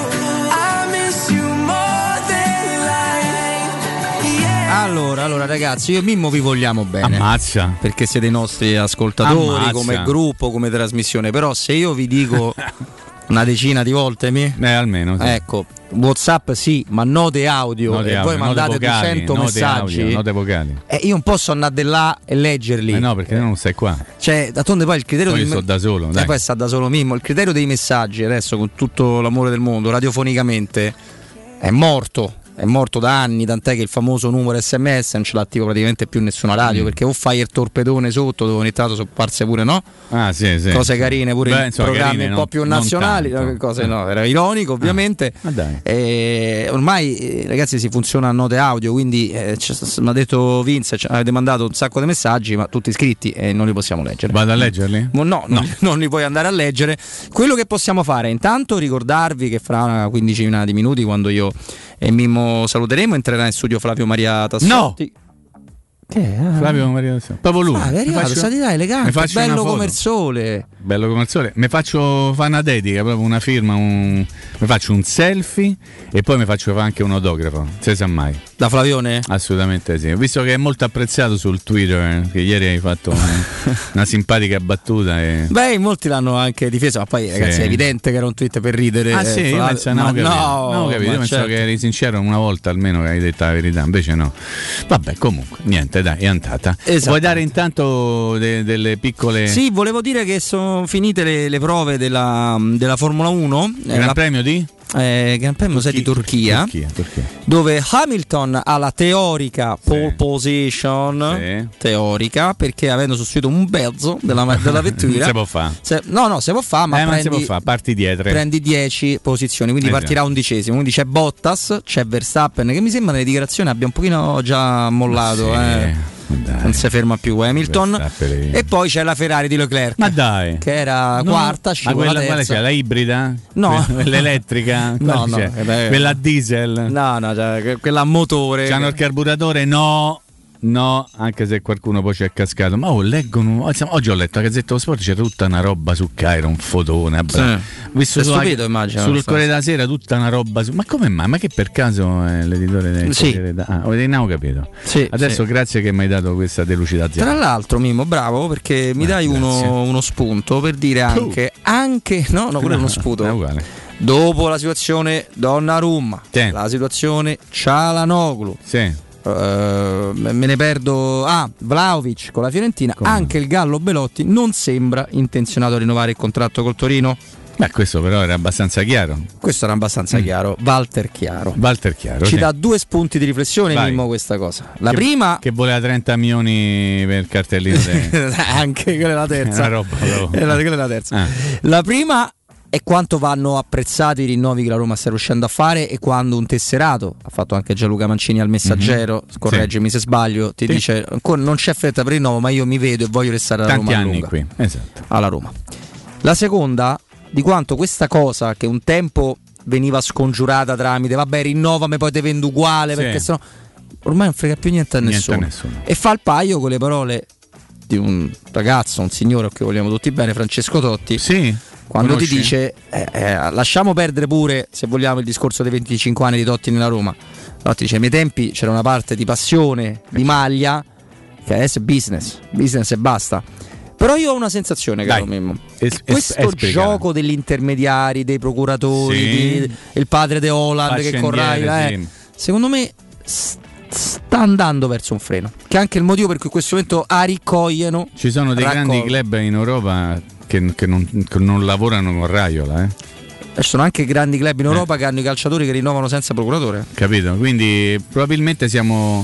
Allora, allora ragazzi, io e Mimmo vi vogliamo bene. Ammazza. Perché siete i nostri ascoltatori, Ammazza. come gruppo, come trasmissione. Però se io vi dico una decina di volte, mi? Eh, almeno. Sì. Ecco, WhatsApp sì, ma note audio. Note e audio, voi mandate note vocali, duecento note messaggi. Audio, note vocali. Eh, io non posso andare di là e leggerli. Eh no, perché eh. non stai qua. Cioè, d'altronde poi il criterio poi del sto me- da solo, dai. E poi sta da solo Mimmo. Il criterio dei messaggi, adesso con tutto l'amore del mondo, radiofonicamente, è morto. È morto da anni, tant'è che il famoso numero sms non ce l'ha attivo praticamente più nessuna radio, mm. perché o fai il torpedone sotto dove ogni tanto sono parse pure, no? Ah, sì, sì, cose sì. carine pure Beh, in insomma, programmi carine, un po' non, più nazionali, non cose eh. no, era ironico ovviamente. Ah, dai. E ormai ragazzi si funziona a note audio, quindi eh, mi ha detto Vince, avete mandato un sacco di messaggi ma tutti scritti e non li possiamo leggere. Vado a leggerli? No, no. Non, non li puoi andare a leggere. Quello che possiamo fare intanto ricordarvi che fra una quindicina di minuti, quando io e Mimmo saluteremo, entrerà in studio Flavio Maria Tassotti. No! Che è? Flavio Maria Tassotti. Proprio lui. Ah, è arrivato, faccio... stati là elegante, bello come il sole. bello come al sole. Mi faccio fare una dedica, proprio una firma, un... mi faccio un selfie e poi mi faccio fare anche un autografo, non si sa mai. Da Flavione? Assolutamente sì. Ho visto che è molto apprezzato sul Twitter, che ieri hai fatto una, una simpatica battuta. E... Beh, molti l'hanno anche difeso, ma poi ragazzi sì. è evidente che era un tweet per ridere. Ah sì, io penso, no, capito. No, no, capito. Io pensavo certo. che eri sincero una volta almeno che hai detto la verità, invece no. Vabbè, comunque, niente, dai, è andata. Vuoi dare intanto de- delle piccole... Sì, volevo dire che sono finite le, le prove della, della Formula uno. Il Gran la... Premio di? Eh, Gran Premio Turchia, di Turchia, Turchia, Turchia, dove Hamilton ha la teorica pole sì. position sì. teorica, perché avendo sostituito un mezzo della, della vettura non si può fare se, no no si può fare ma, eh, prendi, si può fare, parti dietro, prendi dieci posizioni, quindi esatto. partirà undicesimo, quindi c'è Bottas, c'è Verstappen che mi sembra nelle dichiarazioni abbia un pochino già mollato sì. eh. Dai. Non si ferma più Hamilton e poi c'è la Ferrari di Leclerc, ma dai, che era no, quarta, ma quella quale c'è? La ibrida? No, l'elettrica? no, no, eh, quella diesel? No, no, cioè, quella a motore. C'hanno il carburatore? No. No, anche se qualcuno poi ci è cascato. Ma oh, leggono. Oggi ho letto a Gazzetta dello Sport, c'è tutta una roba su Cairo, un fotone. Sì. Visto su, stupito, immagino, sul Corriere della Sera tutta una roba su. Ma come mai? Ma che per caso è l'editore del sì. Corriere da... Ah, non ho capito. Sì, adesso sì. grazie che mi hai dato questa delucidazione. Tra l'altro, Mimmo, bravo, perché mi Beh, dai uno, uno spunto per dire anche, uh. anche no, no, quello è uno sputo. È uguale. Dopo la situazione Donnarumma, sì. la situazione Çalhanoğlu. Sì. Uh, me ne perdo ah Vlahovic con la Fiorentina. Come? Anche il Gallo Belotti non sembra intenzionato a rinnovare il contratto col Torino. Beh, questo però era abbastanza chiaro. Questo era abbastanza mm. chiaro. Walter Chiaro. Walter Chiaro. Ci sì. dà due spunti di riflessione, Mimmo, questa cosa. La che, prima che voleva trenta milioni per il cartellino. Anche quella è la terza. È una roba, è la, quella è la terza. Ah. La prima è quanto vanno apprezzati i rinnovi che la Roma sta riuscendo a fare, e quando un tesserato, ha fatto anche Gianluca Mancini al Messaggero, mm-hmm. correggimi sì. se sbaglio, ti sì. dice ancora non c'è fretta per il rinnovo, ma io mi vedo e voglio restare alla Tanti Roma anni lunga. qui, esatto. Alla Roma. La seconda, di quanto questa cosa che un tempo veniva scongiurata tramite vabbè rinnovami poi te vendo uguale sì. perché sennò ormai non frega più niente a nessuno, niente a nessuno. E fa il paio con le parole di un ragazzo, un signore che vogliamo tutti bene, Francesco Totti, sì, quando conosci? ti dice eh, eh, lasciamo perdere pure, se vogliamo, il discorso dei venticinque anni di Totti nella Roma. Totti dice ai miei tempi c'era una parte di passione, di maglia, che adesso è business, business e basta. Però io ho una sensazione, caro Mimmo, es- questo es- gioco degli intermediari, dei procuratori, sì. di, il padre De Holland che corraiva, eh, sì. secondo me st- sta andando verso un freno, che è anche il motivo per cui in questo momento aricogliano. Ci sono dei raccol- grandi club in Europa che, che, non, che non lavorano con Raiola, eh. Ci sono anche grandi club in Europa eh. che hanno i calciatori che rinnovano senza procuratore. Capito? Quindi probabilmente siamo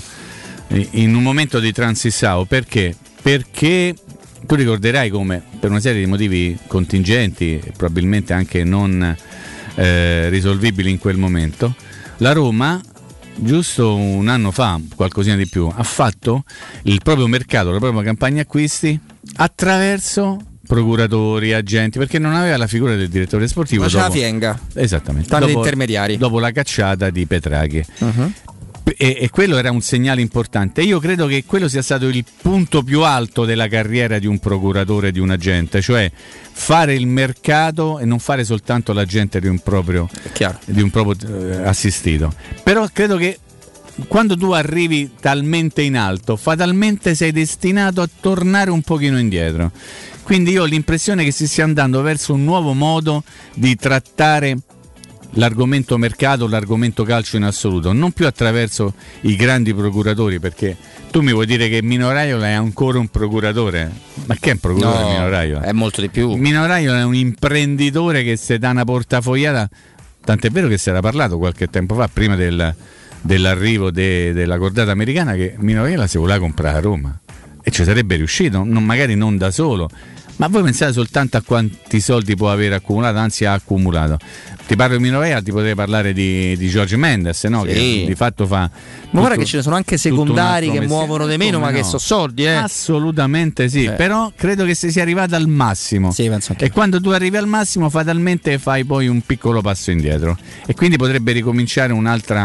in un momento di transissao. Perché? Perché tu ricorderai come per una serie di motivi contingenti e probabilmente anche non eh, risolvibili in quel momento, la Roma giusto un anno fa, qualcosina di più, ha fatto il proprio mercato, la propria campagna acquisti attraverso procuratori, agenti, perché non aveva la figura del direttore sportivo. Faceva dopo, la fienga. Esattamente. Tanti dopo, intermediari. Dopo la cacciata di Petraghi. Uh-huh. E, e quello era un segnale importante. Io credo che quello sia stato il punto più alto della carriera di un procuratore, di un agente, cioè fare il mercato e non fare soltanto l'agente di un proprio, di un proprio eh, assistito. Però credo che quando tu arrivi talmente in alto, fatalmente sei destinato a tornare un pochino indietro. Quindi io ho l'impressione che si stia andando verso un nuovo modo di trattare l'argomento mercato, l'argomento calcio in assoluto, non più attraverso i grandi procuratori, perché tu mi vuoi dire che Mino Raiola è ancora un procuratore? Ma che è un procuratore? No, Mino Raiola è molto di più. Mino Raiola è un imprenditore che se dà una portafogliata, tant'è vero che si era parlato qualche tempo fa, prima del, dell'arrivo de, della cordata americana, che Mino Raiola si voleva comprare a Roma e ci sarebbe riuscito, non, magari non da solo. Ma voi pensate soltanto a quanti soldi può aver accumulato, anzi ha accumulato. Ti parlo di Mino Raiola, ti potrei parlare di, di Jorge Mendes, no? Sì. Che di fatto fa. Ma guarda che ce ne sono anche secondari che muovono di meno, ma no, che sono soldi, eh? Assolutamente sì, eh. Però credo che si sia arrivato al massimo. Sì, penso anche. E quando tu arrivi al massimo, fatalmente fai poi un piccolo passo indietro. E quindi potrebbe ricominciare un'altra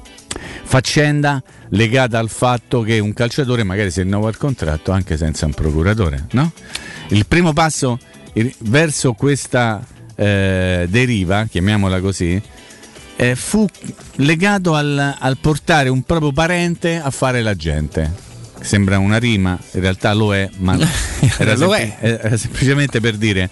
faccenda legata al fatto che un calciatore magari si rinnova il contratto anche senza un procuratore, no? Il primo passo il, verso questa eh, deriva, chiamiamola così, eh, fu legato al, al portare un proprio parente a fare l'agente. Sembra una rima, in realtà lo è, ma era, lo sempl- è. era semplicemente per dire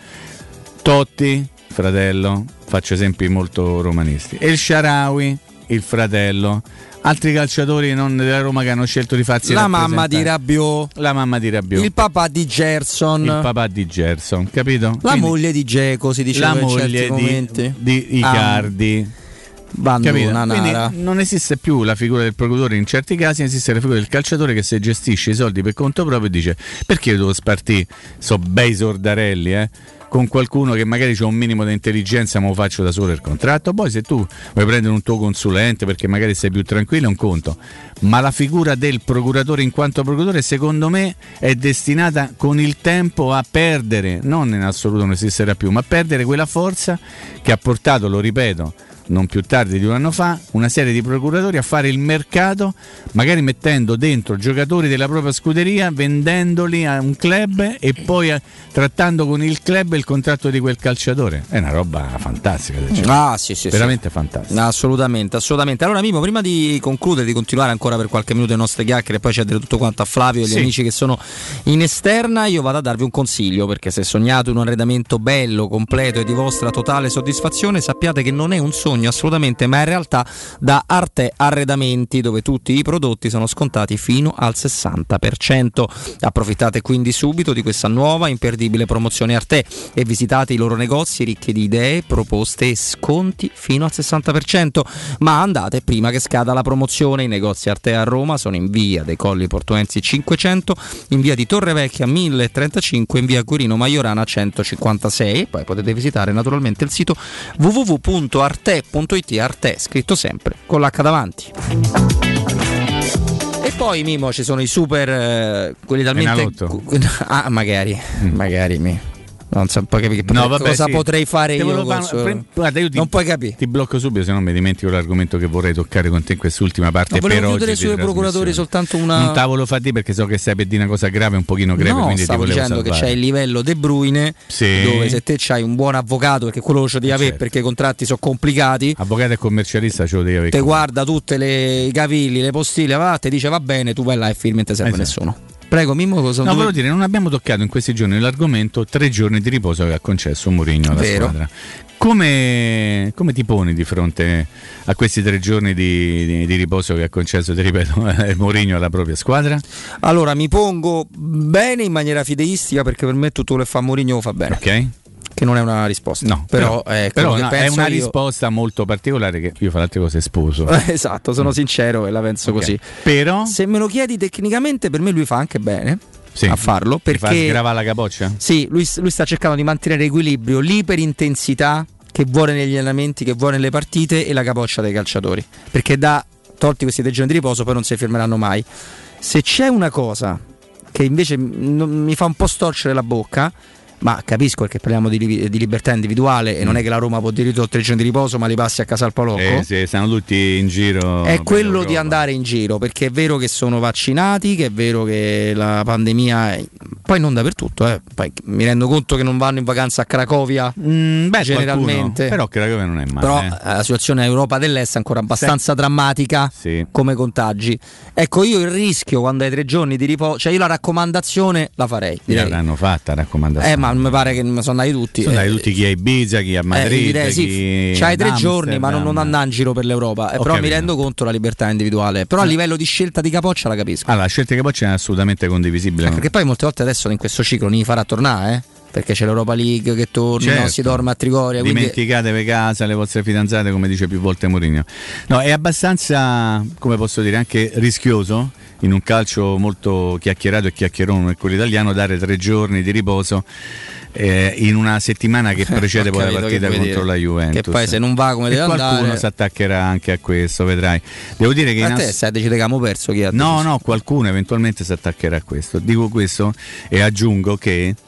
Totti, fratello, faccio esempi molto romanisti, El Shaarawy, il fratello, altri calciatori non della Roma che hanno scelto di farsi la rappresentare. mamma di Rabiot, la mamma di Rabiot, il papà di Gerson, il papà di Gerson, capito? La Quindi, moglie di Dzeko, si diceva la in certi moglie momenti. di, di Icardi. Ah. Bandona, Quindi nara. non esiste più la figura del procuratore in certi casi, esiste la figura del calciatore che se gestisce i soldi per conto proprio dice perché io devo spartire so bei sordarelli eh, con qualcuno che magari c'ha un minimo di intelligenza ma lo faccio da solo il contratto. Poi se tu vuoi prendere un tuo consulente perché magari sei più tranquillo è un conto, ma la figura del procuratore in quanto procuratore secondo me è destinata con il tempo a perdere, non in assoluto non esisterà più, ma a perdere quella forza che ha portato, lo ripeto, non più tardi di un anno fa, una serie di procuratori a fare il mercato, magari mettendo dentro giocatori della propria scuderia, vendendoli a un club e poi a, trattando con il club il contratto di quel calciatore. È una roba fantastica, cioè. Ah, sì, sì, veramente sì. fantastica. Assolutamente, assolutamente. Allora Mimo, prima di concludere, di continuare ancora per qualche minuto le nostre chiacchiere e poi cedere tutto quanto a Flavio e gli Sì. amici che sono in esterna, io vado a darvi un consiglio, perché se sognate un arredamento bello, completo e di vostra totale soddisfazione, sappiate che non è un sogno assolutamente, ma in realtà da Arte Arredamenti, dove tutti i prodotti sono scontati fino al sessanta per cento. Approfittate quindi subito di questa nuova imperdibile promozione Arte e visitate i loro negozi ricchi di idee, proposte e sconti fino al sessanta per cento, ma andate prima che scada la promozione. I negozi Arte a Roma sono in via dei Colli Portuensi cinquecento, in via di Torrevecchia mille e trentacinque, in via Quirino Maiorana centocinquantasei, e poi potete visitare naturalmente il sito w w w punto arte punto it, Arte scritto sempre con l'H davanti. E poi Mimo ci sono i super eh, quelli talmente ah magari magari mi non so poi capire no, vabbè, cosa sì. potrei fare Te io fa... so... pre... Guarda, io ti... non puoi capire, ti blocco subito se non mi dimentico l'argomento che vorrei toccare con te in quest'ultima parte. No, volevo per chiudere oggi sui procuratori soltanto una. Non tavolo fa di perché so che stai per dire una cosa grave, un pochino grave, no, quindi stavo ti volevo dicendo salvare. che c'è il livello De Bruyne, sì. dove se te c'hai un buon avvocato, perché quello lo devi avere, certo. Perché i contratti sono complicati, avvocato e commercialista ce lo devi avere, te guarda tutte le i cavilli, le postille, va, te dice va bene, tu vai là e firmi, non ti serve esatto. nessuno. Prego Mimmo, cosa no, dove... volevo dire, non abbiamo toccato in questi giorni l'argomento tre giorni di riposo che ha concesso Mourinho alla Vero. squadra. Come, come ti poni di fronte a questi tre giorni di, di, di riposo che ha concesso, ti ripeto, Mourinho alla propria squadra? Allora, mi pongo bene in maniera fideistica, perché per me tutto quello che fa Mourinho lo fa bene. Ok. Che non è una risposta, no, però, però, è, però che no, penso è una io... risposta molto particolare che io fra le altre cose sposo. Esatto, sono sincero e la penso okay. così. Però se me lo chiedi tecnicamente, per me lui fa anche bene. Sì, a farlo perché fa sgrava la capoccia? Sì, lui, lui sta cercando di mantenere equilibrio, l'iperintensità che vuole negli allenamenti, che vuole nelle partite, e la capoccia dei calciatori, perché da tolti questi tre giorni di riposo poi non si fermeranno mai. Se c'è una cosa che invece non, mi fa un po' storcere la bocca, ma capisco perché parliamo di, di libertà individuale e mm. non è che la Roma può dire tre giorni di riposo ma li passi a casa al Palocco, eh, sì, stanno tutti in giro, è quello di andare in giro, perché è vero che sono vaccinati, che è vero che la pandemia è... poi non dappertutto, eh. Poi mi rendo conto che non vanno in vacanza a Cracovia, mm, beh, generalmente, però Cracovia non è male, però eh. la situazione Europa dell'Est è ancora abbastanza sì. drammatica sì. come contagi. Ecco, io il rischio quando hai tre giorni di riposo, cioè io la raccomandazione la farei, direi. L'avranno fatta la raccomandazione, eh ma mi pare che sono andati tutti sono andati eh, tutti, chi a Ibiza, chi a Madrid, eh, direi, sì, chi c'hai tre giorni ma non, non andare in giro per l'Europa, eh, però capito. Mi rendo conto la libertà individuale, però a livello di scelta di capoccia la capisco. Allora, la scelta di capoccia è assolutamente condivisibile, eh, perché poi molte volte adesso in questo ciclo non li farà tornare, eh? Perché c'è l'Europa League che torna, certo. Si dorme a Trigoria, dimenticatevi quindi... casa le vostre fidanzate, come dice più volte Mourinho. No, è abbastanza, come posso dire, anche rischioso in un calcio molto chiacchierato e chiacchierone come quello italiano dare tre giorni di riposo eh, in una settimana che precede poi la partita contro dire. la Juventus, che poi se non va come e deve qualcuno andare qualcuno si attaccherà anche a questo, vedrai. Devo dire che a in te ass- sai decide che abbiamo perso chi ha no no qualcuno eventualmente si attaccherà a questo, dico questo e aggiungo che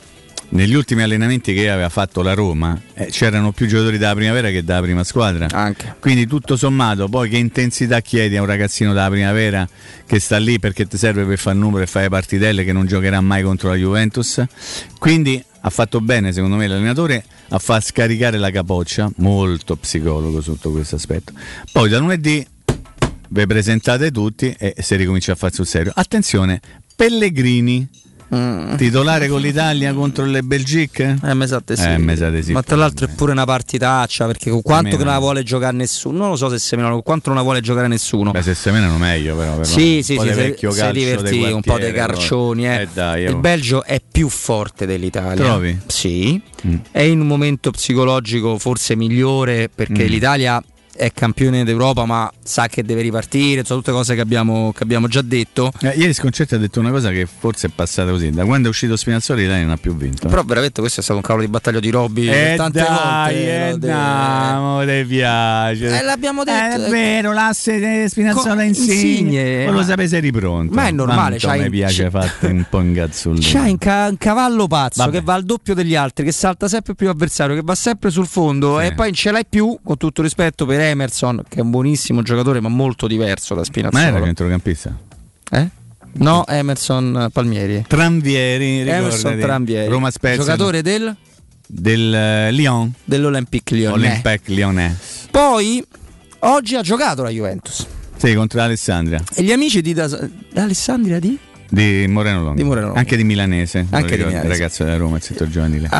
negli ultimi allenamenti che aveva fatto la Roma eh, c'erano più giocatori della primavera che della prima squadra. Anche. Quindi tutto sommato, poi che intensità chiedi a un ragazzino della primavera che sta lì perché ti serve per fare il numero e fare partitelle, che non giocherà mai contro la Juventus? Quindi ha fatto bene secondo me l'allenatore a far scaricare la capoccia, molto psicologo sotto questo aspetto. Poi da lunedì vi presentate tutti e si ricomincia a fare sul serio. Attenzione, Pellegrini Mm. titolare con l'Italia contro le Belgiche? Eh, mi sa te sì. Eh, mi sa te sì. Ma tra l'altro è pure una partitaccia, perché con quanto che non la vuole giocare nessuno, non lo so se semenano, con quanto non la vuole giocare nessuno. Beh, se semenano meglio però, però. Sì, sì, un po' sì, di se, vecchio se calcio divertì, dei un po' dei carcioni eh. Eh, dai, il Belgio è più forte dell'Italia. Trovi? Sì, mm. è in un momento psicologico forse migliore, perché mm. l'Italia è campione d'Europa ma sa che deve ripartire, sono tutte cose che abbiamo, che abbiamo già detto. Eh, ieri Sconcerti ha detto una cosa che forse è passata così: da quando è uscito Spinazzola l'Italia non ha più vinto. Però veramente questo è stato un cavolo di battaglio di Robby eh per tante dai, volte. Eh dai, te piace. Eh, l'abbiamo detto. Eh, è vero, l'asse Spinazzola Co- Insigne. Non lo sapessi, eri pronto. Ma è normale. Quanto mi piace fatti un po' ingazzolino. C'hai un, ca- un cavallo pazzo Vabbè. che va al doppio degli altri, che salta sempre più avversario, che va sempre sul fondo, sì. E poi non ce l'hai più, con tutto rispetto per Emerson, che è un buonissimo giocatore ma molto diverso da Spinazzola. Ma era centrocampista? Eh? No, Emerson Palmieri. Tranvieri, Emerson Tranvieri. Roma Spezia. Giocatore del? Del uh, Lyon. Dell'Olympique Lyonnais. Olympique Lyonnais. Poi oggi ha giocato la Juventus. Sì, contro l'Alessandria. E gli amici di da- Alessandria di? Di Moreno Longo. Di Moreno Longo. Anche di Milanese. Anche di Milanese. Ragazzo della Roma, il settore giovanile.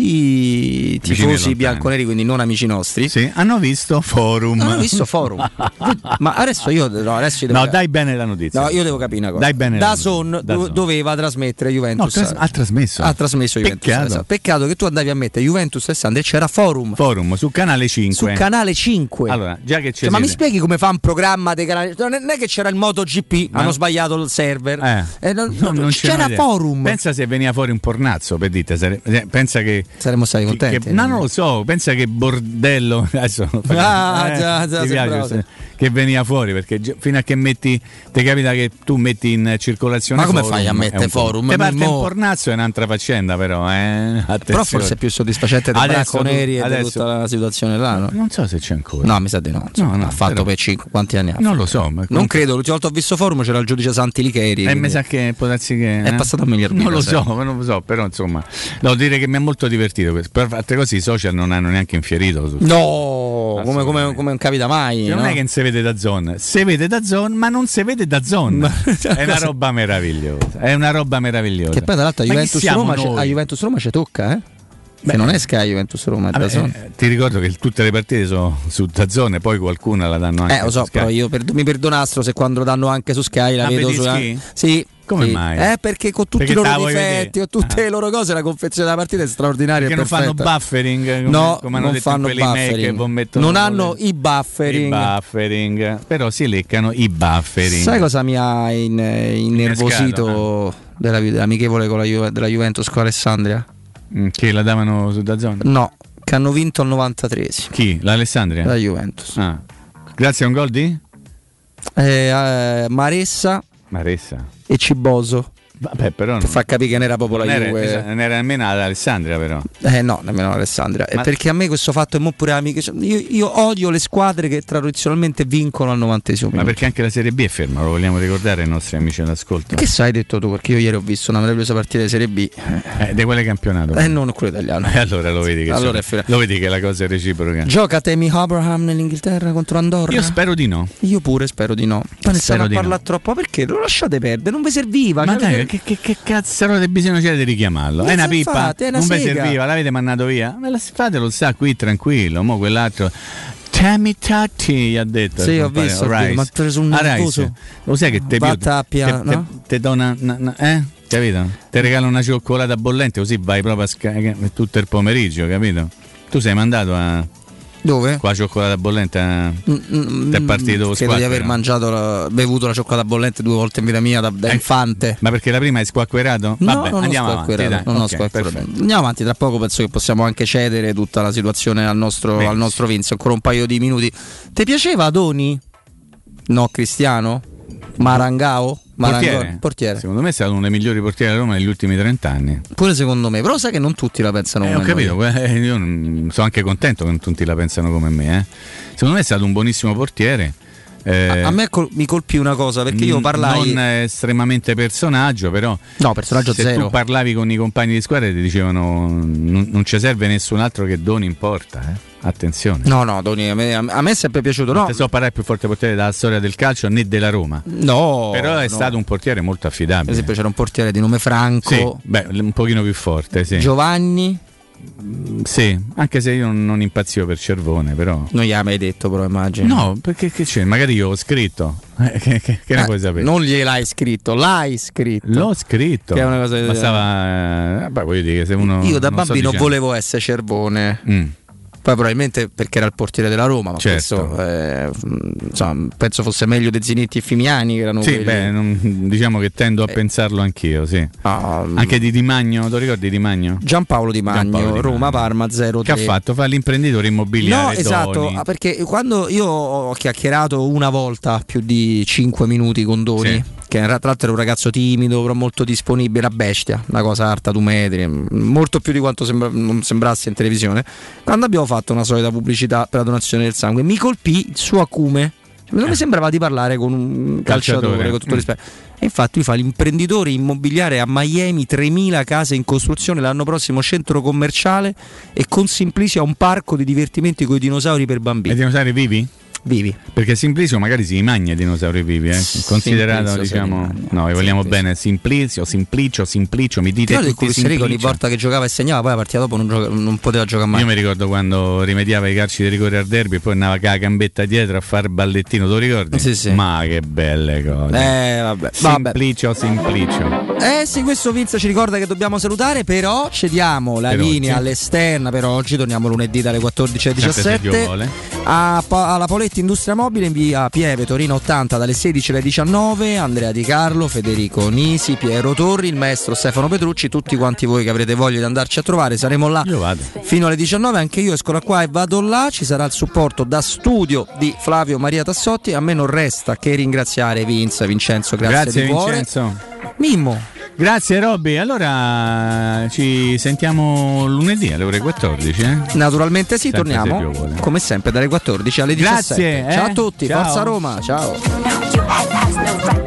Amici tifosi bianconeri, quindi non amici nostri. Sì, hanno visto Forum. Hanno visto Forum. Ma adesso io no, adesso io devo No, dai bene la notizia. No, io devo capire una cosa. Dai bene. Dazon do- doveva trasmettere Juventus. No, tras- ha trasmesso. Ha trasmesso Juventus. Peccato. Peccato che tu andavi a mettere Juventus e Alessandria e c'era Forum. Forum su Canale cinque. Su Canale cinque. Allora, già che c'è cioè, ma mi spieghi come fa un programma dei canali? Non è che c'era il MotoGP, ma hanno sbagliato il server. Eh. Eh, non, no, non c'era Forum. Pensa se veniva fuori un pornazzo, per dite, sare... pensa che saremmo stati contenti. Che... No, non lo so, pensa che bordello adesso ah, eh, già, già, ti piace, che veniva fuori, perché fino a che metti ti capita che tu metti in circolazione. Ma come Forum, fai a mettere Forum? Te parte un pornazzo è un'altra faccenda, però eh? Però forse è più soddisfacente dei Bracconeri e adesso... di tutta la situazione là, no? Non so se c'è ancora. No, mi sa di no. no, no ha fatto però... per cinque quanti anni ha? Non lo so, ma non credo, l'ultima volta ho visto Forum c'era il giudice Santi Licheri. E mi sa che può darsi che è passato a miglior vita. Non lo so, non lo so, però insomma, devo dire che mi ha molto divertito. Per altre cose i social non hanno neanche infierito. No, come, come, come non capita mai. Non no? è che non si vede da zone, si vede da zone, ma non si vede da zone. È una roba meravigliosa. È una roba meravigliosa. Che poi tra l'altro a Juventus Roma, a Juventus Roma ci tocca, eh? Beh, se non è Sky Juventus Roma, è vabbè, DAZN. Eh, ti ricordo che tutte le partite sono su DAZN e poi qualcuna la danno anche eh, lo so, su Sky. Però io per, mi perdonastro se quando lo danno anche su Sky la ah, vedo su Sky? Sì. Come sì. mai? Eh, perché con tutti perché i loro difetti, con tutte ah. le loro cose, la confezione della partita è straordinaria. Perché è non fanno buffering? Come, no, come hanno non detto fanno buffering. Non hanno i buffering. I buffering, però si leccano i buffering. Sai cosa mi ha in, innervosito eh. della, dell'amichevole con la Ju- della Juventus con Alessandria? Che la davano su DAZN? No, che hanno vinto al novantatreesimo. Chi? L'Alessandria? La Juventus. Ah. Grazie a un gol di? Eh, eh, Maressa. Maressa. E Ciboso. Vabbè, però non... per far capire che non era proprio non la era, Juve. Non era nemmeno Alessandria, però. Eh no, nemmeno Alessandria. Ma... perché a me questo fatto è mo pure amiche. Io, io odio le squadre che tradizionalmente vincono al novantesimo. Ma perché anche la Serie B è ferma, lo vogliamo ricordare ai nostri amici all'ascolto. Che sai detto tu? Perché io ieri ho visto una meravigliosa partita di Serie B. Eh, di quale campionato? Eh non quello italiano. E allora lo vedi che allora sono, lo vedi che la cosa è reciproca. Gioca Tammy Abraham nell'Inghilterra contro Andorra? Io spero di no. Io pure spero di no. Ma ne stanno a parlare no. troppo. Perché lo lasciate perdere? Non vi serviva. Ma cioè dai, che, che, che cazzo di bisogno c'è di richiamarlo? È una pippa, fate, è una non vi sega. serviva, l'avete mandato via. Ma la fatelo sta qui tranquillo. Mo quell'altro Tammy Tatti ha detto. Sì, ho visto, ma ha preso un nervoso. Lo sai che te, Battapia, te, no? te, te do una, una, una eh? Capito? Ti regalo una cioccolata bollente così vai proprio a sca- tutto il pomeriggio, capito? Tu sei mandato a dove? Qua cioccolata bollente mm, mm, è partito credo squacquero. Di aver mangiato la, bevuto la cioccolata bollente due volte in vita mia da, da eh, infante. Ma perché la prima hai squacquerato? No, Vabbè, non andiamo ho avanti, dai. Non Okay, ho squacquerato. Andiamo avanti, tra poco penso che possiamo anche cedere tutta la situazione al nostro, al nostro Vince. Ancora un paio di minuti. Ti piaceva Doni? No, Cristiano? Marangao? Marangao? Portiere. Portiere. Secondo me è stato uno dei migliori portieri a Roma negli ultimi trent'anni. Pure secondo me, però sai che non tutti la pensano Eh, ho come capito, noi. eh, io non- sono anche contento che non tutti la pensano come me. eh. Secondo me è stato un buonissimo portiere. eh, A, a me col- mi colpì una cosa perché io n- parlai. Non estremamente personaggio, però. No, personaggio se zero. tu parlavi con i compagni di squadra ti dicevano non, non ci serve nessun altro che Doni in porta. Eh. Attenzione. No, no, Doni, a me, a me è sempre piaciuto. No, Non ti so parlare più forte portiere della storia del calcio né della Roma. no Però è no. stato un portiere molto affidabile. Per esempio c'era un portiere di nome Franco. Sì, beh, un pochino più forte, sì. Giovanni. Sì, anche se io non, non impazzivo per Cervone, però. Non gli hai mai detto, però immagino. No, perché che c'è? Magari io ho scritto. Eh, che che, che ne Eh, puoi sapere? Non gliel'hai scritto, l'hai scritto. L'ho scritto. Che è una cosa. Bastava. Eh, beh, voglio dire che se uno. Io da non sto bambino dicendo- volevo essere Cervone. Mm. Poi probabilmente perché era il portiere della Roma, ma Certo. questo eh, insomma, penso fosse meglio dei Zinetti e Fimiani che erano Sì, quelli. beh, non- diciamo che tendo a pensarlo anch'io, sì. Ah, Anche di Di Magno, te lo ricordi Di Magno? Giampaolo Di Magno, Giampaolo Di Roma Parma zero tre. Che ha fatto? Fa l'imprenditore immobiliare. No, esatto, Doni. ah, perché quando io ho chiacchierato una volta più di cinque minuti con Doni, Sì. che tra l'altro era un ragazzo timido, però molto disponibile, una bestia, una cosa alta due metri, molto più di quanto sembra, non sembrasse in televisione. Quando abbiamo fatto una solita pubblicità per la donazione del sangue, mi colpì il suo acume. Non mi sembrava di parlare con un calciatore, Calciatore. con tutto Mm. rispetto. E infatti lui fa l'imprenditore immobiliare a Miami, tremila case in costruzione, l'anno prossimo centro commerciale e con Simplicio un parco di divertimenti con i dinosauri per E bambini. dinosauri vivi? Vivi. Perché Simplicio magari si mangia i dinosauri vivi, eh? Considerato, Simplicio si diciamo. mangia. No, vogliamo Simplicio. bene Simplicio, Simplicio, Simplicio, mi Ti dite ricordi tutti che Curico ogni Simplicio. volta che giocava e segnava, poi la partita dopo non, gioca- non poteva giocare mai. Io mi ricordo quando rimediava i calci di rigore al derby e poi andava con la gambetta dietro a fare ballettino, te lo ricordi? Sì, sì. Ma che belle cose. Eh, vabbè. vabbè. Simplicio, Simplicio. Eh sì, questo Vince ci ricorda che dobbiamo salutare, però cediamo la Per linea oggi. all'esterna per oggi, torniamo lunedì dalle quattordici alle Sempre se Dio diciassette vuole. a Pa- alla Poletti Industria Mobile in via Pieve Torino ottanta dalle sedici alle diciannove. Andrea Di Carlo, Federico Nisi, Piero Torri, il maestro Stefano Petrucci, tutti quanti voi che avrete voglia di andarci a trovare, saremo là Io vado. fino alle diciannove. Anche io esco da qua e vado là. Ci sarà il supporto da studio di Flavio Maria Tassotti. A me non resta che ringraziare Vince, Vincenzo, grazie, Grazie di cuore. Vincenzo. Mimmo, Grazie Robby. Allora ci sentiamo lunedì alle ore quattordici. Eh? naturalmente sì, Sempre se Dio torniamo vuole. come sempre dalle quattordici alle diciassette. Grazie, eh. Ciao a tutti, Ciao. Forza Roma, ciao. Now you have no right.